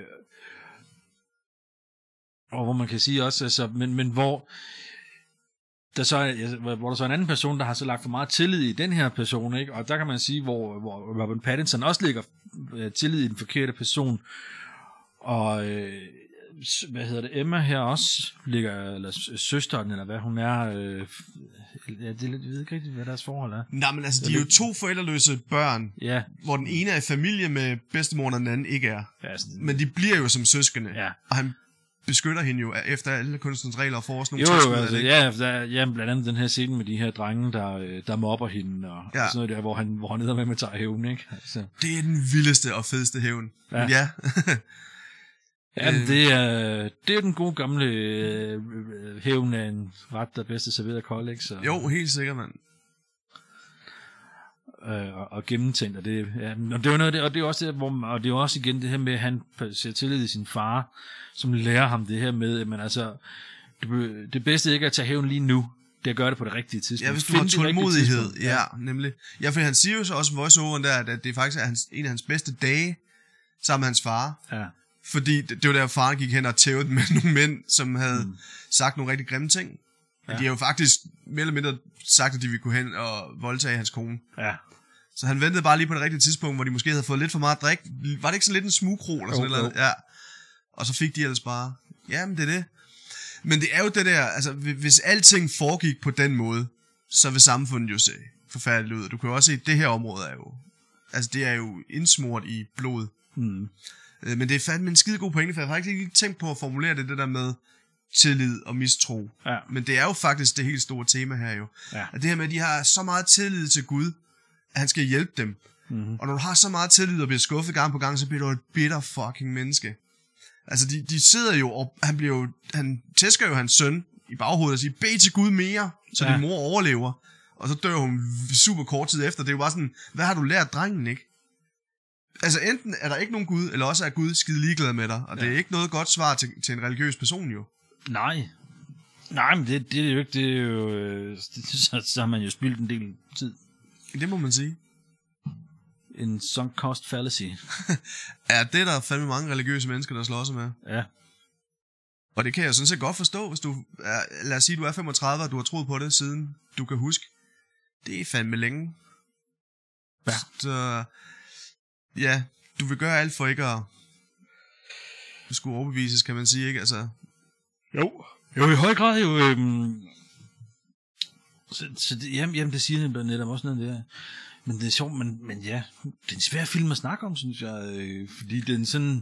Speaker 1: hvor man kan sige også, altså, men hvor der så er en anden person, der har så lagt for meget tillid i den her person, ikke? Og der kan man sige, hvor Robert Pattinson også lægger tillid i den forkerte person. Og Emma her også ligger, eller søsteren, eller hvad hun er, jeg ved ikke rigtig, hvad deres forhold er.
Speaker 2: Nej, men altså, de er jo to forældreløse børn,
Speaker 1: ja.
Speaker 2: Hvor den ene er i familie med bedstemoren, og den anden ikke er.
Speaker 1: Ja, sådan.
Speaker 2: Men de bliver jo som søskende,
Speaker 1: ja.
Speaker 2: Og han beskytter hende jo efter alle kunstens regler og får også nogle
Speaker 1: tilskud. Altså, blandt andet den her scene med de her drenge, der mobber hende, og sådan noget der, hvor han ned med tager hævn, ikke? Altså.
Speaker 2: Det er den vildeste og fedeste hævn. Ja.
Speaker 1: Ja, det er den gode gamle hævn af en ret, der bedste serveret kold, ikke? Så,
Speaker 2: jo, helt sikkert, mand.
Speaker 1: Og gennemtænkt, og det er noget, og det er også det, og det er også igen det her med, at han ser tillid i sin far, som lærer ham det her med, men altså, det bedste ikke at tage hævn lige nu, det er at gøre det på det rigtige tidspunkt.
Speaker 2: Ja, hvis du har tålmodighed, ja, nemlig. Ja, for han siger jo så også voice-overen der, at det faktisk er en af hans bedste dage sammen med hans far.
Speaker 1: Ja.
Speaker 2: Fordi det var der, faren gik hen og tævede med nogle mænd, som havde sagt nogle rigtig grimme ting. Ja. De har jo faktisk mere eller mindre sagt, at de ville gå hen og voldtage hans kone.
Speaker 1: Ja.
Speaker 2: Så han ventede bare lige på det rigtige tidspunkt, hvor de måske havde fået lidt for meget drik. Var det ikke så lidt en smugkro eller sådan noget? Ja. Og så fik de ellers bare, jamen det er det. Men det er jo det der, altså hvis alting foregik på den måde, så vil samfundet jo se forfærdeligt ud. Du kan jo også se, at det her område er jo, altså det er jo indsmurt i blod. Men det er fandme en skide god pointe, for jeg har faktisk ikke tænkt på at formulere det der med tillid og mistro.
Speaker 1: Ja.
Speaker 2: Men det er jo faktisk det helt store tema her jo.
Speaker 1: Ja.
Speaker 2: At det her med, at de har så meget tillid til Gud, at han skal hjælpe dem. Og når du har så meget tillid og bliver skuffet gang på gang, så bliver du et bitter fucking menneske. Altså de sidder jo, og han tæsker jo hans søn i baghovedet og siger, bed til Gud mere, så din mor overlever. Og så dør hun super kort tid efter. Det er jo bare sådan, hvad har du lært drengen, ikke? Altså enten er der ikke nogen Gud, eller også er Gud skide ligeglad med dig. Og det er ikke noget godt svar til en religiøs person jo.
Speaker 1: Nej, men det er jo ikke, det er jo, så har man jo spildt en del tid.
Speaker 2: Det må man sige.
Speaker 1: En sunk cost fallacy.
Speaker 2: Ja, det er der fandme mange religiøse mennesker, der slår sig med.
Speaker 1: Ja.
Speaker 2: Og det kan jeg sådan set godt forstå, hvis du er, lad os sige, du er 35, og du har troet på det, siden du kan huske. Det er fandme længe.
Speaker 1: Ja.
Speaker 2: Så, ja, du vil gøre alt for ikke at skulle overbevises, kan man sige, ikke? Altså.
Speaker 1: Jo, i høj grad jo. Så det, jamen, det siger han netop også noget der. Men det er sjovt, men ja, det er en svær film at snakke om, synes jeg. Fordi den sådan.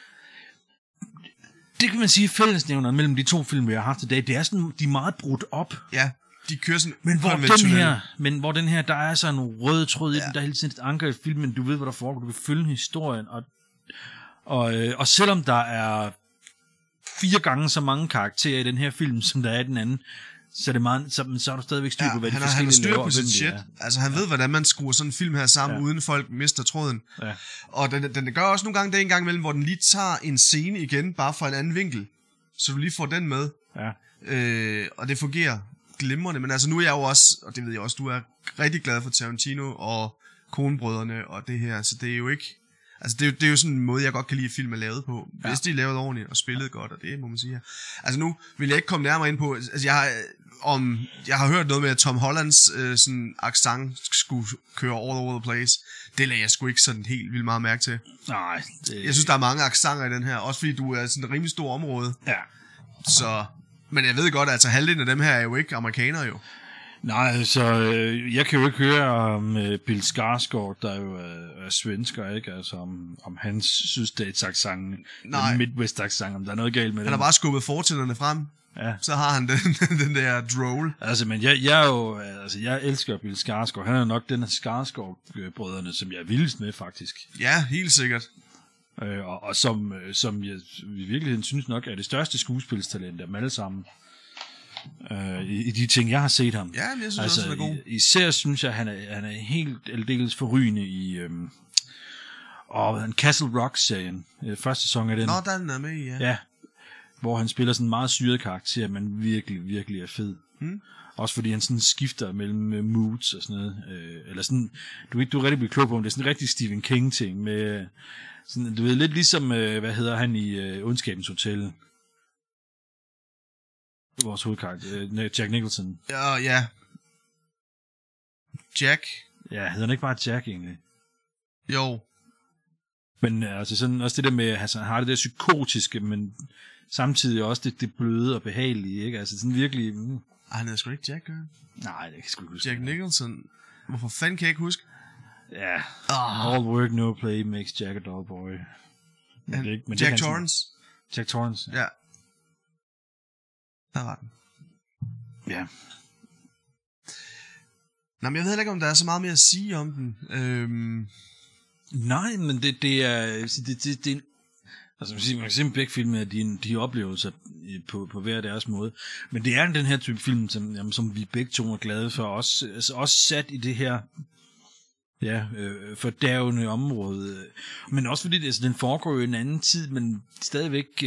Speaker 1: Det kan man sige, fællesnævner mellem de to film, vi har haft i dag, det er sådan, de er meget brudt op.
Speaker 2: Ja, de kører sådan.
Speaker 1: Men hvor den her, der er sådan en rød tråd i den, der er hele tiden et anker i filmen, du ved, hvad der foregår, du kan følge historien, og selvom der er 4 gange så mange karakterer i den her film, som der er i den anden, så er det meget, så er du stadigvæk styr på, hvad de forskellige
Speaker 2: han har styr
Speaker 1: laver,
Speaker 2: på sit shit. Altså han ved, hvordan man skruer sådan en film her sammen, uden folk mister tråden. Ja. Og den gør også nogle gange det en gang imellem, hvor den lige tager en scene igen, bare fra en anden vinkel. Så du lige får den med. Ja. Og det fungerer glimrende. Men altså nu er jeg jo også, og det ved jeg også, du er rigtig glad for Tarantino og Coen-brødrene og det her. Så det er jo ikke. Altså det er jo sådan en måde, jeg godt kan lide, at film er lavet på. Hvis de er lavet ordentligt og spillet godt, og det må man sige her. Altså nu vil jeg ikke komme nærmere ind på, altså jeg har hørt noget med, at Tom Hollands sådan accent skulle køre all over the place. Det lagde jeg sgu ikke sådan helt vildt meget mærke til.
Speaker 1: Nej.
Speaker 2: Jeg synes, der er mange accenter i den her, også fordi du er sådan et rimelig stort område.
Speaker 1: Ja.
Speaker 2: Så, men jeg ved godt, altså halvdelen af dem her er jo ikke amerikanere jo.
Speaker 1: Nej, altså, jeg kan jo ikke høre om Bill Skarsgård, der jo er svensker, ikke? Altså, om han synes, det er et accent, en Midwest-accent, om der er noget galt med det.
Speaker 2: Han har bare skubbet fortænderne frem. Ja. Så har han den der droll.
Speaker 1: Altså, men jeg elsker Bill Skarsgård. Han er nok den af Skarsgård-brødrene, som jeg er vildest med, faktisk.
Speaker 2: Ja, helt sikkert.
Speaker 1: Og som jeg i virkeligheden synes nok er det største skuespilstalent af dem alle sammen. I de ting, jeg har set ham.
Speaker 2: Ja, men jeg synes også, han er god.
Speaker 1: Især synes jeg, han er helt aldeles forrygende i Castle Rock-serien. Første sæson af den.
Speaker 2: Nå, den er med, ja.
Speaker 1: Ja, hvor han spiller sådan en meget syret karakter, men virkelig, virkelig er fed. Også fordi han sådan skifter mellem moods og sådan noget. Eller sådan, du er rigtig blive klog på, om det er sådan en rigtig Stephen King-ting. Med, sådan, du ved, lidt ligesom, hvad hedder han i Ondskabens Hotel. Vores hovedkarakter, Jack Nicholson.
Speaker 2: Ja. Jack?
Speaker 1: Ja, hedder han ikke bare Jack egentlig?
Speaker 2: Jo.
Speaker 1: Men altså sådan også det der med, altså, han har det der psykotiske, men samtidig også det bløde og behagelige, ikke? Altså sådan virkelig.
Speaker 2: Han hedder sgu ikke Jack, gør han?
Speaker 1: Nej, det kan jeg sgu ikke huske.
Speaker 2: Jack Nicholson. Hvorfor fanden kan jeg ikke huske?
Speaker 1: Ja. All work, no play makes Jack a dull boy. Men
Speaker 2: Jack Torrance.
Speaker 1: Jack Torrance.
Speaker 2: Ja. Der var den.
Speaker 1: Ja.
Speaker 2: Nå, men jeg ved heller ikke, om der er så meget mere at sige om den.
Speaker 1: Nej, men det er altså man kan simpelthen begge film, at de oplevelser på hver deres måde. Men det er den her type film, som vi begge to er glade for, også sat i det her fordærvende område. Men også fordi altså, den foregår jo i en anden tid, men stadigvæk.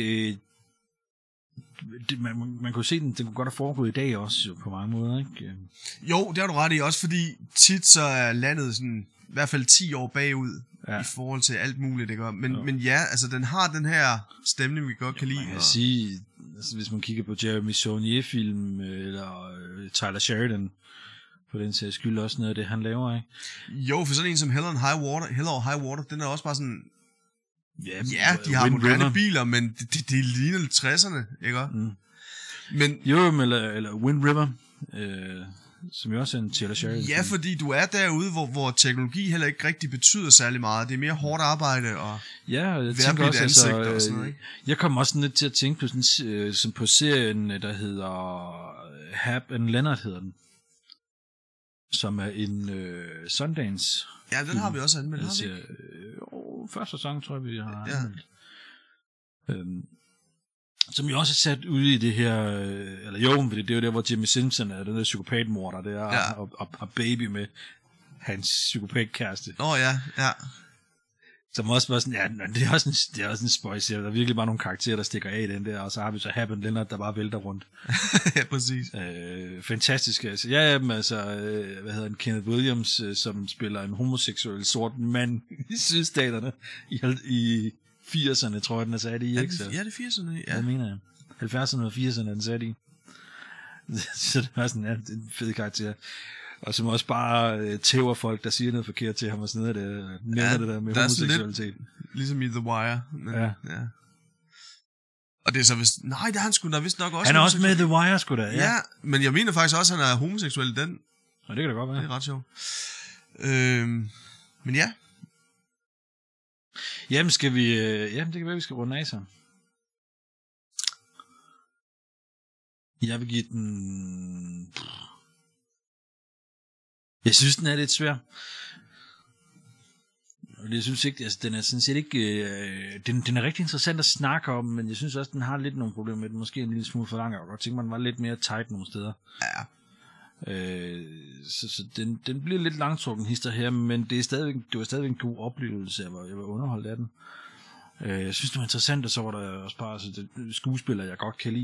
Speaker 1: Man kunne se den kunne godt have foregået i dag også på mange måder, ikke?
Speaker 2: Jo, det har du ret i, også fordi tit så er landet sådan i hvert fald 10 år bagud i forhold til alt muligt, det gør. Men ja, altså den har den her stemning, vi godt kan lide.
Speaker 1: Man kan sige, altså, hvis man kigger på Jeremy Saulnier-film eller Tyler Sheridan, på den sags skyld også noget af det, han laver, ikke?
Speaker 2: Jo, for sådan en som Hell or High Water, den er også bare sådan. Ja, de har moderne biler, men det ligner lidt 60'erne, ikke? Men
Speaker 1: eller Wind River, som jo også er en Taylor Sheridan.
Speaker 2: ja, fordi du er derude, hvor teknologi heller ikke rigtig betyder særlig meget. Det er mere hårdt arbejde og
Speaker 1: Ja, og jeg tænker
Speaker 2: værbidt
Speaker 1: også,
Speaker 2: ansigt
Speaker 1: altså,
Speaker 2: og sådan noget, ikke?
Speaker 1: jeg kom også lidt til at tænke på sådan, som på serien, der hedder Hap and Leonard hedder den, som er en Sundance.
Speaker 2: Ja, den har vi også anmeldt, har vi
Speaker 1: Altså, første sæson, tror jeg, vi har
Speaker 2: Ja.
Speaker 1: anmeldt. Som jo også er sat ude i det her, eller jo, det er jo der, hvor Jimmy Simpson er den der psykopatmorder der,
Speaker 2: Ja.
Speaker 1: og baby med hans psykopatkæreste.
Speaker 2: ja.
Speaker 1: Som også var sådan, ja, det er også en spøjserie. Der er virkelig bare nogle karakterer, der stikker af i den der, og så har vi så Hap and Leonard, der bare vælter rundt.
Speaker 2: Ja, præcis.
Speaker 1: Fantastisk. Altså, hvad hedder han, Kenneth Williams, som spiller en homoseksuel sort mand i sydstaterne i 80'erne, tror jeg, den er sat i, ikke? Så,
Speaker 2: Ja, det er 80'erne, ja.
Speaker 1: hvad mener jeg? 70'erne og 80'erne er den sat i. Så det var sådan en fed karakter. Og som også bare tæver folk, der siger noget forkert til ham og sådan noget, der nævner det der med
Speaker 2: der er sådan
Speaker 1: homoseksualitet.
Speaker 2: Ligesom i The Wire. Men,
Speaker 1: Ja.
Speaker 2: Og det er så vist... Nej, det er han sgu da vist nok også.
Speaker 1: Han er også med i The Wire, sgu da.
Speaker 2: Ja, men jeg mener faktisk også, at han er homoseksuel i den.
Speaker 1: Og det kan da godt være.
Speaker 2: Det er ret sjovt. Men ja.
Speaker 1: Jamen, skal vi... det kan være, vi skal runde af så. Jeg vil give den... Jeg synes, den er lidt svær. Jeg synes ikke, altså, den er sådan set ikke... Den er rigtig interessant at snakke om, men jeg synes også, den har lidt nogle problemer med den. Måske en lille smule for lang. Jeg godt tænke mig, den var lidt mere tight nogle steder.
Speaker 2: Ja.
Speaker 1: Så den bliver lidt langtrukken hister her, men det var stadigvæk en god oplevelse. Jeg var underholdt af den. Jeg synes, det var interessant, og så var der også bare det skuespiller, jeg godt kan lide.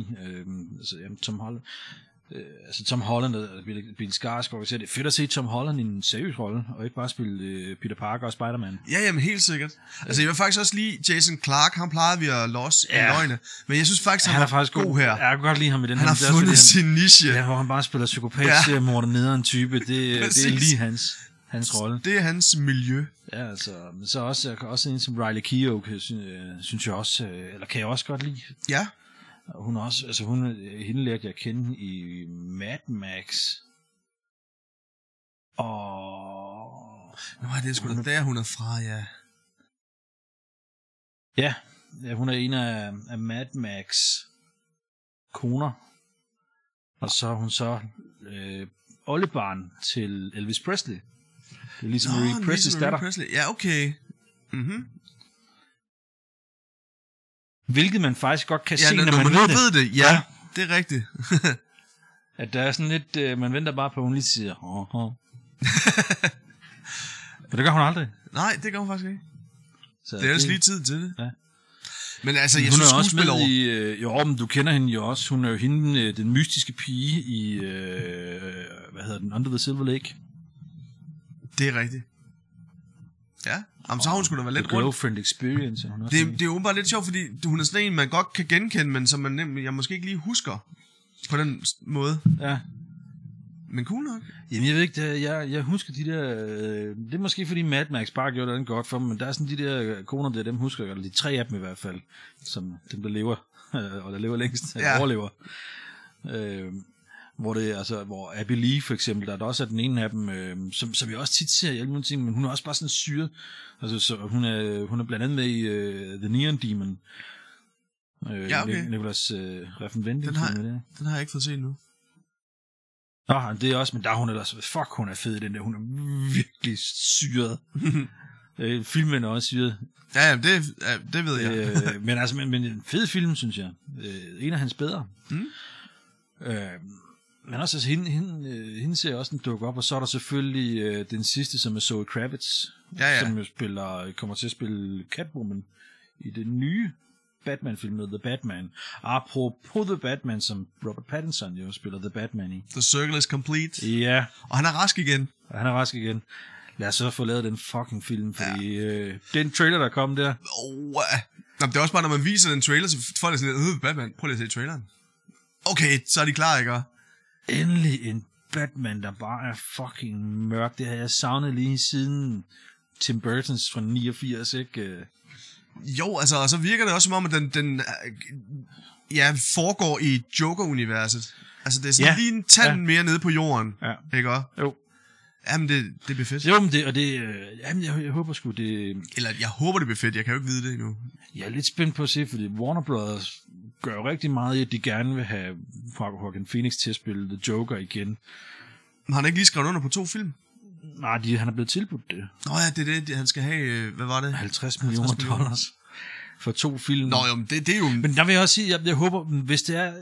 Speaker 1: Tom Holland og Bill Skarsgård. Det er fedt at se Tom Holland i en seriøs rolle, og ikke bare spille Peter Parker og Spider-Man.
Speaker 2: Ja, jamen helt sikkert. Altså, jeg vil faktisk også lide Jason Clarke. Han plejede vi at losse i løgne. Men jeg synes faktisk,
Speaker 1: han er faktisk god her. Jeg kan godt lide ham i den
Speaker 2: han
Speaker 1: her.
Speaker 2: Han har fundet sin niche.
Speaker 1: Ja, hvor han bare spiller psykopat-seriemorder nederen type. Det er lige hans rolle.
Speaker 2: Det er hans miljø.
Speaker 1: Ja, altså, men så også en som Riley Keough, synes jeg også, eller kan jeg også godt lide.
Speaker 2: Ja.
Speaker 1: Hun er også, hende lærte jeg at kende i Mad Max. Og...
Speaker 2: Nå, det er sgu da der, hun er fra, ja.
Speaker 1: Ja, hun er en af Mad Max koner. Og så er hun så oldebarn til Elvis Presley. Det er ligesom Marie Presleys datter.
Speaker 2: Presley. Ja, okay. Mhm.
Speaker 1: Hvilket man faktisk godt kan se,
Speaker 2: når man ved det. Ja, det er rigtigt.
Speaker 1: At der er sådan lidt, man venter bare på, at hun lige siger, Men det gør hun aldrig.
Speaker 2: Nej, det gør hun faktisk ikke.
Speaker 1: Så
Speaker 2: det er også lige tid til det.
Speaker 1: Ja.
Speaker 2: Men altså, jeg
Speaker 1: hun
Speaker 2: synes
Speaker 1: er også med i, men du kender hende jo også. Hun er jo hende, den mystiske pige i, hvad hedder den, Under the Silver Lake.
Speaker 2: Det er rigtigt. Ja, jamen, så har hun sgu da været lidt rundt.
Speaker 1: Girlfriend Experience.
Speaker 2: Det er jo bare lidt sjovt, fordi hun er sådan en, man godt kan genkende, men som jeg måske ikke lige husker på den måde.
Speaker 1: Ja.
Speaker 2: Men cool nok.
Speaker 1: Jamen jeg ved ikke, jeg husker de der, det er måske fordi Mad Max bare gjorde det godt for mig, men der er sådan de der koner der, dem husker jeg, eller de 3 af dem i hvert fald, som dem der lever, og der lever længst, eller overlever. Hvor Abby Lee for eksempel, der også er den ene af dem, som jeg også tit ser i alle mulige ting, men hun er også bare sådan syret. Altså, så hun er blandt andet med i The Neon Demon.
Speaker 2: Ja, okay.
Speaker 1: Nicolas Refn Wending.
Speaker 2: Den har jeg ikke fået set nu.
Speaker 1: Nå, det er også, men der er hun ellers, fuck, hun er fed i den der, hun er virkelig syret. Filmen er også syret.
Speaker 2: Ja, det ved jeg.
Speaker 1: Men en fed film, synes jeg. En af hans bedre. Men også altså, hende ser også en dukke op, og så er der selvfølgelig den sidste, som er Zoe Kravitz, som jo kommer til at spille Catwoman i det nye Batman-film med The Batman. Apropos The Batman, som Robert Pattinson jo spiller The Batman i.
Speaker 2: The Circle is Complete.
Speaker 1: Ja.
Speaker 2: Og han er rask igen.
Speaker 1: Lad os så få lavet den fucking film, fordi den trailer, der kom der.
Speaker 2: Det er også bare, når man viser den trailer, så folk er sådan, Batman, prøv lige at se traileren. Okay, så er de klar, ikke?
Speaker 1: Endelig en Batman, der bare er fucking mørk. Det har jeg savnet lige siden Tim Burtons fra 89, ikke?
Speaker 2: Jo, altså, og så virker det også som om, at den foregår i Joker-universet. Altså, det er sådan lige en tand mere nede på jorden.
Speaker 1: Ja.
Speaker 2: Ikke også?
Speaker 1: Jo.
Speaker 2: Jamen, det bliver fedt.
Speaker 1: Jo, men jeg håber sgu, det...
Speaker 2: Eller, jeg håber, det bliver fedt. Jeg kan jo ikke vide det endnu.
Speaker 1: Jeg er lidt spændt på at se, fordi Warner Brothers gør jo rigtig meget i, at de gerne vil have Joaquin Phoenix til at spille The Joker igen.
Speaker 2: Men har han ikke lige skrevet under på 2 film?
Speaker 1: Nej, han er blevet tilbudt det.
Speaker 2: Nå ja, det er det, han skal have, hvad var det?
Speaker 1: $50 millioner for 2 film.
Speaker 2: Nå jo, men det er jo...
Speaker 1: Men der vil jeg også sige, jeg håber, hvis det er...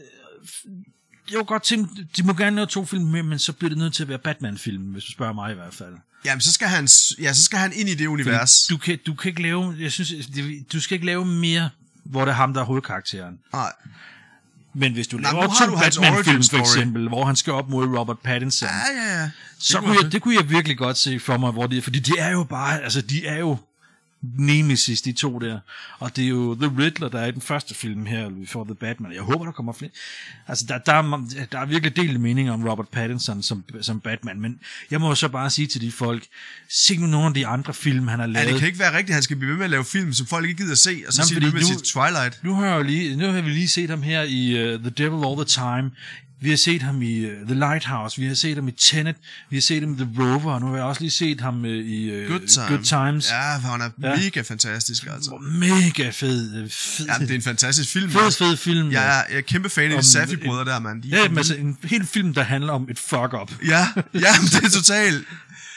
Speaker 1: Jeg vil godt tænke, de må gerne lave 2 film med, men så bliver det nødt til at være Batman-film, hvis du spørger mig i hvert fald.
Speaker 2: Jamen, så skal han ind i det univers.
Speaker 1: Du kan ikke lave... Jeg synes, du skal ikke lave mere, hvor det er ham, der er hovedkarakteren.
Speaker 2: Nej.
Speaker 1: Men hvis du laver 2 Batman-film, for eksempel, hvor han skal op mod Robert Pattinson,
Speaker 2: ja.
Speaker 1: Det kunne jeg virkelig godt se for mig, hvor fordi de er jo bare, altså de er jo nemesis, de 2 der, og det er jo The Riddler, der er i den første film her, For the Batman. Jeg håber, der kommer flere. Altså, der er virkelig delte meninger om Robert Pattinson som Batman, men jeg må så bare sige til de folk, se nu nogle af de andre film, han har lavet.
Speaker 2: Ja, det kan ikke være rigtigt, han skal blive ved med at lave film, som folk ikke gider at se, og så siger med sit Twilight.
Speaker 1: Nu har vi lige set ham her i The Devil All the Time. Vi har set ham i The Lighthouse, vi har set ham i Tenet, vi har set ham i The Rover, og nu har jeg også lige set ham i Good Times.
Speaker 2: Ja, for han er mega fantastisk, altså.
Speaker 1: Mega fed.
Speaker 2: Ja, det er en fantastisk film.
Speaker 1: Fed film.
Speaker 2: Jeg er kæmpe fan af de Safdie-brødre der, mand.
Speaker 1: Ja, men altså en hel film, der handler om et fuck-up.
Speaker 2: Ja, det er totalt.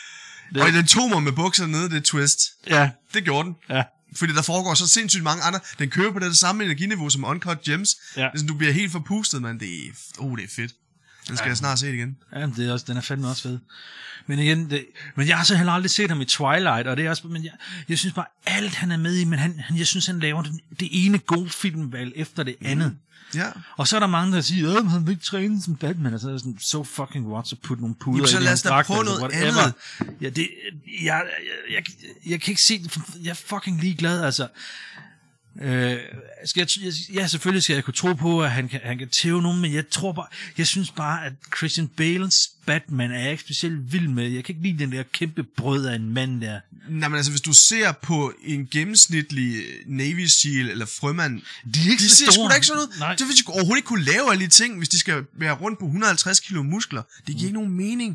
Speaker 2: Og den tog mig med bukserne nede, det twist.
Speaker 1: Ja.
Speaker 2: Det gjorde den.
Speaker 1: Ja.
Speaker 2: Fordi der foregår så sindssygt mange andre. Den kører på det samme energiniveau som Uncut Gems. Ja. Det er sådan, du bliver helt forpustet, man. Det er fedt. Den skal jeg snart se igen.
Speaker 1: Ja, den er fandme også fed. Men igen, men jeg har så heller aldrig set ham i Twilight, og det er også, men jeg synes bare, alt han er med i, men jeg synes, han laver det ene gode filmvalg efter det andet.
Speaker 2: Ja.
Speaker 1: Og så er der mange, der siger, han vil ikke træne som Batman, og så er det sådan, so fucking what, så put nogle puder i
Speaker 2: så lad os da prøve noget andet.
Speaker 1: Ja, jeg kan ikke se det, jeg er fucking ligeglad, altså. Selvfølgelig skal jeg kunne tro på, at han kan tæve nogen, men jeg synes bare, at Christian Bales Batman er jeg ikke specielt vild med. Jeg kan ikke lide den der kæmpe brød af en mand der.
Speaker 2: Nej, men altså, hvis du ser på en gennemsnitlig Navy SEAL eller frømand, de ser sgu da ikke sådan noget. Det vil de overhovedet ikke kunne lave alle de ting, hvis de skal være rundt på 150 kilo muskler. Det giver ikke nogen mening.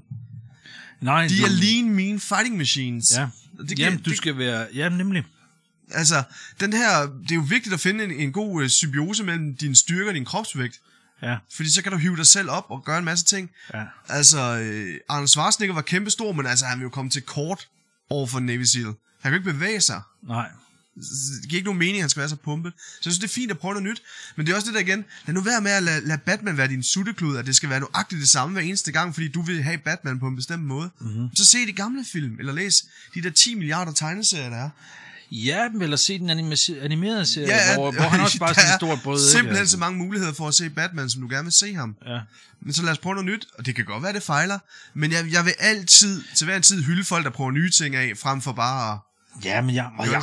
Speaker 1: Nej,
Speaker 2: de er lean, mean fighting machines.
Speaker 1: Ja. Du skal være... Ja, nemlig.
Speaker 2: Altså, det er jo vigtigt at finde en god symbiose mellem din styrke og din kropsvægt.
Speaker 1: Ja.
Speaker 2: Fordi så kan du hive dig selv op og gøre en masse ting.
Speaker 1: Ja.
Speaker 2: Altså, Arnold Schwarzenegger var kæmpestor, men altså, han vil jo komme til kort over for Navy SEAL. Han kan jo ikke bevæge sig.
Speaker 1: Nej.
Speaker 2: Det giver ikke nogen mening, at han skal være så pumpet. Så jeg synes, det er fint at prøve noget nyt. Men det er også det der igen. Lad nu være med at lade Batman være din sutteklud, at det skal være nøjagtigt det samme hver eneste gang, fordi du vil have Batman på en bestemt måde. Mm-hmm. Så se de gamle film, eller læs de der 10 milliarder tegneserier, der er.
Speaker 1: Ja, eller se den animerede serie, hvor han også bare er sådan en stor brød.
Speaker 2: Simpelthen så mange muligheder for at se Batman, som du gerne vil se ham.
Speaker 1: Ja. Men
Speaker 2: så lad os prøve noget nyt, og det kan godt være, det fejler. Men jeg vil altid, til hver en tid, hylde folk, der prøver nye ting af, frem for bare...
Speaker 1: Ja, men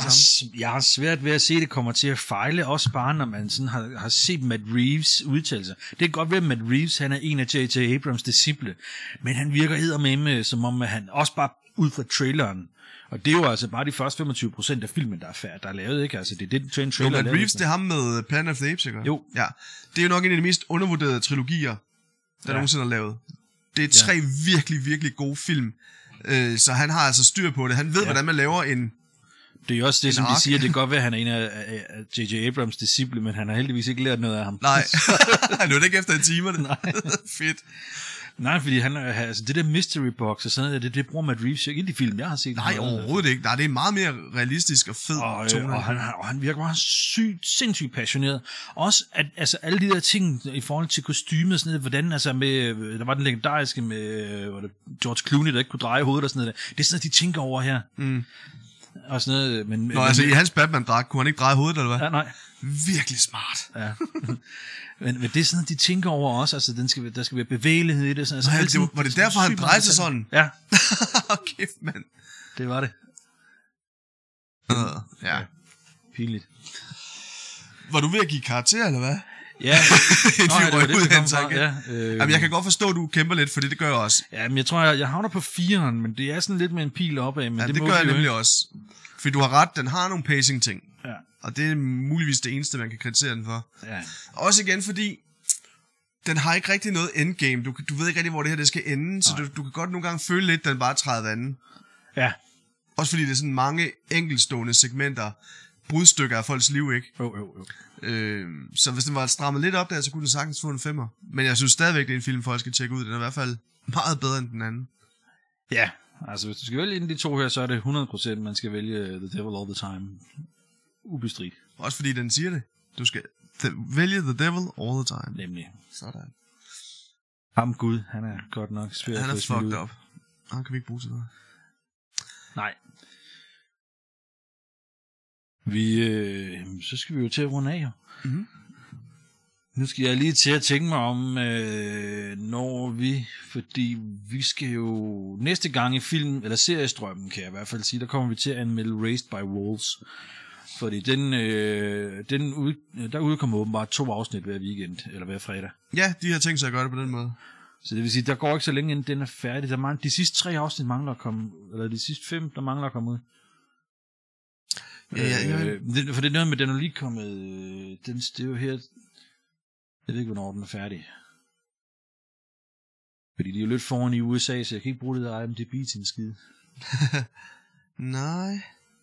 Speaker 1: jeg har svært ved at se, at det kommer til at fejle, også bare når man sådan har set Matt Reeves udtalelser. Det kan godt være, at Matt Reeves han er en af J.J. Abrams disciple, men han virker eddermame, som om at han også bare ud fra traileren. Og det er jo altså bare de første 25% af filmen, der er lavet, ikke? Altså, det er det, den trailer
Speaker 2: Matt Reeves, det er ham med Planet of the Apes, ikke?
Speaker 1: Jo.
Speaker 2: Ja. Det er jo nok en af de mest undervurderede trilogier, der nogensinde er lavet. Det er 3 virkelig, virkelig gode film. Så han har altså styr på det. Han ved, hvordan man laver en...
Speaker 1: Det er også det, som de siger, det kan godt være, at han er en af J.J. Abrams disciple, men han har heldigvis ikke lært noget af ham.
Speaker 2: Nej, han er ikke efter en time, det.
Speaker 1: Nej.
Speaker 2: Fedt.
Speaker 1: Nej, fordi altså det der mystery box og sådan noget, det bruger Matt Reeves ikke i de film, jeg har set.
Speaker 2: Nej, overhovedet ikke. Nej, det er meget mere realistisk og fed tone.
Speaker 1: Og han virker bare sindssygt passioneret. Også at altså alle de der ting i forhold til kostymet og sådan noget, hvordan altså med, der var den legendariske med George Clooney, der ikke kunne dreje hovedet og sådan noget. Det er sådan noget, de tænker over her.
Speaker 2: Mm.
Speaker 1: Og sådan noget, men
Speaker 2: altså i hans Batman-dragt kunne han ikke dreje hovedet, eller hvad?
Speaker 1: Ja, nej.
Speaker 2: Virkelig smart.
Speaker 1: Ja. Men det er sådan, de tænker over også, altså der skal være bevægelighed i det. Sådan, altså,
Speaker 2: nej, var det derfor, han drejede sig sådan?
Speaker 1: Ja.
Speaker 2: Kæft, mand.
Speaker 1: Det var det.
Speaker 2: Ja.
Speaker 1: Pinligt.
Speaker 2: Var du ved at give karakter, eller hvad?
Speaker 1: Ja.
Speaker 2: Jamen, jeg kan godt forstå, at du kæmper lidt, for det gør jeg også.
Speaker 1: Ja, men jeg tror, jeg havner på 4'eren, men det er sådan lidt med en pil opad. Men
Speaker 2: ja, det gør jeg nemlig også. Fordi du har ret, den har nogle pacing-ting.
Speaker 1: Ja.
Speaker 2: Og det er muligvis det eneste, man kan kritisere den for.
Speaker 1: Ja.
Speaker 2: Også igen, fordi den har ikke rigtig noget endgame. Du ved ikke rigtig, hvor det her det skal ende, så du kan godt nogle gange føle lidt, at den bare træder vandet.
Speaker 1: Ja.
Speaker 2: Også fordi det er sådan mange enkeltstående segmenter, brudstykker af folks liv, ikke?
Speaker 1: Jo.
Speaker 2: Så hvis den var strammet lidt op der, så kunne den sagtens få en 5'er. Men jeg synes stadigvæk, det er en film, folk skal tjekke ud. Den er i hvert fald meget bedre end den anden.
Speaker 1: Ja, altså hvis du skal vælge en af de to her, så er det 100% man skal vælge The Devil All the Time. Ubestridt.
Speaker 2: Også fordi den siger det. Du skal vælge The Devil All the Time.
Speaker 1: Nemlig.
Speaker 2: Sådan.
Speaker 1: Ham Gud, han er godt nok svær.
Speaker 2: Han er fucked up. Han kan vi ikke bruge til noget.
Speaker 1: Nej. Så skal vi jo til at runde af.
Speaker 2: Mm-hmm.
Speaker 1: Nu skal jeg lige til at tænke mig om, når fordi vi skal jo næste gang i film, eller seriestrømmen, kan jeg i hvert fald sige, der kommer vi til at anmelde Raised by Wolves. Fordi der udkommer åbenbart 2 afsnit hver weekend, eller hver fredag.
Speaker 2: Ja, de har tænkt sig at gøre det på den måde.
Speaker 1: Så det vil sige, der går ikke så længe, inden den er færdig. De sidste 3 afsnit mangler at komme, eller de sidste 5, der mangler at komme ud.
Speaker 2: Ja.
Speaker 1: For det er noget med, den er lige kommet, det er jo her, jeg ved ikke, hvornår den er færdig. Fordi de er jo lidt foran i USA, så jeg kan ikke bruge det der IMDb til en skid.
Speaker 2: Nej.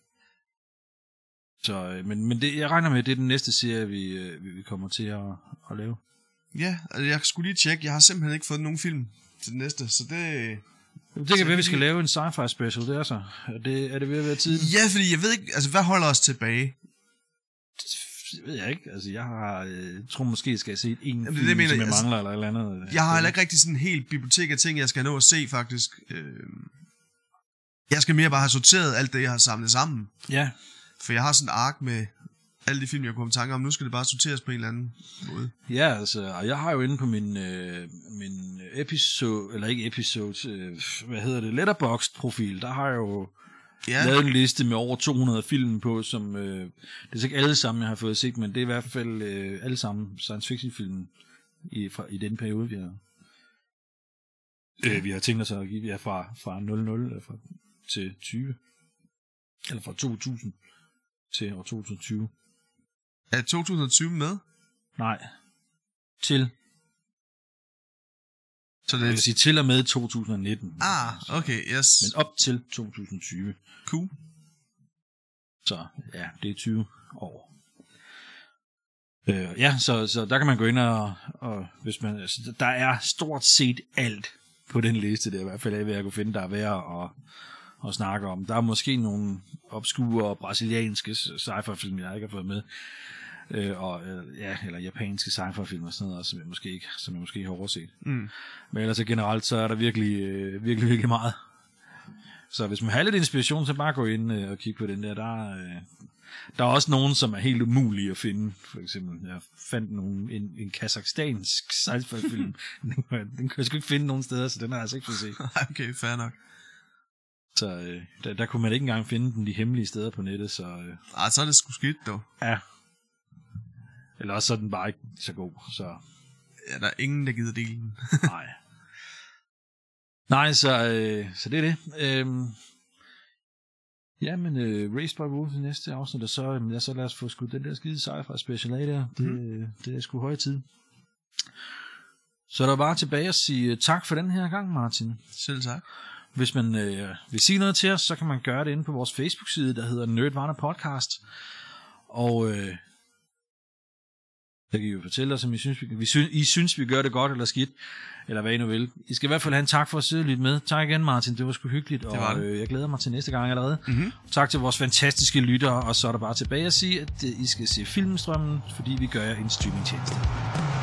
Speaker 1: Så, men det, jeg regner med, at det er den næste serie, vi kommer til at lave.
Speaker 2: Ja, altså jeg skulle lige tjekke. Jeg har simpelthen ikke fået nogen film til den næste, så det...
Speaker 1: Det kan være, vi skal lave en sci-fi special, det er så. Er det ved at være tiden?
Speaker 2: Ja, fordi jeg ved ikke, altså hvad holder os tilbage?
Speaker 1: Det ved jeg ikke. Altså, jeg tror måske, jeg skal se en film,
Speaker 2: det mener
Speaker 1: som
Speaker 2: jeg,
Speaker 1: jeg mangler, eller et eller andet.
Speaker 2: Jeg har heller ikke rigtig sådan en helt bibliotek af ting, jeg skal nå at se, faktisk. Jeg skal mere bare have sorteret alt det, jeg har samlet sammen.
Speaker 1: Ja.
Speaker 2: For jeg har sådan et ark med alle de film, jeg kunne komme i tanke om. Nu skal det bare sorteres på en eller anden måde.
Speaker 1: Ja, altså, og jeg har jo inde på min episode, eller ikke episode, Letterboxd-profil, der har jeg jo lavet en liste med over 200 film på, som, det er så ikke alle sammen, jeg har fået set, men det er i hvert fald alle sammen science fiction film i den periode, vi har tænkt os at give, fra 00 eller til 20, eller fra 2000 til år 2020.
Speaker 2: Er 2020 med?
Speaker 1: Nej. Til.
Speaker 2: Så det
Speaker 1: vil sige til og med 2019.
Speaker 2: Okay, yes.
Speaker 1: Men op til 2020.
Speaker 2: Cool.
Speaker 1: Så ja, det er 20 år. Så der kan man gå ind og hvis man, altså, der er stort set alt på den liste, det er i hvert fald af, hvad jeg kunne finde, der er værd at snakke om. Der er måske nogle obskure brasilianske sci-fi-film, jeg ikke har fået med. Eller japanske sci-fi-film og sådan noget, som jeg måske har overset. Men ellers generelt, så er der virkelig meget. Så hvis man har lidt inspiration, så bare gå ind og kigge på den der. Der er også nogen, som er helt umulige at finde. For eksempel, jeg fandt en kazakhstansk sci-fi-film. den kan jeg sgu ikke finde nogen steder, så den har jeg altså ikke fået set.
Speaker 2: Okay, fair nok.
Speaker 1: Så der kunne man ikke engang finde de hemmelige steder på nettet, så...
Speaker 2: så er det sgu skidt, dog.
Speaker 1: Ja. Eller også er den bare ikke så god, så...
Speaker 2: Ja, der er ingen, der gider dele den.
Speaker 1: Nej, så det er det. Men Raised by Wolves i næste afsnit, og så lad os få skudt den der skide sci-fi special af der. Det er sgu høj tid. Så der er bare tilbage at sige tak for den her gang, Martin.
Speaker 2: Selv tak.
Speaker 1: Hvis man vil sige noget til os, så kan man gøre det inde på vores Facebook-side, der hedder Nerdvarner Podcast. Og der kan I jo fortælle os, om I synes, vi gør det godt eller skidt, eller hvad I nu vil. I skal i hvert fald have en tak for at sidde lidt med. Tak igen, Martin. Det var sgu hyggeligt, og jeg glæder mig til næste gang allerede. Tak til vores fantastiske lyttere, og så er der bare tilbage at sige, at I skal se Filmstrømmen, fordi vi gør jer en streamingtjeneste.